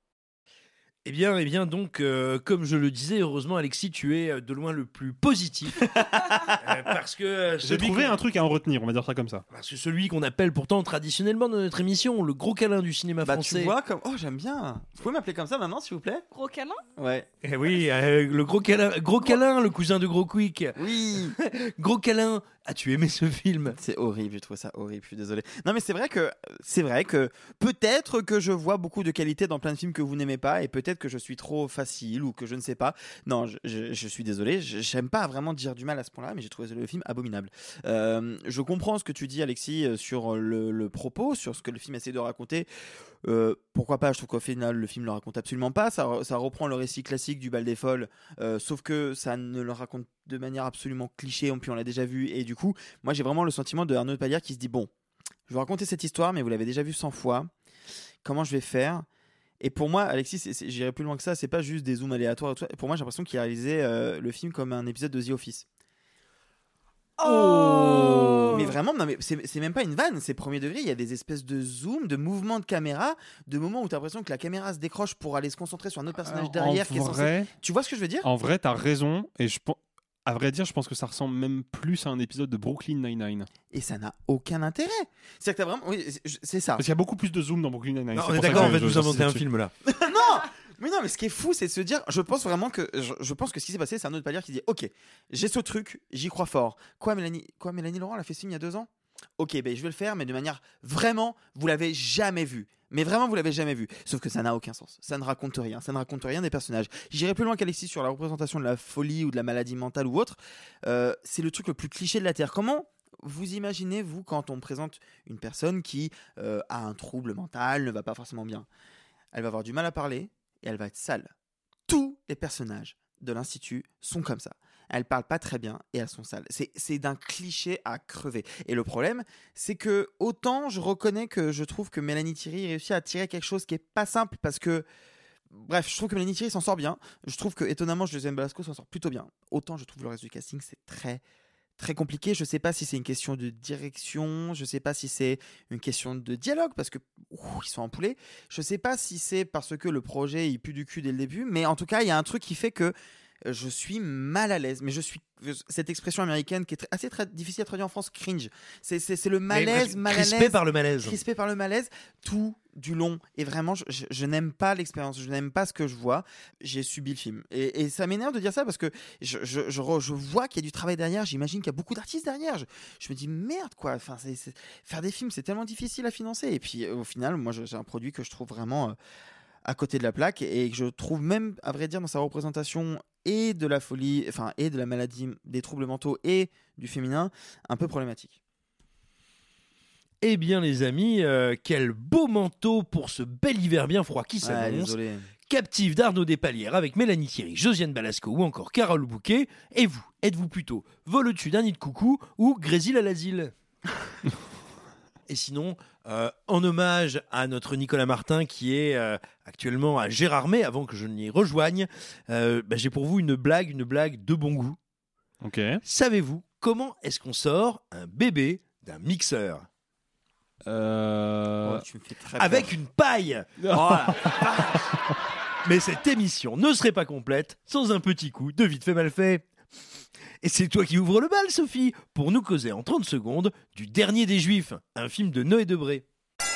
Eh bien, eh bien, donc, euh, comme je le disais, heureusement, Alexis, tu es euh, de loin le plus positif. Euh, parce que euh, J'ai celui trouvé qu'on- un truc à en retenir, on va dire ça comme ça. Parce que celui qu'on appelle pourtant traditionnellement dans notre émission le gros câlin du cinéma Bah, français. tu vois, comme. Oh, j'aime bien. Vous pouvez m'appeler comme ça maintenant, s'il vous plaît? Gros câlin? Ouais. Eh oui, euh, le gros câlin, gros câlin, le cousin de Gros Quick. Oui. Gros câlin. As-tu aimé ce film? C'est horrible, j'ai trouvé ça horrible, je suis désolé. Non mais c'est vrai que c'est vrai que peut-être que je vois beaucoup de qualité dans plein de films que vous n'aimez pas, et peut-être que je suis trop facile ou que je ne sais pas. Non, je, je- je suis désolé, je- j'aime pas vraiment dire du mal à ce point-là, mais j'ai trouvé le film abominable. Euh, je comprends ce que tu dis, Alexis, euh, sur le, le propos, sur ce que le film essaie de raconter. Euh, pourquoi pas? Je trouve qu'au final le film le raconte absolument pas. Ça, re- ça reprend le récit classique du bal des folles, euh, sauf que ça ne le raconte de manière absolument cliché, puis on l'a déjà vu, et du coup moi j'ai vraiment le sentiment de Arnaud Despalières qui se dit bon, je vais raconter cette histoire mais vous l'avez déjà vue cent fois, comment je vais faire? Et pour moi, Alexis, c'est- c'est- j'irai plus loin que ça, c'est pas juste des zooms aléatoires et tout ça. Pour moi j'ai l'impression qu'il a réalisé euh, le film comme un épisode de The Office. Oh Mais vraiment, non, mais c'est c'est même pas une vanne, c'est premier degré. Il y a des espèces de zoom, de mouvements de caméra, de moments où tu as l'impression que la caméra se décroche pour aller se concentrer sur un autre personnage En derrière qui est censé. vrai- Tu vois ce que je veux dire? En vrai, t'as raison, et je pense, à vrai dire, je pense que ça ressemble même plus à un épisode de Brooklyn Nine-Nine. Et ça n'a aucun intérêt. C'est-à-dire que t'as vraiment. Oui, c'est- c'est ça. Parce qu'il y a beaucoup plus de zoom dans Brooklyn Nine-Nine. Non, C'est on est pour ça d'accord, que on je- va nous je- inventer un là-dessus. film là. non Mais non, mais ce qui est fou, c'est de se dire, je pense vraiment que, je, je pense que ce qui s'est passé, c'est un autre Despalières qui dit, ok, j'ai ce truc, j'y crois fort. Quoi, Mélanie, quoi, Mélanie Laurent, elle a fait ce film il y a deux ans? Ok, ben je vais le faire, mais de manière vraiment, vous l'avez jamais vu. Mais vraiment, vous l'avez jamais vu. Sauf que ça n'a aucun sens. Ça ne raconte rien. Ça ne raconte rien des personnages. J'irai plus loin qu'Alexis sur la représentation de la folie ou de la maladie mentale ou autre. Euh, c'est le truc le plus cliché de la Terre. Comment vous imaginez, vous, quand on présente une personne qui euh, a un trouble mental, ne va pas forcément bien? Elle va avoir du mal à parler et elle va être sale. Tous les personnages de l'Institut sont comme ça. Elles parlent pas très bien et elles sont sales. C'est, c'est d'un cliché à crever. Et le problème, c'est que autant je reconnais que je trouve que Mélanie Thierry réussit à tirer quelque chose qui est pas simple parce que. Bref, je trouve que Mélanie Thierry s'en sort bien. Je trouve que, étonnamment, Josiane Balasco s'en sort plutôt bien. Autant je trouve le reste du casting, c'est très. Très compliqué, je sais pas si c'est une question de direction, je sais pas si c'est une question de dialogue parce que ouh, ils sont empoulés, je sais pas si c'est parce que le projet il pue du cul dès le début, mais en tout cas il y a un truc qui fait que je suis mal à l'aise, mais je suis cette expression américaine qui est très- assez très difficile à traduire en France, cringe. C'est, c'est, c'est le malaise, Mais, mal à l'aise, crispé par le malaise. crispé par le malaise, tout du long. Et vraiment, je, je- je n'aime pas l'expérience, je n'aime pas ce que je vois. J'ai subi le film, et, et ça m'énerve de dire ça parce que je, je, je, re- je vois qu'il y a du travail derrière. J'imagine qu'il y a beaucoup d'artistes derrière. Je, je me dis merde quoi. Enfin, c'est, c'est- faire des films, c'est tellement difficile à financer. Et puis euh, au final, moi, je- j'ai un produit que je trouve vraiment. euh, à côté de la plaque et que je trouve même, à vrai dire, dans sa représentation et de la folie, enfin, et de la maladie, des troubles mentaux et du féminin, un peu problématique. Eh bien les amis, euh, quel beau manteau pour ce bel hiver bien froid qui Ouais, s'annonce. désolé. Captive d'Arnaud Despalières avec Mélanie Thierry, Josiane Balasco ou encore Carole Bouquet. Et vous, êtes-vous plutôt vol au-dessus d'un nid de coucou ou grésil à l'asile? Et sinon, euh, en hommage à notre Nicolas Martin qui est euh, actuellement à Gérardmer, avant que je n'y rejoigne, euh, bah, j'ai pour vous une blague, une blague de bon goût. Ok. Savez-vous comment est-ce qu'on sort un bébé d'un mixeur? Euh... Oh, tu me fais très Avec peur. une paille. Oh la vache. Mais cette émission ne serait pas complète sans un petit coup de vite fait mal fait. Et c'est toi qui ouvres le bal, Sophie, pour nous causer en trente secondes du Dernier des Juifs, un film de Noé Debré.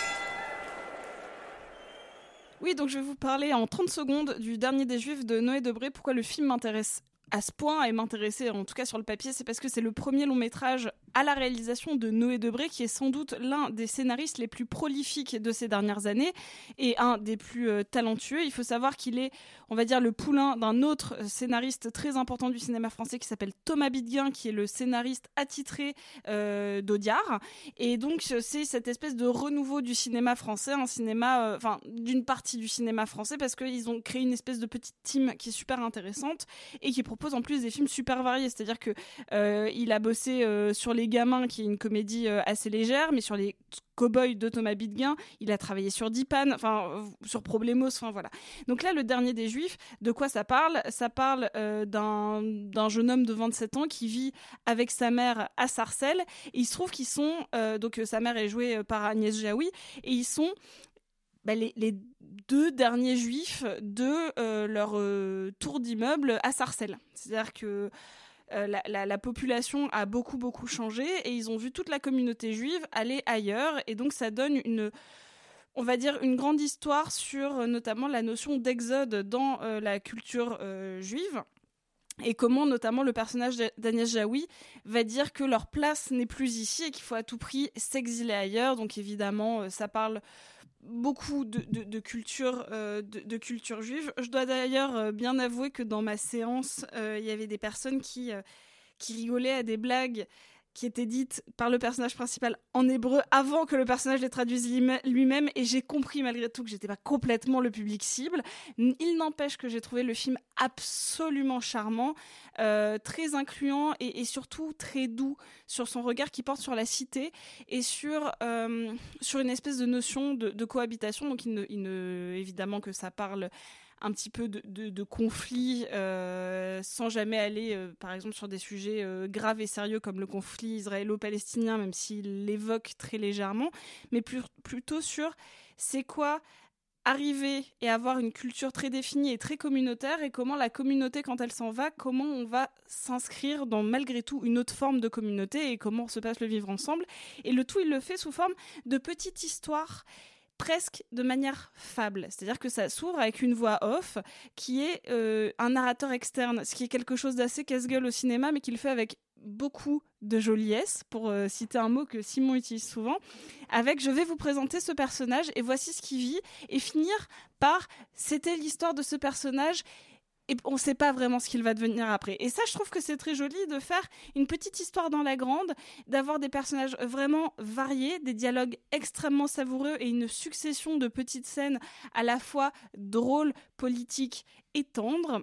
Oui, donc je vais vous parler en trente secondes du Dernier des Juifs de Noé Debré. Pourquoi le film m'intéresse à ce point et m'intéresser, en tout cas sur le papier, c'est parce que c'est le premier long métrage à la réalisation de Noé Debré, qui est sans doute l'un des scénaristes les plus prolifiques de ces dernières années et un des plus euh, talentueux. Il faut savoir qu'il est, on va dire, le poulain d'un autre scénariste très important du cinéma français qui s'appelle Thomas Bidguin, qui est le scénariste attitré euh, d'Audiard. Et donc c'est cette espèce de renouveau du cinéma français, un cinéma, enfin euh, d'une partie du cinéma français, parce qu'ils ont créé une espèce de petite team qui est super intéressante et qui propose en plus des films super variés. C'est-à-dire que euh, il a bossé euh, sur Les Gamins, qui est une comédie euh, assez légère, mais sur les Cowboys de Thomas Bidguin, il a travaillé sur Dipan, enfin euh, sur Problemos, enfin voilà. Donc là, le Dernier des Juifs, de quoi ça parle ? Ça parle euh, d'un d'un jeune homme de vingt-sept ans qui vit avec sa mère à Sarcelles. Et il se trouve qu'ils sont, euh, donc sa mère est jouée par Agnès Jaoui, et ils sont Bah, les, les deux derniers juifs de euh, leur euh, tour d'immeuble à Sarcelles. C'est-à-dire que euh, la, la, la population a beaucoup, beaucoup changé et ils ont vu toute la communauté juive aller ailleurs. Et donc, ça donne une, on va dire, une grande histoire sur euh, notamment la notion d'exode dans euh, la culture euh, juive. Et comment, notamment, le personnage d'Agnès Jaoui va dire que leur place n'est plus ici et qu'il faut à tout prix s'exiler ailleurs. Donc, évidemment, euh, ça parle beaucoup de, de, de, culture, euh, de, de culture juive. Je dois d'ailleurs euh, bien avouer que dans ma séance, euh, il y avait des personnes qui, euh, qui rigolaient à des blagues qui étaient dites par le personnage principal en hébreu avant que le personnage les traduise lui-même, et j'ai compris malgré tout que j'étais pas complètement le public cible. Il n'empêche que j'ai trouvé le film absolument charmant, euh, très incluant et, et surtout très doux sur son regard qui porte sur la cité et sur, euh, sur une espèce de notion de, de cohabitation. Donc il ne, il ne, évidemment que ça parle un petit peu de, de, de conflits euh, sans jamais aller, euh, par exemple, sur des sujets euh, graves et sérieux comme le conflit israélo-palestinien, même s'il l'évoque très légèrement, mais plus, plutôt sur c'est quoi arriver et avoir une culture très définie et très communautaire, et comment la communauté, quand elle s'en va, comment on va s'inscrire dans malgré tout une autre forme de communauté et comment se passe le vivre ensemble. Et le tout, il le fait sous forme de petites histoires presque de manière fable, c'est-à-dire que ça s'ouvre avec une voix off qui est euh, un narrateur externe, ce qui est quelque chose d'assez casse-gueule au cinéma, mais qu'il fait avec beaucoup de joliesse, pour euh, citer un mot que Simon utilise souvent, avec « je vais vous présenter ce personnage et voici ce qu'il vit » et finir par « c'était l'histoire de ce personnage » et on ne sait pas vraiment ce qu'il va devenir après. Et ça, je trouve que c'est très joli de faire une petite histoire dans la grande, d'avoir des personnages vraiment variés, des dialogues extrêmement savoureux et une succession de petites scènes à la fois drôles, politiques et tendres.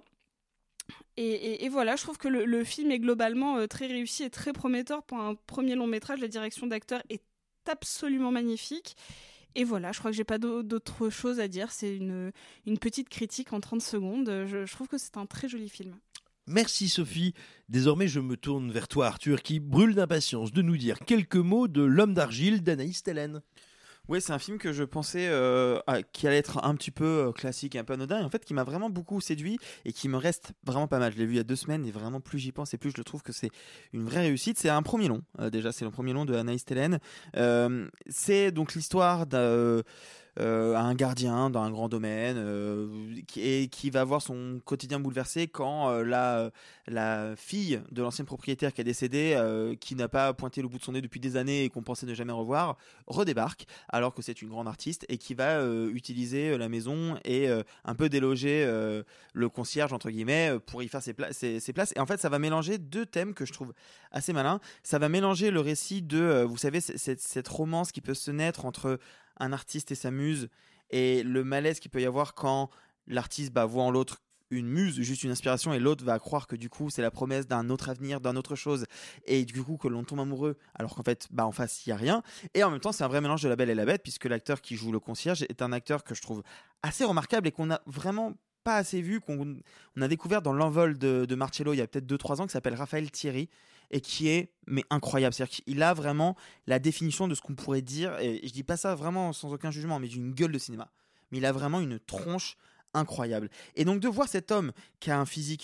Et, et, et voilà, je trouve que le, le film est globalement euh, très réussi et très prometteur pour un premier long métrage. La direction d'acteur est absolument magnifique. Et voilà, je crois que j'ai pas d'autre chose à dire. C'est une, une petite critique en trente secondes. Je, je trouve que c'est un très joli film. Merci Sophie. Désormais, je me tourne vers toi, Arthur, qui brûle d'impatience de nous dire quelques mots de L'Homme d'argile d'Anaïs Tellen. Oui, c'est un film que je pensais euh, qui allait être un petit peu classique, un peu anodin, et en fait qui m'a vraiment beaucoup séduit et qui me reste vraiment pas mal. Je l'ai vu il y a deux semaines et vraiment plus j'y pense et plus je le trouve que c'est une vraie réussite. C'est un premier long, euh, déjà c'est le premier long de Anaïs Tellen. Euh, c'est donc l'histoire d'un... Euh, un gardien dans un grand domaine euh, qui, et qui va avoir son quotidien bouleversé quand euh, la, la fille de l'ancienne propriétaire qui est décédée, euh, qui n'a pas pointé le bout de son nez depuis des années et qu'on pensait ne jamais revoir, redébarque alors que c'est une grande artiste et qui va euh, utiliser la maison et euh, un peu déloger euh, le concierge entre guillemets pour y faire ses, pla- ses, ses places. Et en fait ça va mélanger deux thèmes que je trouve assez malins. Ça va mélanger le récit de, euh, vous savez, c- c- cette romance qui peut se naître entre un artiste et sa muse, et le malaise qu'il peut y avoir quand l'artiste bah, voit en l'autre une muse, juste une inspiration, et l'autre va croire que du coup c'est la promesse d'un autre avenir, d'une autre chose, et du coup que l'on tombe amoureux alors qu'en fait bah, en face il n'y a rien. Et en même temps c'est un vrai mélange de La Belle et la Bête, puisque l'acteur qui joue le concierge est un acteur que je trouve assez remarquable et qu'on a vraiment pas assez vu, qu'on on a découvert dans L'Envol de, de Marcello il y a peut-être deux trois ans, qui s'appelle Raphaël Thierry, et qui est mais incroyable. C'est-à-dire qu'il a vraiment la définition de ce qu'on pourrait dire, et je dis pas ça vraiment sans aucun jugement, mais d'une gueule de cinéma. Mais il a vraiment une tronche incroyable. Et donc de voir cet homme qui a un physique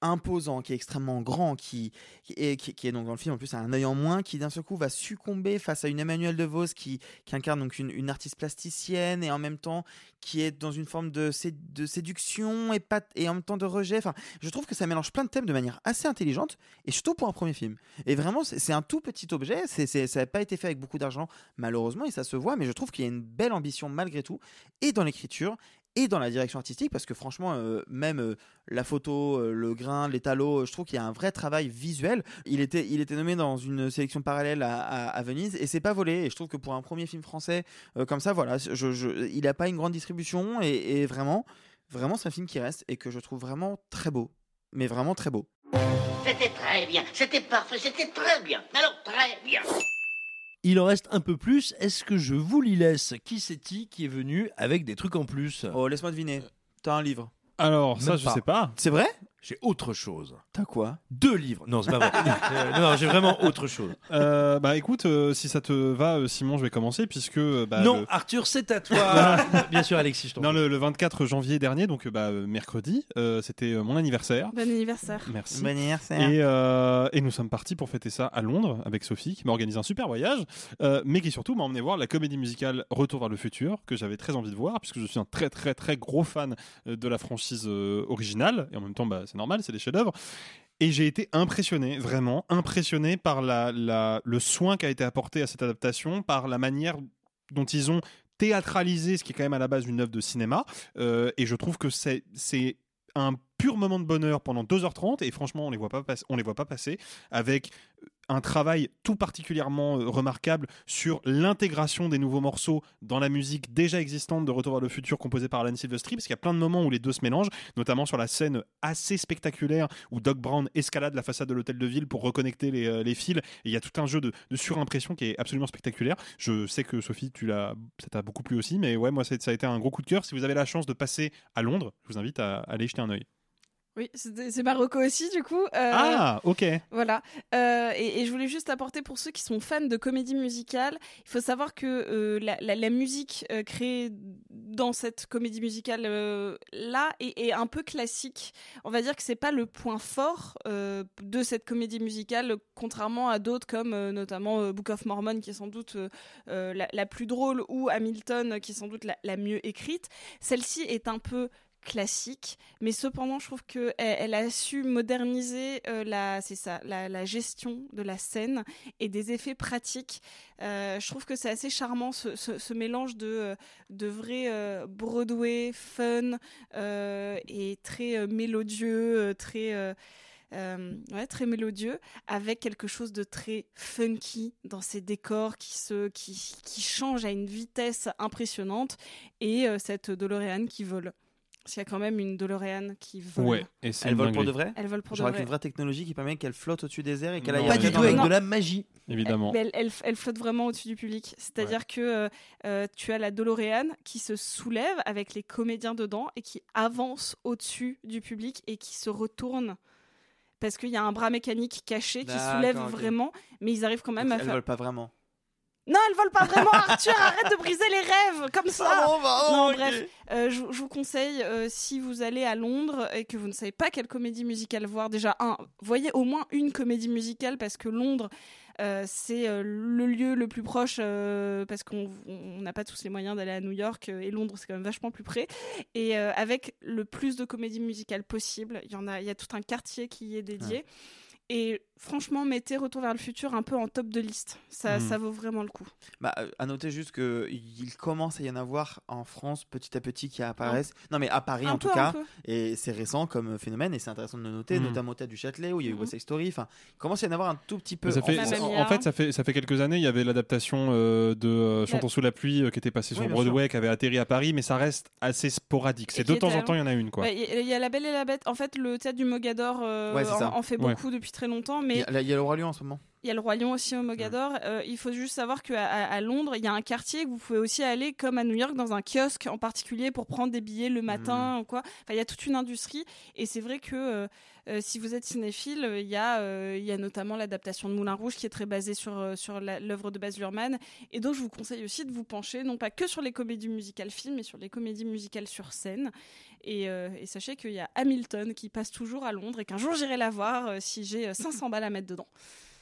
imposant, qui est extrêmement grand, qui, qui, est, qui, qui est donc dans le film en plus a un œil en moins, qui d'un seul coup va succomber face à une Emmanuelle DeVos qui, qui incarne donc une, une artiste plasticienne et en même temps qui est dans une forme de, sé, de séduction et, pas, et en même temps de rejet. Enfin, je trouve que ça mélange plein de thèmes de manière assez intelligente et surtout pour un premier film. Et vraiment, c'est, c'est un tout petit objet, c'est, c'est, ça n'a pas été fait avec beaucoup d'argent malheureusement et ça se voit, mais je trouve qu'il y a une belle ambition malgré tout et dans l'écriture et dans la direction artistique, parce que franchement, euh, même euh, la photo, euh, le grain, l'étalo, euh, je trouve qu'il y a un vrai travail visuel. Il était, il était nommé dans une sélection parallèle à, à, à Venise, et c'est pas volé. Et je trouve que pour un premier film français euh, comme ça, voilà, je, je, il n'a pas une grande distribution, et, et vraiment, vraiment, c'est un film qui reste, et que je trouve vraiment très beau. Mais vraiment très beau. C'était très bien, c'était parfait, c'était très bien. Alors très bien. Il en reste un peu plus. Est-ce que je vous l'y laisse? Qui c'est-il qui est venu avec des trucs en plus? Oh, laisse-moi deviner. T'as un livre. Alors, ça, Même je pas. sais pas. C'est vrai? J'ai autre chose. T'as quoi? Deux livres. Non, c'est pas vrai. euh, non, non, j'ai vraiment autre chose. Euh, bah écoute, euh, si ça te va, euh, Simon, je vais commencer puisque. euh, Bah, non, le... Arthur, c'est à toi. Bien sûr, Alexis, je t'en Non, prie. le, le vingt-quatre janvier dernier, donc euh, bah, euh, mercredi, euh, c'était euh, mon anniversaire. Bon anniversaire. Merci. Bon anniversaire. Et, euh, et nous sommes partis pour fêter ça à Londres avec Sophie, qui m'a organisé un super voyage, euh, mais qui surtout m'a emmené voir la comédie musicale Retour vers le futur, que j'avais très envie de voir, puisque je suis un très très très gros fan euh, de la franchise euh, originale, et en même temps, bah, c'est normal, c'est des chefs-d'œuvre. Et j'ai été impressionné, vraiment impressionné par la, la, le soin qui a été apporté à cette adaptation, par la manière dont ils ont théâtralisé ce qui est quand même à la base une œuvre de cinéma. Euh, et je trouve que c'est, c'est un pur moment de bonheur pendant deux heures trente, et franchement, on les voit pas passer, on les voit pas passer, avec un travail tout particulièrement euh, remarquable sur l'intégration des nouveaux morceaux dans la musique déjà existante de Retour vers le futur composée par Alan Silvestri, parce qu'il y a plein de moments où les deux se mélangent, notamment sur la scène assez spectaculaire où Doc Brown escalade la façade de l'hôtel de ville pour reconnecter les, euh, les fils, et il y a tout un jeu de, de surimpression qui est absolument spectaculaire. Je sais que Sophie, tu l'as, ça t'a beaucoup plu aussi, mais ouais, moi ça a été un gros coup de cœur. Si vous avez la chance de passer à Londres, je vous invite à aller jeter un œil. Oui, c'est, c'est Marocco aussi, du coup. Euh, ah, ok. Voilà. Euh, et, et je voulais juste apporter pour ceux qui sont fans de comédie musicale, il faut savoir que euh, la, la, la musique euh, créée dans cette comédie musicale euh, là est, est un peu classique. On va dire que c'est pas le point fort euh, de cette comédie musicale, contrairement à d'autres comme euh, notamment euh, Book of Mormon, qui est sans doute euh, euh, la, la plus drôle, ou Hamilton, qui est sans doute la, la mieux écrite. Celle-ci est un peu classique, mais cependant je trouve que elle, elle a su moderniser euh, la, c'est ça, la, la gestion de la scène et des effets pratiques. Euh, je trouve que c'est assez charmant ce, ce, ce mélange de, de vrai euh, Broadway fun euh, et très euh, mélodieux, très euh, Euh, ouais, très mélodieux, avec quelque chose de très funky dans ces décors qui, se, qui, qui changent à une vitesse impressionnante, et euh, cette DeLorean qui vole. Parce qu'il y a quand même une DeLorean qui vole. Ouais, et c'est Elle vole dinguerie. pour de vrai? Elle vole pour Genre de avec vrai. une vraie technologie qui permet qu'elle flotte au-dessus des airs et qu'elle Non, aille Pas après du dans tout, le- avec Non. de la magie. Évidemment. Mais elle, elle, elle flotte vraiment au-dessus du public. C'est-à-dire Ouais. que euh, euh, tu as la DeLorean qui se soulève avec les comédiens dedans et qui avance au-dessus du public et qui se retourne. Parce qu'il y a un bras mécanique caché qui D'accord, soulève ok. vraiment, mais ils arrivent quand même Donc, à elle faire. vole pas vraiment. Non, elle vole pas vraiment, Arthur, arrête de briser les rêves comme ça. Pardon, pardon, non, ok. bref, euh, je, je vous conseille, euh, si vous allez à Londres et que vous ne savez pas quelle comédie musicale voir, déjà, un, voyez au moins une comédie musicale, parce que Londres, euh, c'est euh, le lieu le plus proche, euh, parce qu'on on n'a pas tous les moyens d'aller à New York, euh, et Londres, c'est quand même vachement plus près. Et euh, avec le plus de comédies musicales possible, il y en a, il y a tout un quartier qui y est dédié. Ouais. Et franchement, mettez Retour vers le futur un peu en top de liste. Ça, Mhm. ça vaut vraiment le coup. Bah, euh, à noter juste qu'il commence à y en avoir en France petit à petit qui apparaissent. Non, mais à Paris Un en peu, tout un cas. peu. Et c'est récent comme phénomène et c'est intéressant de le noter, Mhm. notamment au Théâtre du Châtelet où il y a eu Mhm. West Side Story. Enfin, il commence à y en avoir un tout petit peu. Ça en fait, France. Mamma en, Mia. en fait, ça fait, ça fait quelques années, il y avait l'adaptation euh, de euh, Chantons La- sous la pluie euh, qui était passée Oui, sur bien Broadway, qui avait atterri à Paris, mais ça reste assez sporadique. C'est Et de qui temps était en à temps, il y en a une. Quoi. Il y, a- il y a La Belle et la Bête. En fait, le théâtre du Mogador euh, Ouais, c'est ça. en, en fait Ouais. beaucoup depuis très longtemps, Il mais y a, là, il y a le Roi Lion en ce moment. Il y a le Roi Lion aussi au Mogador. Mmh. Euh, il faut juste savoir qu'à à, à Londres, il y a un quartier que vous pouvez aussi aller, comme à New York, dans un kiosque en particulier pour prendre des billets le matin mmh. ou quoi. Enfin, il y a toute une industrie. Et c'est vrai que euh, euh, si vous êtes cinéphile, il y a, euh, il y a notamment l'adaptation de Moulin Rouge qui est très basée sur, euh, sur la, l'œuvre de Baz Luhrmann. Et donc, je vous conseille aussi de vous pencher, non pas que sur les comédies musicales films, mais sur les comédies musicales sur scène. Et, euh, et sachez qu'il y a Hamilton qui passe toujours à Londres et qu'un jour, j'irai la voir euh, si j'ai cinq cents balles à mettre dedans.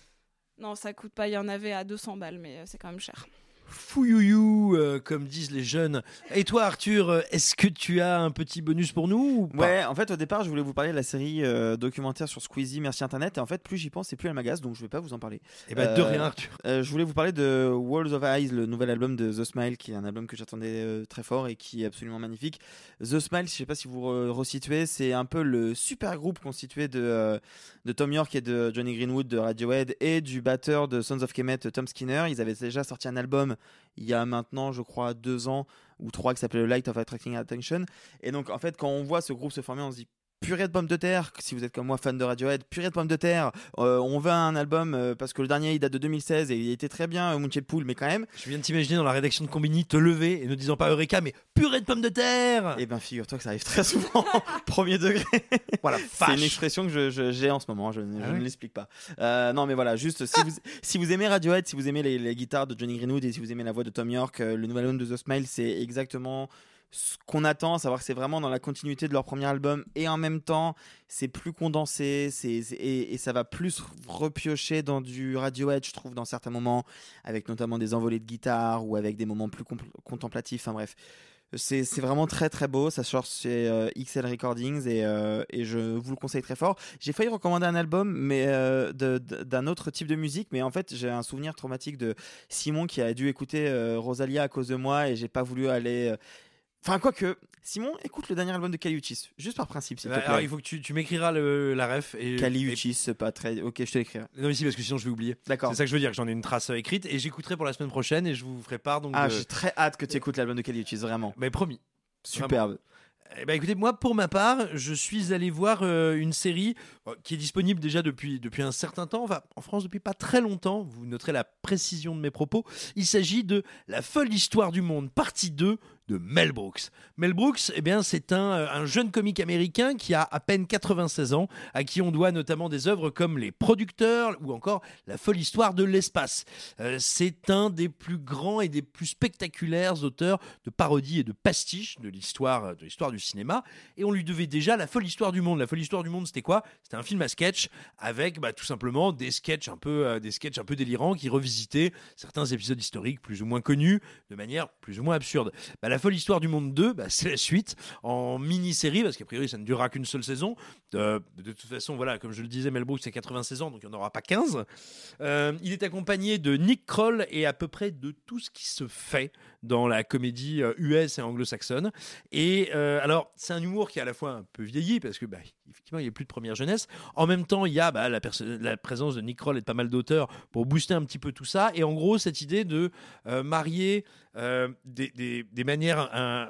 Non, ça coûte pas. Il y en avait à deux cents balles, mais c'est quand même cher. Fouyouyou, euh, comme disent les jeunes. Et toi, Arthur, est-ce que tu as un petit bonus pour nous ou pas ? Ouais, en fait, au départ, je voulais vous parler de la série euh, documentaire sur Squeezie, Merci Internet. Et en fait, plus j'y pense, et plus elle m'agace, donc je vais pas vous en parler. Et bah, euh, de rien, Arthur. Euh, je voulais vous parler de Walls of Eyes, le nouvel album de The Smile, qui est un album que j'attendais euh, très fort et qui est absolument magnifique. The Smile, je sais pas si vous re- resituez, c'est un peu le super groupe constitué de, euh, de Tom York et de Johnny Greenwood de Radiohead et du batteur de Sons of Kemet, Tom Skinner. Ils avaient déjà sorti un album il y a maintenant, je crois, deux ans ou trois qui s'appelait The Light of Attracting Attention. Et donc, en fait, quand on voit ce groupe se former, on se dit purée de pommes de terre, si vous êtes comme moi fan de Radiohead, purée de pommes de terre, euh, on veut un album euh, parce que le dernier il date de deux mille seize et il était très bien, Moonshade Pool, mais quand même. Je viens de t'imaginer dans la rédaction de Combini te lever et ne disant pas Eureka, mais purée de pommes de terre. Eh ben figure-toi que ça arrive très souvent, premier degré. Voilà, c'est une expression que je, je, j'ai en ce moment, je, ah je ouais. ne l'explique pas. Euh, non mais voilà, juste si vous, si vous aimez Radiohead, si vous aimez les, les guitares de Johnny Greenwood et si vous aimez la voix de Tom York, euh, le nouvel album de The Smile, c'est exactement ce qu'on attend, savoir que c'est vraiment dans la continuité de leur premier album et en même temps c'est plus condensé, c'est, c'est, et, et ça va plus repiocher dans du Radiohead, je trouve, dans certains moments, avec notamment des envolées de guitare ou avec des moments plus compl- contemplatifs, enfin bref. C'est, c'est vraiment très très beau, ça sort chez euh, X L Recordings et, euh, et je vous le conseille très fort. J'ai failli recommander un album mais euh, de, de, d'un autre type de musique, mais en fait j'ai un souvenir traumatique de Simon qui a dû écouter euh, Rosalia à cause de moi et j'ai pas voulu aller... Euh, Enfin, quoique, Simon, écoute le dernier album de Kali Uchis, juste par principe, s'il bah, te plaît. Alors, il faut que tu, tu m'écriras le, la ref. Et, Kali et... Uchis, c'est pas très. Ok, je te l'écrirai. Non, mais si, parce que sinon je vais oublier. D'accord. C'est ça que je veux dire, que j'en ai une trace écrite et j'écouterai pour la semaine prochaine et je vous ferai part. Donc, ah, de... j'ai très hâte que tu écoutes l'album de Kali Uchis, vraiment. Mais promis. Superbe. Eh ben, écoutez, moi, pour ma part, je suis allé voir euh, une série euh, qui est disponible déjà depuis, depuis un certain temps, enfin, en France depuis pas très longtemps. Vous noterez la précision de mes propos. Il s'agit de La folle histoire du monde, partie deux de Mel Brooks. Mel Brooks, eh bien, c'est un, un jeune comique américain qui a à peine quatre-vingt-seize ans, à qui on doit notamment des œuvres comme Les Producteurs ou encore La folle histoire de l'espace. Euh, c'est un des plus grands et des plus spectaculaires auteurs de parodies et de pastiches de l'histoire, de l'histoire du cinéma. Et on lui devait déjà La folle histoire du monde. La folle histoire du monde, c'était quoi ? C'était un film à sketch avec bah, tout simplement des sketchs un peu, euh, des sketchs un peu délirants qui revisitaient certains épisodes historiques plus ou moins connus de manière plus ou moins absurde. Bah, La folle histoire du monde deux, bah, c'est la suite en mini-série, parce qu'a priori ça ne durera qu'une seule saison. Euh, de toute façon, voilà, comme je le disais, Mel Brooks a quatre-vingt-seize ans, donc il n'y en aura pas quinze. Euh, il est accompagné de Nick Kroll et à peu près de tout ce qui se fait dans la comédie euh, U S et anglo-saxonne. Et euh, alors, c'est un humour qui est à la fois un peu vieilli, parce que bah, effectivement, il n'y a plus de première jeunesse. En même temps, il y a bah, la, perso- la présence de Nick Kroll et de pas mal d'auteurs pour booster un petit peu tout ça. Et en gros, cette idée de euh, marier euh, des, des, des manières un,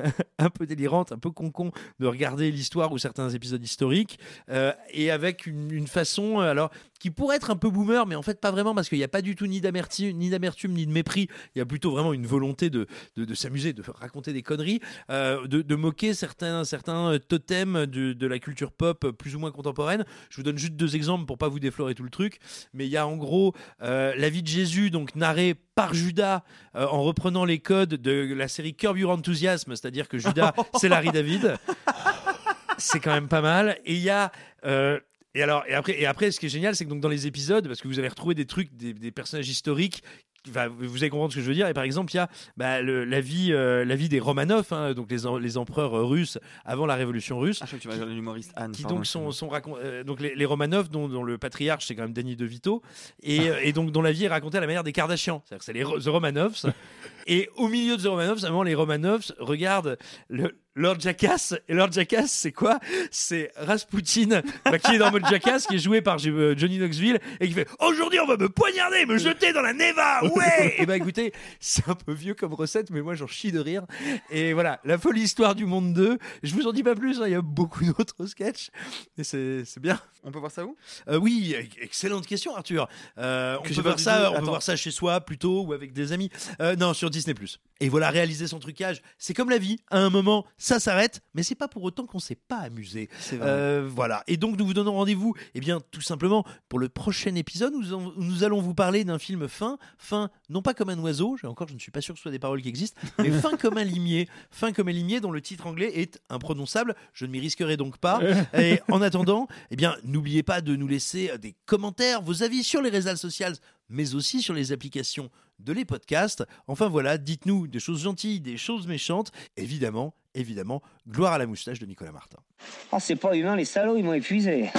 un peu délirantes, un peu con-con, de regarder l'histoire ou certains épisodes historiques, euh, et avec une, une façon alors, qui pourrait être un peu boomer, mais en fait pas vraiment, parce qu'il n'y a pas du tout ni d'amertume, ni d'amertume, ni de mépris. Il y a plutôt vraiment une volonté de, de, de s'amuser, de raconter des conneries, euh, de, de moquer certains, certains totems de, de la culture pop plus ou moins contemporaine. Je vous donne juste deux exemples pour pas vous déflorer tout le truc, mais il y a en gros euh, la vie de Jésus, donc narrée par Judas, euh, en reprenant les codes de la série Curb Your Enthusiasm, c'est-à-dire que Judas, c'est Larry David. C'est quand même pas mal. Et il y a... Euh, et, alors, et, après, et après, ce qui est génial, c'est que donc, dans les épisodes, parce que vous avez retrouvé des trucs, des, des personnages historiques, Enfin, vous allez comprendre ce que je veux dire. Et par exemple, il y a bah, le, la, vie, euh, la vie des Romanov, hein, donc les, les empereurs russes avant la Révolution russe. Ah, je crois que tu vas dire l'humoriste Anne. Qui pardon, donc sont, sont racont- euh, donc les, les Romanov, dont, dont le patriarche c'est quand même Danny DeVito, et, euh, et donc dont la vie est racontée à la manière des Kardashians. C'est-à-dire que c'est les The Romanovs. Et au milieu de The Romanovs, à un moment, les Romanovs regardent le, Lord Jackass. Et Lord Jackass, c'est quoi? C'est Rasputin, bah, qui est dans mode Jackass, qui est joué par euh, Johnny Knoxville, et qui fait « Aujourd'hui, on va me poignarder, me jeter dans la Neva, ouais !» Et bah écoutez, c'est un peu vieux comme recette, mais moi j'en chie de rire. Et voilà, La folle histoire du monde deux. Je vous en dis pas plus, hein, il y a beaucoup d'autres sketchs. Et c'est, c'est bien. On peut voir ça où? euh, Oui, excellente question, Arthur. Euh, on peut, voir ça, on peut voir ça chez soi plutôt, ou avec des amis. Euh, non, sur Disney plus. Et voilà, réaliser son trucage, c'est comme la vie. À un moment, ça s'arrête, mais c'est pas pour autant qu'on s'est pas amusé. C'est vrai. Euh, voilà. Et donc, nous vous donnons rendez-vous, eh bien, tout simplement, pour le prochain épisode où nous, en- où nous allons vous parler d'un film fin, fin, non pas comme un oiseau, j'ai encore, je ne suis pas sûr que ce soit des paroles qui existent, mais fin comme un limier, fin comme un limier, dont le titre anglais est imprononçable. Je ne m'y risquerai donc pas. Et en attendant, eh bien, n'oubliez pas de nous laisser des commentaires, vos avis sur les réseaux sociaux, mais aussi sur les applications de les podcasts. Enfin voilà, dites-nous des choses gentilles, des choses méchantes. Évidemment, évidemment, gloire à la moustache de Nicolas Martin. Oh, c'est pas humain, les salauds, ils m'ont épuisé.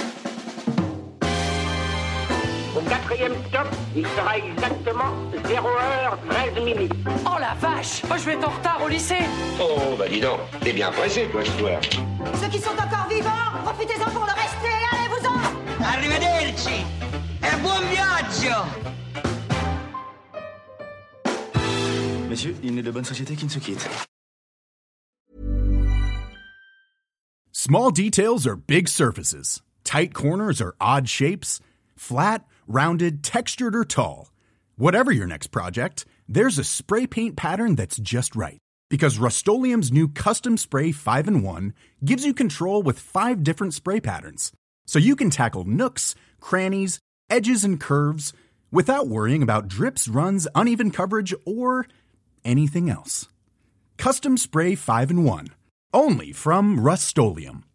Au quatrième stop, il sera exactement zéro heure treize minutes. Oh la vache! Moi je vais être en retard au lycée! Oh, bah dis donc, t'es bien pressé, toi, ce soir. Ceux qui sont encore vivants, profitez-en pour le rester, allez-vous-en! Arrivederci! E buon viaggio! Messieurs, il n'est de bonne société qui ne se quitte. Small details are big surfaces. Tight corners are odd shapes. Flat, rounded, textured, or tall. Whatever your next project, there's a spray paint pattern that's just right. Because Rust-Oleum's new Custom Spray five in one gives you control with five different spray patterns. So you can tackle nooks, crannies, edges, and curves without worrying about drips, runs, uneven coverage, or anything else. Custom Spray five in one. Only from Rust-Oleum.